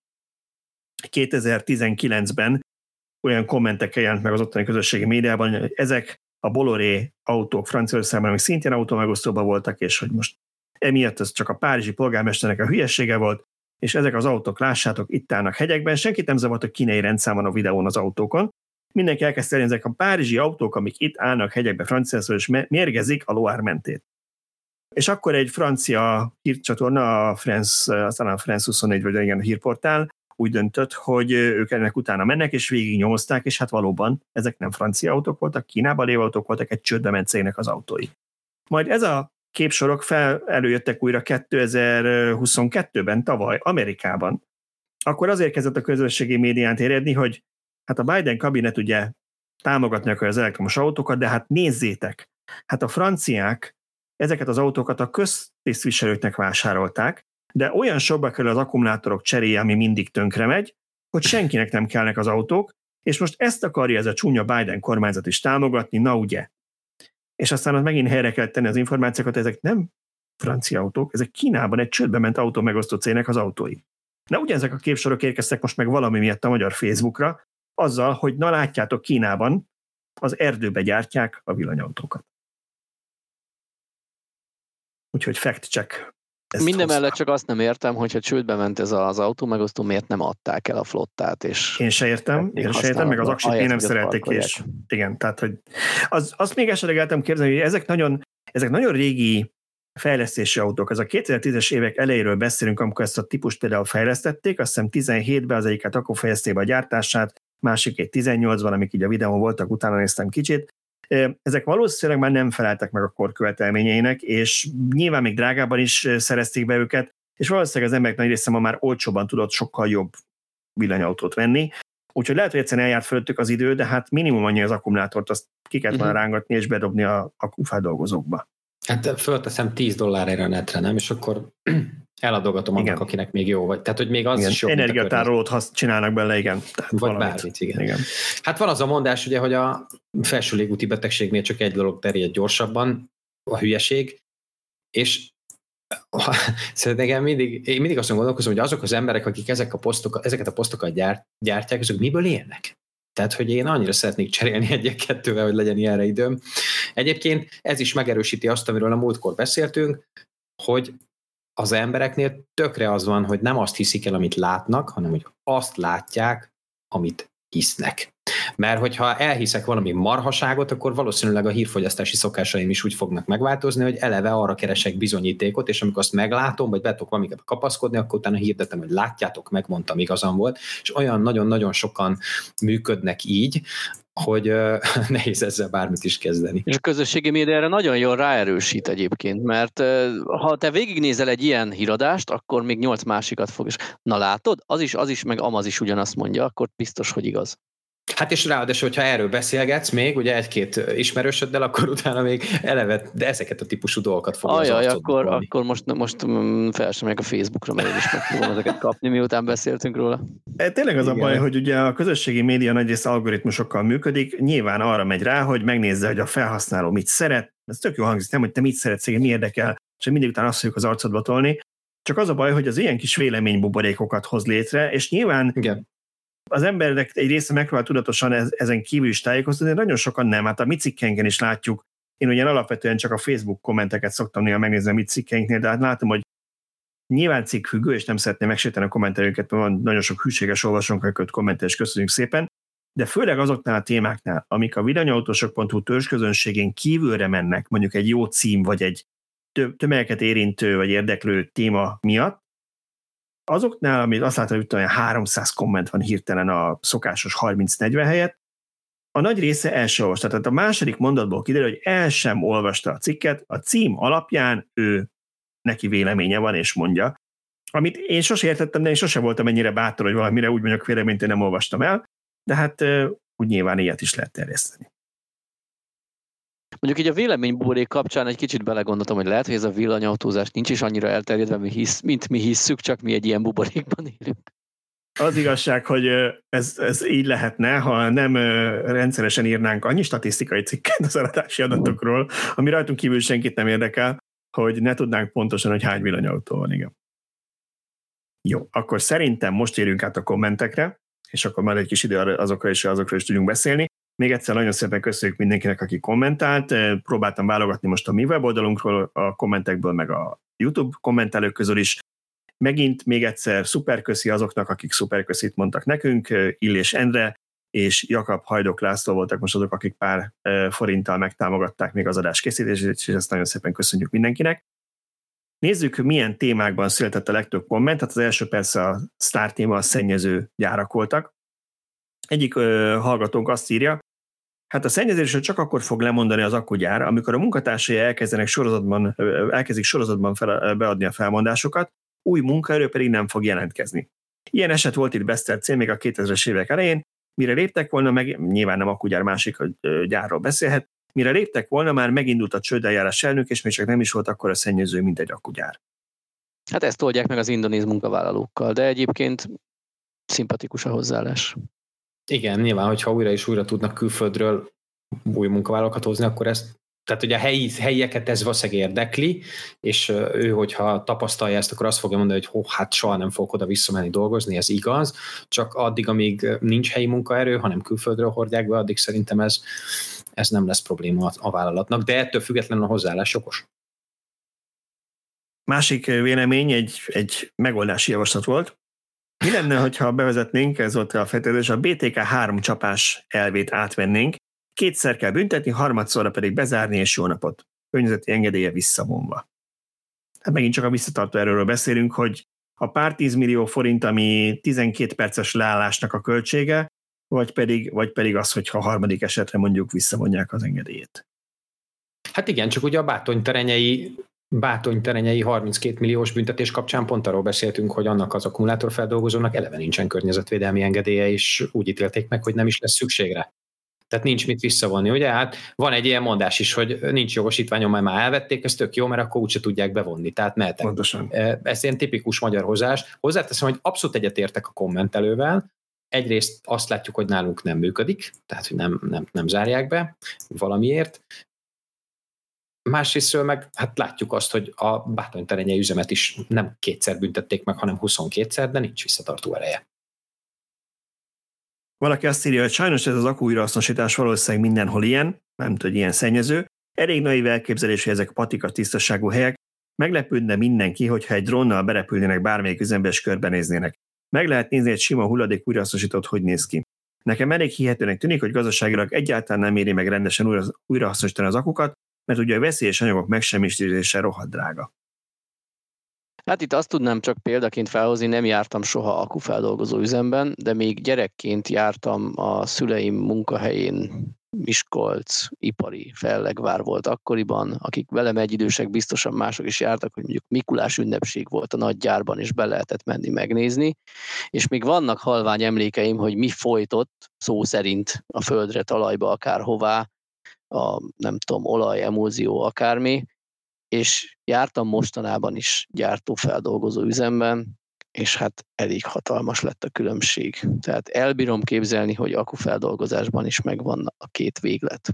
Speaker 1: kétezer-tizenkilencben olyan kommentekkel jelent meg az ottani közösségi médiában, hogy ezek a Bolloré autók Franciaországban, amik szintén autómegosztóban voltak, és hogy most emiatt ez csak a párizsi polgármesternek a hülyessége volt, és ezek az autók, lássátok, itt állnak hegyekben, senkit nem zavart, hogy kínai rendszám van a videón az autókon. Mindenki elkezdte elni, ezek a párizsi autók, amik itt állnak hegyekben Franciaországban, és mérgezik a Loire mentét. És akkor egy francia hírcsatorna, a France, aztán a France huszonnégy, vagy igen, a hírportál úgy döntött, hogy ők ennek utána mennek, és végig nyomozták, és hát valóban ezek nem francia autók voltak, Kínában lévő autók voltak, egy csődbe ment cégnek az autói. Majd ez a képsorok fel előjöttek újra kétezer-huszonkettőben, tavaly Amerikában. Akkor azért kezdett a közösségi médián terjedni, hogy hát a Biden kabinet ugye támogatni akarja az elektromos autókat, de hát nézzétek, hát a franciák ezeket az autókat a köztisztviselőknek vásárolták, de olyan sokba kerül az akkumulátorok cseréje, ami mindig tönkre megy, hogy senkinek nem kellnek az autók, és most ezt akarja ez a csúnya Biden kormányzat is támogatni, na ugye. És aztán az megint helyre kell tenni az információkat, ezek nem francia autók, ezek Kínában egy csődbe ment autó megosztó cégnek az autói. Na ugyanezek a képsorok érkeztek most meg valami miatt a magyar Facebookra, azzal, hogy na látjátok, Kínában az erdőbe gyártják a villanyautókat. Úgyhogy fact check.
Speaker 3: Minden mellett csak azt nem értem, hogyha csődbe ment ez az autó megosztó, miért nem adták el a flottát. És
Speaker 1: én se értem, én se értem, meg az aksit én nem szerették is. Igen, tehát, hogy az, azt még esetleg eltem képzelni, hogy ezek nagyon, ezek nagyon régi fejlesztési autók. Ez a kétezer-tízes évek elejéről beszélünk, amikor ezt a típust például fejlesztették, azt hiszem tizenhétben az egyiket akkor fejezték be a gyártását, másik egy tizennyolcban, amik így a videón voltak, utána néztem kicsit. Ezek valószínűleg már nem feleltek meg a kor követelményeinek, és nyilván még drágában is szerezték be őket, és valószínűleg az emberek nagy része ma már olcsóban tudott sokkal jobb villanyautót venni. Úgyhogy lehet, hogy egyszerűen eljárt fölöttük az idő, de hát minimum annyi az akkumulátort, azt ki kellett volna
Speaker 2: uh-huh.
Speaker 1: rángatni és bedobni a akkufeldolgozókba.
Speaker 2: Hát fölteszem tíz dollárra a netre, nem? És akkor eladogatom annak, akinek még jó vagy. Tehát, hogy még az igen. is jobb,
Speaker 1: energiatárolót hasz, csinálnak bele, igen.
Speaker 2: Tehát vagy valamit. Bármit, igen. igen. Hát van az a mondás, ugye, hogy a felső légúti betegségnél csak egy dolog terjed gyorsabban, a hülyeség, és szerintem mindig, én mindig azt gondolkozom, hogy azok az emberek, akik ezek a posztok, ezeket a posztokat gyárt, gyártják, azok miből élnek? Tehát, hogy én annyira szeretnék cserélni egyet-kettővel, hogy legyen ilyenre időm. Egyébként ez is megerősíti azt, amiről a múltkor beszéltünk, hogy az embereknél tökre az van, hogy nem azt hiszik el, amit látnak, hanem hogy azt látják, amit hisznek. Mert hogyha elhiszek valami marhaságot, akkor valószínűleg a hírfogyasztási szokásaim is úgy fognak megváltozni, hogy eleve arra keresek bizonyítékot, és amikor azt meglátom, vagy be tudok valamiket kapaszkodni, akkor utána hirdetem, hogy látjátok, megmondtam, igazam volt, és olyan nagyon-nagyon sokan működnek így, hogy uh, nehéz ezzel bármit is kezdeni.
Speaker 3: És a közösségi média erre nagyon jól ráerősít egyébként, mert uh, ha te végignézel egy ilyen híradást, akkor még nyolc másikat fog, és na látod, az is, az is, meg amaz is ugyanazt mondja, akkor biztos, hogy igaz.
Speaker 2: Hát és ráadásul, hogyha erről beszélgetsz még, ugye egy-két ismerősöddel, akkor utána még eleve, de ezeket a típusú dolgokat fogja az
Speaker 3: arcodba akkor, akkor most, most fel sem megyek a Facebookra, mert én is meg fogom ezeket kapni, miután beszéltünk róla.
Speaker 1: Tényleg az igen. A baj, hogy ugye a közösségi média nagyrészt algoritmusokkal működik, nyilván arra megy rá, hogy megnézze, hogy a felhasználó mit szeret, ez tök jó hangzik, nem, hogy te mit szeretsz, mi érdekel, és mindig utána azt fogjuk az arcodba tolni, csak az a baj, hogy az ilyen kis véleménybuborékokat hoz létre, és nyilván igen. Az emberek egy része megpróbál tudatosan ezen kívül is tájékoztatni, de nagyon sokan nem. Hát a mi cikkeinken is látjuk. Én ugyan alapvetően csak a Facebook kommenteket szoktam néha megnézni a mi cikkeinknél, de hát látom, hogy nyilván cikkfüggő, és nem szeretném megsérteni a kommentelőket, mert van nagyon sok hűséges olvasónk, akiket kommentel, és köszönjük szépen. De főleg azoknál a témáknál, amik a villanyautósok pont hu törzsközönségén kívülre mennek, mondjuk egy jó cím, vagy egy tömegeket érintő, vagy érdeklő téma miatt, azoknál, amit azt látom, hogy olyan háromszáz komment van hirtelen a szokásos harminc-negyven helyett, a nagy része el sem olvasta. Tehát a második mondatból kiderül, hogy el sem olvasta a cikket, a cím alapján ő neki véleménye van, és mondja. Amit én sose értettem, de én sose voltam ennyire bátor, hogy valamire úgy mondjak véleményt, én nem olvastam el, de hát úgy nyilván ilyet is lehet terjeszteni.
Speaker 3: Mondjuk így a véleménybuborék kapcsán egy kicsit belegondoltam, hogy lehet, hogy ez a villanyautózás nincs is annyira elterjedve, mint mi hisszük, csak mi egy ilyen buborékban élünk.
Speaker 1: Az igazság, hogy ez, ez így lehetne, ha nem rendszeresen írnánk annyi statisztikai cikket az eladási adatokról, ami rajtunk kívül senkit nem érdekel, hogy ne tudnánk pontosan, hogy hány villanyautó van, igen. Jó, akkor szerintem most érünk át a kommentekre, és akkor már egy kis idő azokra is, azokra is tudjunk beszélni. Még egyszer nagyon szépen köszönjük mindenkinek, aki kommentált. Próbáltam válogatni most a mi weboldalunkról, a kommentekből, meg a YouTube kommentelők közül is. Megint még egyszer szuper köszi azoknak, akik szuper köszit mondtak nekünk, Illés Endre és Jakab Hajdok László voltak most azok, akik pár forinttal megtámogatták még az adás készítését, és ezt nagyon szépen köszönjük mindenkinek. Nézzük, milyen témákban született a legtöbb komment. Hát az első persze a sztár téma, a szennyező gyárak voltak. Egyik ö, hallgatónk azt írja, hát a szennyezésről csak akkor fog lemondani az akkugyár, amikor a munkatársai elkezdenek sorozatban, elkezdik sorozatban fel, beadni a felmondásokat, új munkaerő pedig nem fog jelentkezni. Ilyen eset volt itt Besztercén még a kétezres évek elején, mire léptek volna, meg nyilván nem akkugyár, másik gyárról beszélhet, mire léptek volna, már megindult a csődeljárás elnök, és még csak nem is volt akkor a szennyező, mint egy akkugyár.
Speaker 3: Hát ezt oldják meg az indonéz munkavállalókkal, de egyébként szimpatikus a hozzáállás. Igen, nyilván, hogyha újra és újra tudnak külföldről új munkavállalókat hozni, akkor ezt, tehát ugye a helyi, helyieket ez valószínűleg érdekli, és ő, hogyha tapasztalja ezt, akkor azt fogja mondani, hogy hó, hát soha nem fogok oda visszamenni dolgozni, ez igaz, csak addig, amíg nincs helyi munkaerő, hanem külföldről hordják be, addig szerintem ez, ez nem lesz probléma a vállalatnak, de ettől függetlenül a hozzáállás okos.
Speaker 1: Másik vélemény egy, egy megoldási javaslat volt. Mi lenne, hogyha bevezetnénk, ez volt a feltételezés, a bé té ká három csapás elvét átvennénk, kétszer kell büntetni, harmadszorra pedig bezárni, és jó napot. Környezeti engedélye visszavonva. Hát megint csak a visszatartó erőről beszélünk, hogy a pár tízmillió forint, ami tizenkét perces leállásnak a költsége, vagy pedig, vagy pedig az, hogyha a harmadik esetre mondjuk visszavonják az engedélyét.
Speaker 2: Hát igen, csak ugye a Bátony terenyei Bátony-terenyei harminckét milliós büntetés kapcsán pont arról beszéltünk, hogy annak az akkumulátorfeldolgozónak eleve nincsen környezetvédelmi engedélye, és úgy ítélték meg, hogy nem is lesz szükségre. Tehát nincs mit visszavonni, ugye? Hát van egy ilyen mondás is, hogy nincs jogosítványom, majd már elvették, ez tök jó, mert akkor úgyse tudják bevonni, tehát mehetek.
Speaker 1: Pontosan.
Speaker 2: Ez ilyen tipikus magyar hozás. Hozzáteszem, hogy abszolút egyetértek a kommentelővel. Egyrészt azt látjuk, hogy nálunk nem működik, tehát hogy nem, nem, nem zárják be valamiért. Másrésztről meg hát látjuk azt, hogy a Bátony-terenyei üzemet is nem kétszer büntették meg, hanem huszonkétszer, de nincs visszatartó ereje.
Speaker 1: Valaki azt írja, hogy sajnos ez az akku újrahasznosítás valószínűleg mindenhol ilyen, nem tudom, hogy ilyen szennyező. Elég naiv elképzelés, hogy ezek patika tisztaságú helyek. Meglepődne mindenki, hogyha egy drónnal berepülnének bármelyik üzembe és körbenéznének. Meg lehet nézni egy sima hulladék újrahasznosítót, hogy néz ki. Nekem elég hihetőnek tűnik, hogy gazdaságilag egyáltalán nem éri meg rendesen újra, újrahasznosítani az akukat, mert ugye a veszélyes anyagok megsemmisítése rohadt drága.
Speaker 3: Hát itt azt tudnám csak példaként felhozni, nem jártam soha akkufeldolgozó üzemben, de még gyerekként jártam a szüleim munkahelyén, Miskolc, ipari Fellegvár volt akkoriban, akik velem egyidősek, biztosan mások is jártak, hogy mondjuk Mikulás ünnepség volt a nagy gyárban, és be lehetett menni megnézni, és még vannak halvány emlékeim, hogy mi folytott szó szerint a földre, talajba, akárhová, a nem tudom, olaj, emulzió, akármi, és jártam mostanában is gyártófeldolgozó üzemben, és hát elég hatalmas lett a különbség. Tehát elbírom képzelni, hogy akkufeldolgozásban is megvan a két véglet.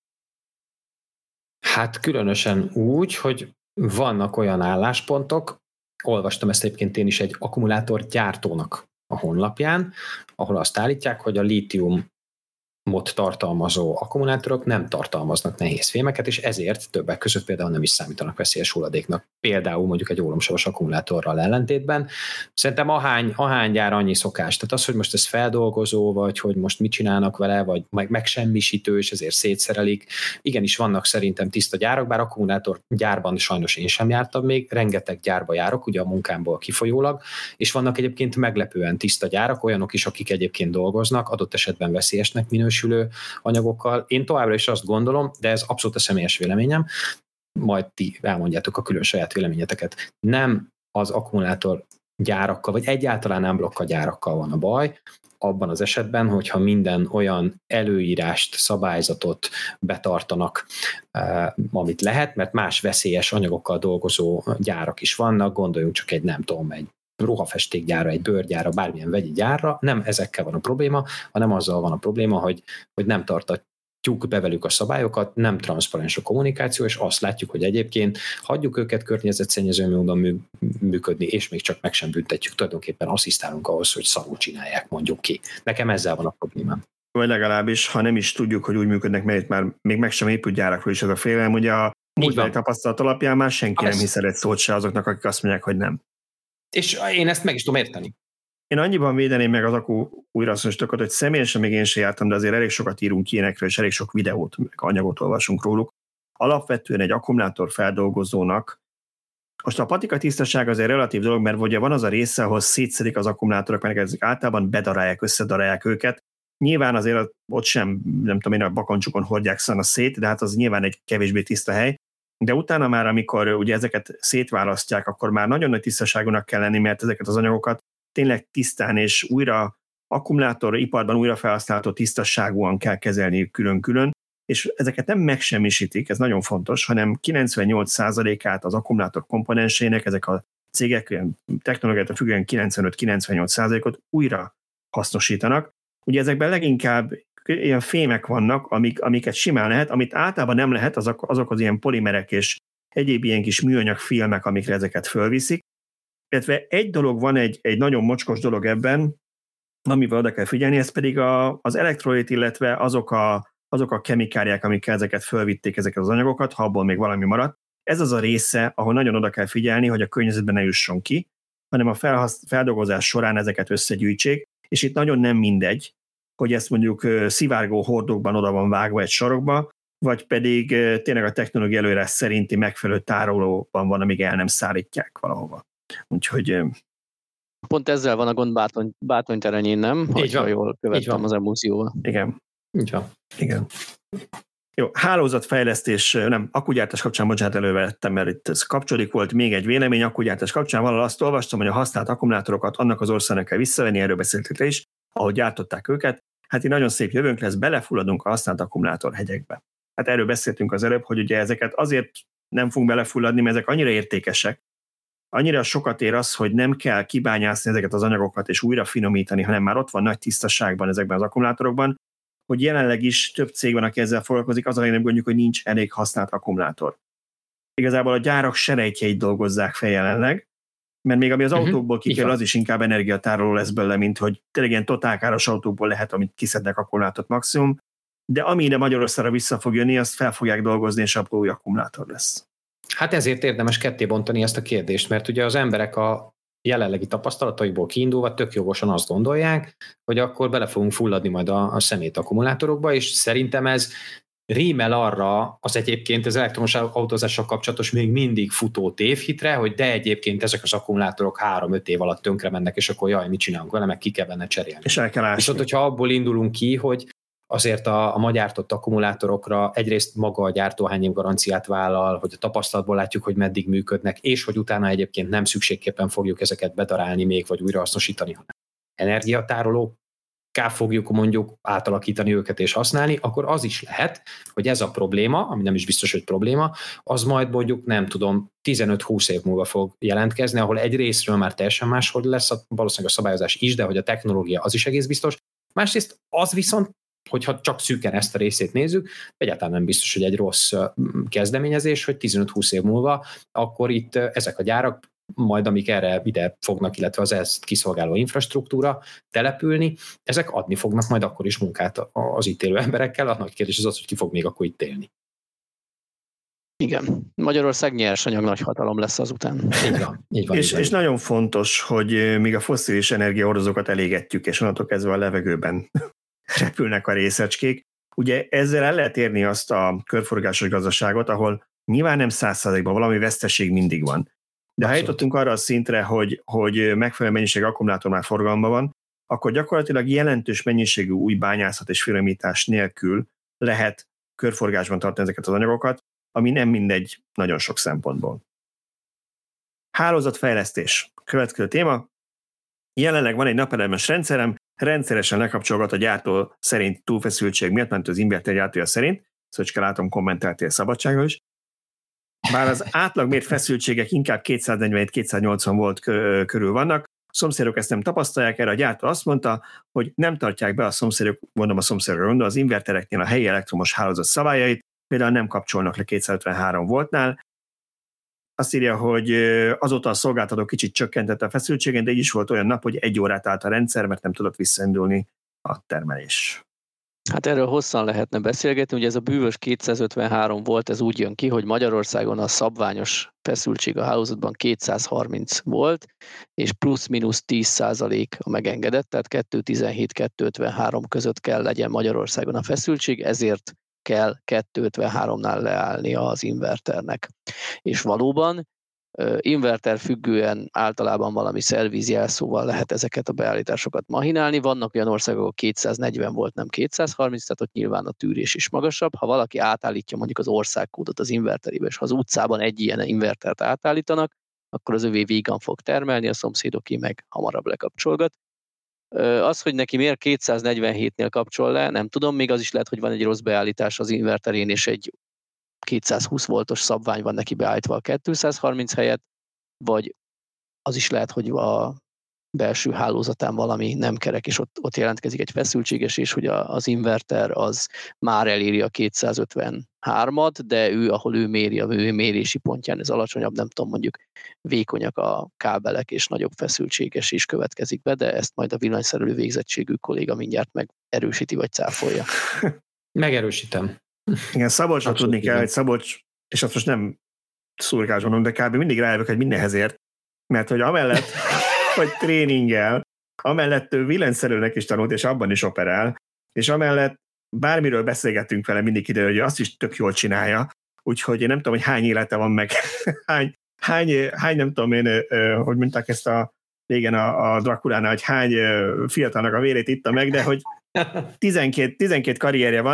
Speaker 2: Hát különösen úgy, hogy vannak olyan álláspontok, olvastam ezt egyébként én is egy akkumulátorgyártónak a honlapján, ahol azt állítják, hogy a lítium mod tartalmazó akkumulátorok nem tartalmaznak nehéz fémeket, és ezért többek között például nem is számítanak veszélyes hulladéknak. Például mondjuk egy ólomsavas akkumulátorral ellentétben. Szerintem ahány, ahány gyár annyi szokás. Tehát az, hogy most ez feldolgozó, vagy hogy most mit csinálnak vele, vagy meg, megsemmisítő, és ezért szétszerelik. Igenis vannak szerintem tiszta gyárak, bár akkumulátor gyárban sajnos én sem jártam még, rengeteg gyárba járok, ugye a munkámból kifolyólag, és vannak egyébként meglepően tiszta gyárak, olyanok is, akik egyébként dolgoznak, adott esetben veszélyesnek minősülő anyagokkal. Én továbbra is azt gondolom, de ez abszolút a személyes véleményem, majd ti elmondjátok a külön saját véleményeteket. Nem az akkumulátor gyárakkal, vagy egyáltalán nem blokka gyárakkal van a baj, abban az esetben, hogyha minden olyan előírást, szabályzatot betartanak, amit lehet, mert más veszélyes anyagokkal dolgozó gyárak is vannak, gondoljunk csak egy, nem tudom, egy ruhafestékgyárra, egy bőrgyárra, bármilyen vegyi gyárra, nem ezekkel van a probléma, hanem azzal van a probléma, hogy, hogy nem tartatjuk be velük a szabályokat, nem transzparens a kommunikáció, és azt látjuk, hogy egyébként hagyjuk őket környezetszennyező módon működni, és még csak meg sem büntetjük, tulajdonképpen asszisztálunk ahhoz, hogy szarul csinálják, mondjuk ki. Nekem ezzel van a problémám.
Speaker 1: Vagy legalábbis, ha nem is tudjuk, hogy úgy működnek, mert itt már még meg sem épült gyárakról is ez a félelem, ugye a múltbeli tapasztalat alapján már senki nem hisz egy szót se azoknak, akik azt mondják, hogy nem.
Speaker 2: És én ezt meg is tudom érteni.
Speaker 1: Én annyiban védeném meg az akku újrahasznosítókat, hogy személyesen még én sem jártam, de azért elég sokat írunk ilyenekről, és elég sok videót, meg anyagot olvasunk róluk. Alapvetően egy akkumulátor feldolgozónak, most a patika tisztaság azért relatív dolog, mert ugye van az a része, ahol szétszedik az akkumulátorok, mert ezek általában bedarálják, összedarálják őket. Nyilván azért ott sem, nem tudom én, a bakancsukon hordják szana szét, de hát az nyilván egy kevésbé tiszta hely. De utána már, amikor ugye ezeket szétválasztják, akkor már nagyon nagy tisztaságúnak kell lenni, mert ezeket az anyagokat tényleg tisztán és újra akkumulátoriparban újra felhasználható tisztaságúan kell kezelni külön-külön, és ezeket nem megsemmisítik, ez nagyon fontos, hanem kilencvennyolc százalékát az akkumulátor komponenseinek, ezek a cégek technológiától függően kilencvenöt-kilencvennyolc százalékot újra hasznosítanak. Ugye ezekben leginkább ilyen fémek vannak, amik, amiket simán lehet, amit általában nem lehet, azok, azok az ilyen polimerek és egyéb ilyen kis műanyag filmek, amikre ezeket fölviszik. Illetve egy dolog van, egy, egy nagyon mocskos dolog ebben, amivel oda kell figyelni, ez pedig a, az elektrolit, illetve azok a, azok a kemikáliák, amikkel ezeket fölvitték, ezeket az anyagokat, ha abból még valami maradt. Ez az a része, ahol nagyon oda kell figyelni, hogy a környezetben ne jusson ki, hanem a felhasz, feldolgozás során ezeket összegyűjtsék, és itt nagyon nem mindegy, hogy ezt mondjuk szivárgó hordókban oda van vágva egy sarokba, vagy pedig tényleg a technológia előírás szerinti megfelelő tárolóban van, amíg el nem szállítják valahova. Úgyhogy...
Speaker 3: Pont ezzel van a gond Bátony, Bátony-terenyén, nem?
Speaker 2: Így van.
Speaker 3: Jól követtem az emulzióval.
Speaker 1: Igen.
Speaker 2: Így van.
Speaker 1: Igen. Jó, hálózatfejlesztés, nem, akkugyártás kapcsán, bocsánat, elővettem, mert itt ez kapcsolódik, volt még egy vélemény akkugyártás kapcsán, valahol azt olvastam, hogy a használt akkumulátorokat annak az országnak kell visszavenni, erről beszéltek is, ahogy gyártották őket. Hát így nagyon szép jövőnk lesz, belefulladunk a használt akkumulátorhegyekbe. Hát erről beszéltünk az előbb, hogy ugye ezeket azért nem fogunk belefulladni, mert ezek annyira értékesek, annyira sokat ér az, hogy nem kell kibányászni ezeket az anyagokat és újra finomítani, hanem már ott van nagy tisztaságban ezekben az akkumulátorokban, hogy jelenleg is több cég van, aki ezzel foglalkozik, az a legnagyobb gondjuk, hogy nincs elég használt akkumulátor. Igazából a gyárak serejtjeit dolgozzák fel jelenleg, mert még ami az uh-huh. autókból kikerül, az is inkább energiatároló lesz belőle, mint hogy tényleg ilyen totálkáros autókból lehet, amit kiszednek akkumulátort maximum, de amire Magyarországra vissza fog jönni, azt fel fogják dolgozni, és abból új akkumulátor lesz.
Speaker 2: Hát ezért érdemes ketté bontani ezt a kérdést, mert ugye az emberek a jelenlegi tapasztalataiból kiindulva tök jogosan azt gondolják, hogy akkor bele fogunk fulladni majd a, a szemét akkumulátorokba, és szerintem ez rímel arra az egyébként az elektromos autózással kapcsolatos még mindig futó tévhitre, hogy de egyébként ezek az akkumulátorok három-öt év alatt tönkre mennek, és akkor jaj, mit csinálunk vele, meg ki kell benne cserélni.
Speaker 1: És el kell ásni.
Speaker 2: Viszont, hogyha abból indulunk ki, hogy azért a, a ma gyártott akkumulátorokra egyrészt maga a gyártó hány év garanciát vállal, hogy a tapasztalatból látjuk, hogy meddig működnek, és hogy utána egyébként nem szükségképpen fogjuk ezeket bedarálni még, vagy újrahasznosítani, hanem energiatárolókká fogjuk mondjuk átalakítani őket és használni, akkor az is lehet, hogy ez a probléma, ami nem is biztos, hogy probléma, az majd mondjuk, nem tudom, tizenöt-húsz év múlva fog jelentkezni, ahol egy részről már teljesen máshogy lesz, valószínűleg a szabályozás is, de hogy a technológia az is egész biztos. Másrészt az viszont, hogyha csak szűken ezt a részét nézzük, egyáltalán nem biztos, hogy egy rossz kezdeményezés, hogy tizenöt-húsz év múlva, akkor itt ezek a gyárak, majd amik erre ide fognak, illetve az ezt kiszolgáló infrastruktúra települni, ezek adni fognak majd akkor is munkát az itt élő emberekkel. A nagy kérdés az az, hogy ki fog még akkor itt élni.
Speaker 3: Igen. Magyarország nyersanyag nagy hatalom lesz azután.
Speaker 2: Így van. Így van
Speaker 1: és,
Speaker 2: így van.
Speaker 1: és nagyon fontos, hogy míg a fosszilis energiahordozókat elégetjük, és onnantól kezdve a levegőben repülnek a részecskék. Ugye ezzel el lehet érni azt a körforgásos gazdaságot, ahol nyilván nem száz százalékban valami veszteség mindig van. De ha eljutottunk arra a szintre, hogy, hogy megfelelő mennyiség akkumulátor már forgalomban van, akkor gyakorlatilag jelentős mennyiségű új bányászat és finomítás nélkül lehet körforgásban tartani ezeket az anyagokat, ami nem mindegy nagyon sok szempontból. Hálózatfejlesztés. Következő téma. Jelenleg van egy napelemes rendszerem, rendszeresen lekapcsolgat a gyártó szerint túlfeszültség miatt, mert az inverter gyártója szerint, Szöcske, látom, kommentáltél szabadságról is. Bár az átlagmért feszültségek inkább kétszáznegyvenhét-kétszáznyolcvan volt körül vannak, a szomszédok ezt nem tapasztalják, erre a gyártó azt mondta, hogy nem tartják be a szomszédok, mondom a szomszédokra gondol, az invertereknél a helyi elektromos hálózat szabályait, például nem kapcsolnak le kétszázötvenhárom voltnál. Azt írja, hogy azóta a szolgáltató kicsit csökkentette a feszültségen, de így is volt olyan nap, hogy egy órát állt a rendszer, mert nem tudott visszaindulni a termelés.
Speaker 3: Hát erről hosszan lehetne beszélgetni, ugye ez a bűvös kétszázötvenhárom volt, ez úgy jön ki, hogy Magyarországon a szabványos feszültség a hálózatban kétszázharminc volt, és plusz-minusz tíz százalék a megengedett, tehát kétszáztizenhét kétszázötvenhárom között kell legyen Magyarországon a feszültség, ezért kell kétszázötvenháromnál leállni az inverternek. És valóban inverter függően általában valami szervízjelszóval lehet ezeket a beállításokat mahinálni. Vannak olyan országok, ahol kétszáznegyven volt, nem kétszázharminc, tehát ott nyilván a tűrés is magasabb. Ha valaki átállítja mondjuk az országkódot az inverterébe, és ha az utcában egy ilyen invertert átállítanak, akkor az övé vígan fog termelni, a szomszédoké meg hamarabb lekapcsolgat. Az, hogy neki miért kétszáznegyvenhétnél kapcsol le, nem tudom, még az is lehet, hogy van egy rossz beállítás az inverterén, és egy kétszázhúsz voltos szabvány van neki beállítva a kétszázharminc helyett, vagy az is lehet, hogy a belső hálózatán valami nem kerek, és ott, ott jelentkezik egy feszültségesés, hogy az inverter az már eléri a kétszázötvenhármat, de ő, ahol ő méri, a ő mérési pontján ez alacsonyabb, nem tudom, mondjuk vékonyak a kábelek, és nagyobb feszültséges is következik be, de ezt majd a villanyszerelő végzettségű kolléga mindjárt megerősíti, vagy cáfolja.
Speaker 2: Megerősítem.
Speaker 1: Igen, Szabolcsra tudni kell, hogy Szabolcs, és azt most nem szurkás mondom, de kb. Mindig rájövök, hogy mindenhez ért, mert hogy amellett, hogy tréningel, amellett ő villanyszerelőnek is tanult, és abban is operál, és amellett bármiről beszélgetünk vele, mindig kiderül, hogy azt is tök jól csinálja, úgyhogy én nem tudom, hogy hány élete van meg, hány, hány, hány nem tudom én, hogy mondták ezt a régen a, a Drakulánál, hogy hány fiatalnak a vérét itta meg, de hogy tizenkét, tizenkét karrierje van,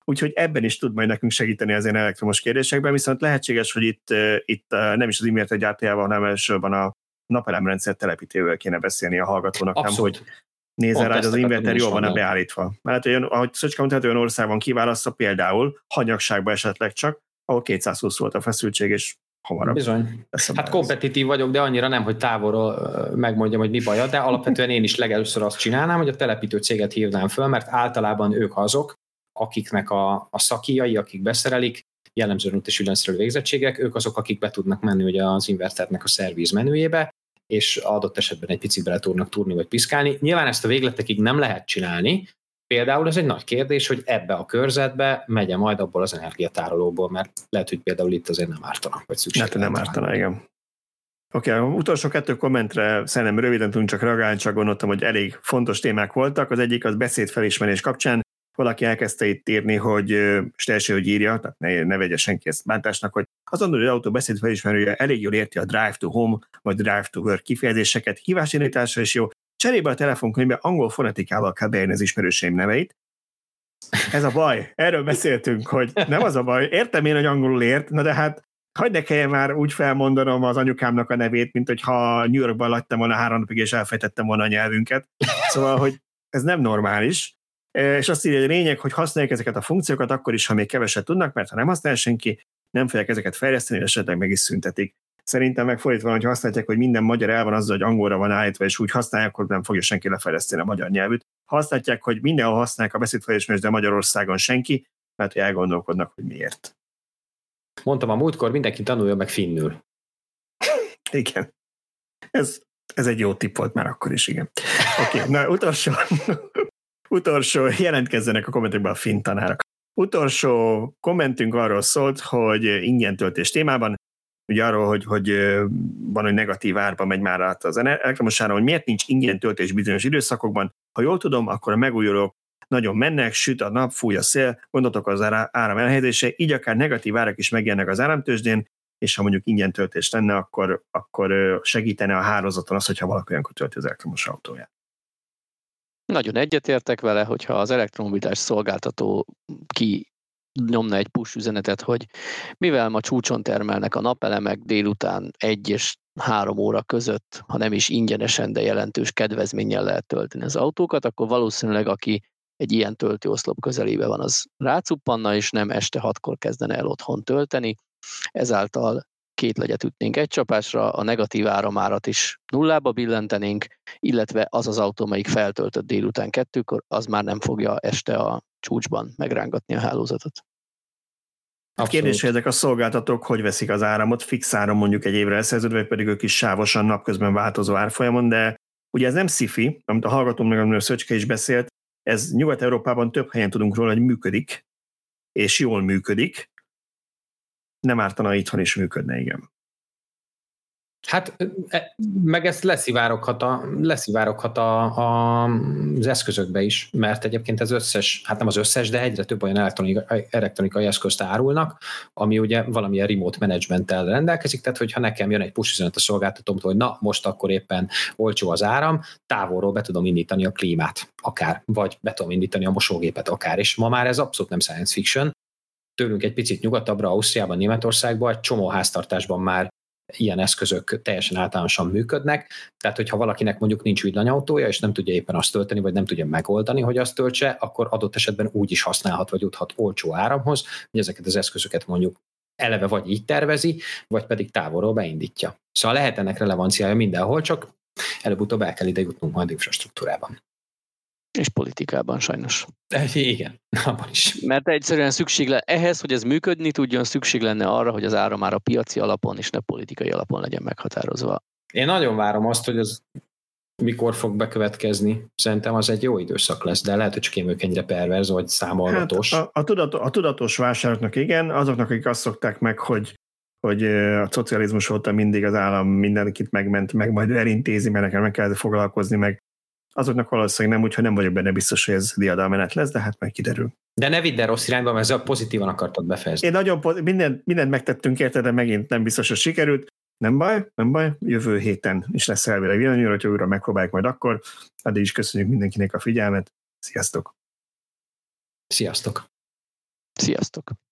Speaker 1: úgyhogy ebben is tud majd nekünk segíteni az ilyen elektromos kérdésekben, viszont lehetséges, hogy itt, itt nem is az inverter gyártójával, hanem elsősorban a napelemrendszer telepítővel kéne beszélni a hallgatónak,
Speaker 2: Abszolút.
Speaker 1: nem, hogy nézze rá, hogy az inverter jól van-e beállítva. Mert olyan, ahogy Szöcske mondta, olyan országban kiválasztja például, hanyagságban esetleg csak, ahol kétszázhúsz volt a feszültség, és hamarabb.
Speaker 2: Bizony. Hát kompetitív vagyok, de annyira nem, hogy távolról megmondjam, hogy mi baja, de alapvetően én is legelőször azt csinálnám, hogy a telepítő céget hívnám föl, mert általában ők azok, akiknek a, a szakíjai, akik beszerelik, jellemzően út és villanyszerelő végzettségek, ők azok, akik be tudnak menni ugye az inverternek a szerviz menüjébe, és adott esetben egy picit bele tudnak túrni vagy piszkálni. Nyilván ezt a végletekig nem lehet csinálni, például ez egy nagy kérdés, hogy ebbe a körzetbe megye majd abból az energiatárolóból, mert lehet, hogy például itt azért nem ártana, vagy szükség.
Speaker 1: Hát nem ártana, igen. Oké, okay, utolsó kettő kommentre szerintem röviden tudunk csak reagálni, csak gondoltam, hogy elég fontos témák voltak. Az egyik az beszédfelismerés kapcsán. Valaki elkezdte itt írni, hogy, és első, hogy írja, tehát ne, ne vegye senki ezt bántásnak, hogy az Android autó beszédfelismerője elég jól érti a drive to home, vagy drive to work kifejezéseket, hívásindításra is jó, cserébe a telefonkönyvbe angol fonetikával kell beírni az ismerőseim neveit. Ez a baj, erről beszéltünk, hogy nem az a baj, értem én, hogy angolul ért, na de hát hagyd ne kelljen már úgy felmondanom az anyukámnak a nevét, mint hogyha New Yorkban laktam volna három napig, és elfejtettem volna a nyelvünket. Szóval, hogy ez nem normális. És azt írja, hogy lényeg, hogy használják ezeket a funkciókat akkor is, ha még keveset tudnak, mert ha nem használ senki, nem fogják ezeket fejleszteni, és esetleg meg is szüntetik. Szerintem megfordítva, hogy használják, hogy minden magyar el van azzal, hogy angolra van állítva, és úgy használják, hogy nem fogja senki lefejleszteni a magyar nyelvűt. Ha használják, hogy mindenhol használják a beszédfelismerést, de Magyarországon senki, mert hogy elgondolkodnak, hogy miért.
Speaker 2: Mondtam a múltkor, mindenki tanulja meg finnül.
Speaker 1: Igen. Ez, ez egy jó tipp volt már akkor is, igen. Oké, okay, na utolsó... Utolsó, jelentkezzenek a kommentekben a finn tanárok. Utolsó kommentünk arról szólt, hogy ingyen töltés témában, ugye arról, hogy, hogy van, hogy negatív árba megy már át az elektromos áram, hogy miért nincs ingyen töltés bizonyos időszakokban. Ha jól tudom, akkor a megújulók nagyon mennek, süt a nap, fúj a szél, gondotok az áram elhelyezése, így akár negatív árak is megjelennek az áramtőzsdén, és ha mondjuk ingyen töltés lenne, akkor, akkor segítene a hálózaton az, hogyha valaki olyankor tölti az elektromos autóját.
Speaker 3: Nagyon egyetértek vele, hogyha az elektromobilitás szolgáltató ki nyomna egy push üzenetet, hogy mivel ma csúcson termelnek a napelemek délután egy és három óra között, ha nem is ingyenesen, de jelentős kedvezménnyel lehet tölteni az autókat, akkor valószínűleg aki egy ilyen töltőoszlop közelébe van, az rácuppanna, és nem este hatkor kezdene el otthon tölteni. Ezáltal két legyet ütnénk egy csapásra, a negatív áramárat is nullába billentenénk, illetve az az autó, melyik feltöltött délután kettőkor, az már nem fogja este a csúcsban megrángatni a hálózatot.
Speaker 1: A kérdés, hogy ezek a szolgáltatók hogy veszik az áramot, fix áram mondjuk egy évre elszerződve, vagy pedig ők is sávosan napközben változó árfolyamon, de ugye ez nem sci-fi, amit a hallgatóm meg, amiről Szöcske is beszélt, ez Nyugat-Európában több helyen tudunk róla, hogy működik, és jól működik, nem ártana itthon is működne, igen.
Speaker 2: Hát meg ezt leszivároghat, a, leszivároghat a, a, az eszközökbe is, mert egyébként az összes, hát nem az összes, de egyre több olyan elektronikai, elektronikai eszközt árulnak, ami ugye valamilyen remote managementtel rendelkezik, tehát hogyha nekem jön egy push üzenet a szolgáltatómtól, hogy na, most akkor éppen olcsó az áram, távolról be tudom indítani a klímát, akár, vagy be tudom indítani a mosógépet akár, és ma már ez abszolút nem science fiction. Tőlünk egy picit nyugatabbra, Ausztriában, Németországban, egy csomó háztartásban már ilyen eszközök teljesen általánosan működnek, tehát hogyha valakinek mondjuk nincs villanyautója, és nem tudja éppen azt tölteni, vagy nem tudja megoldani, hogy azt töltse, akkor adott esetben úgy is használhat, vagy juthat olcsó áramhoz, hogy ezeket az eszközöket mondjuk eleve vagy így tervezi, vagy pedig távolról beindítja. Szóval lehet ennek relevanciája mindenhol, csak előbb-utóbb el kell ide jutnunk majd infrastruktúrában.
Speaker 3: És politikában sajnos.
Speaker 2: Igen, abban is.
Speaker 3: Mert egyszerűen szükség lenne ehhez, hogy ez működni tudjon, szükség lenne arra, hogy az ára már a piaci alapon és ne politikai alapon legyen meghatározva.
Speaker 2: Én nagyon várom azt, hogy ez mikor fog bekövetkezni. Szerintem az egy jó időszak lesz, de lehet, hogy csak én vagyok ennyire perverz, vagy számolgatós.
Speaker 1: Hát a, a, tudatos, a tudatos vásároknak igen, azoknak, akik azt szokták meg, hogy, hogy a szocializmus óta mindig az állam mindenkit megment, meg majd elintézi, mert nekem meg kell foglalkozni, meg azoknak valószínűleg nem, úgyhogy nem vagyok benne biztos, hogy ez diadalmenet lesz, de hát majd kiderül.
Speaker 2: De ne vidd el rossz irányba, mert ezzel pozitívan akartad befejezni.
Speaker 1: Én nagyon mindent, mindent megtettünk érte, de megint nem biztos, hogy sikerült. Nem baj, nem baj, jövő héten is lesz elvileg villanyúra, hogyha újra megpróbáljuk majd akkor. Addig is köszönjük mindenkinek a figyelmet. Sziasztok!
Speaker 2: Sziasztok!
Speaker 3: Sziasztok!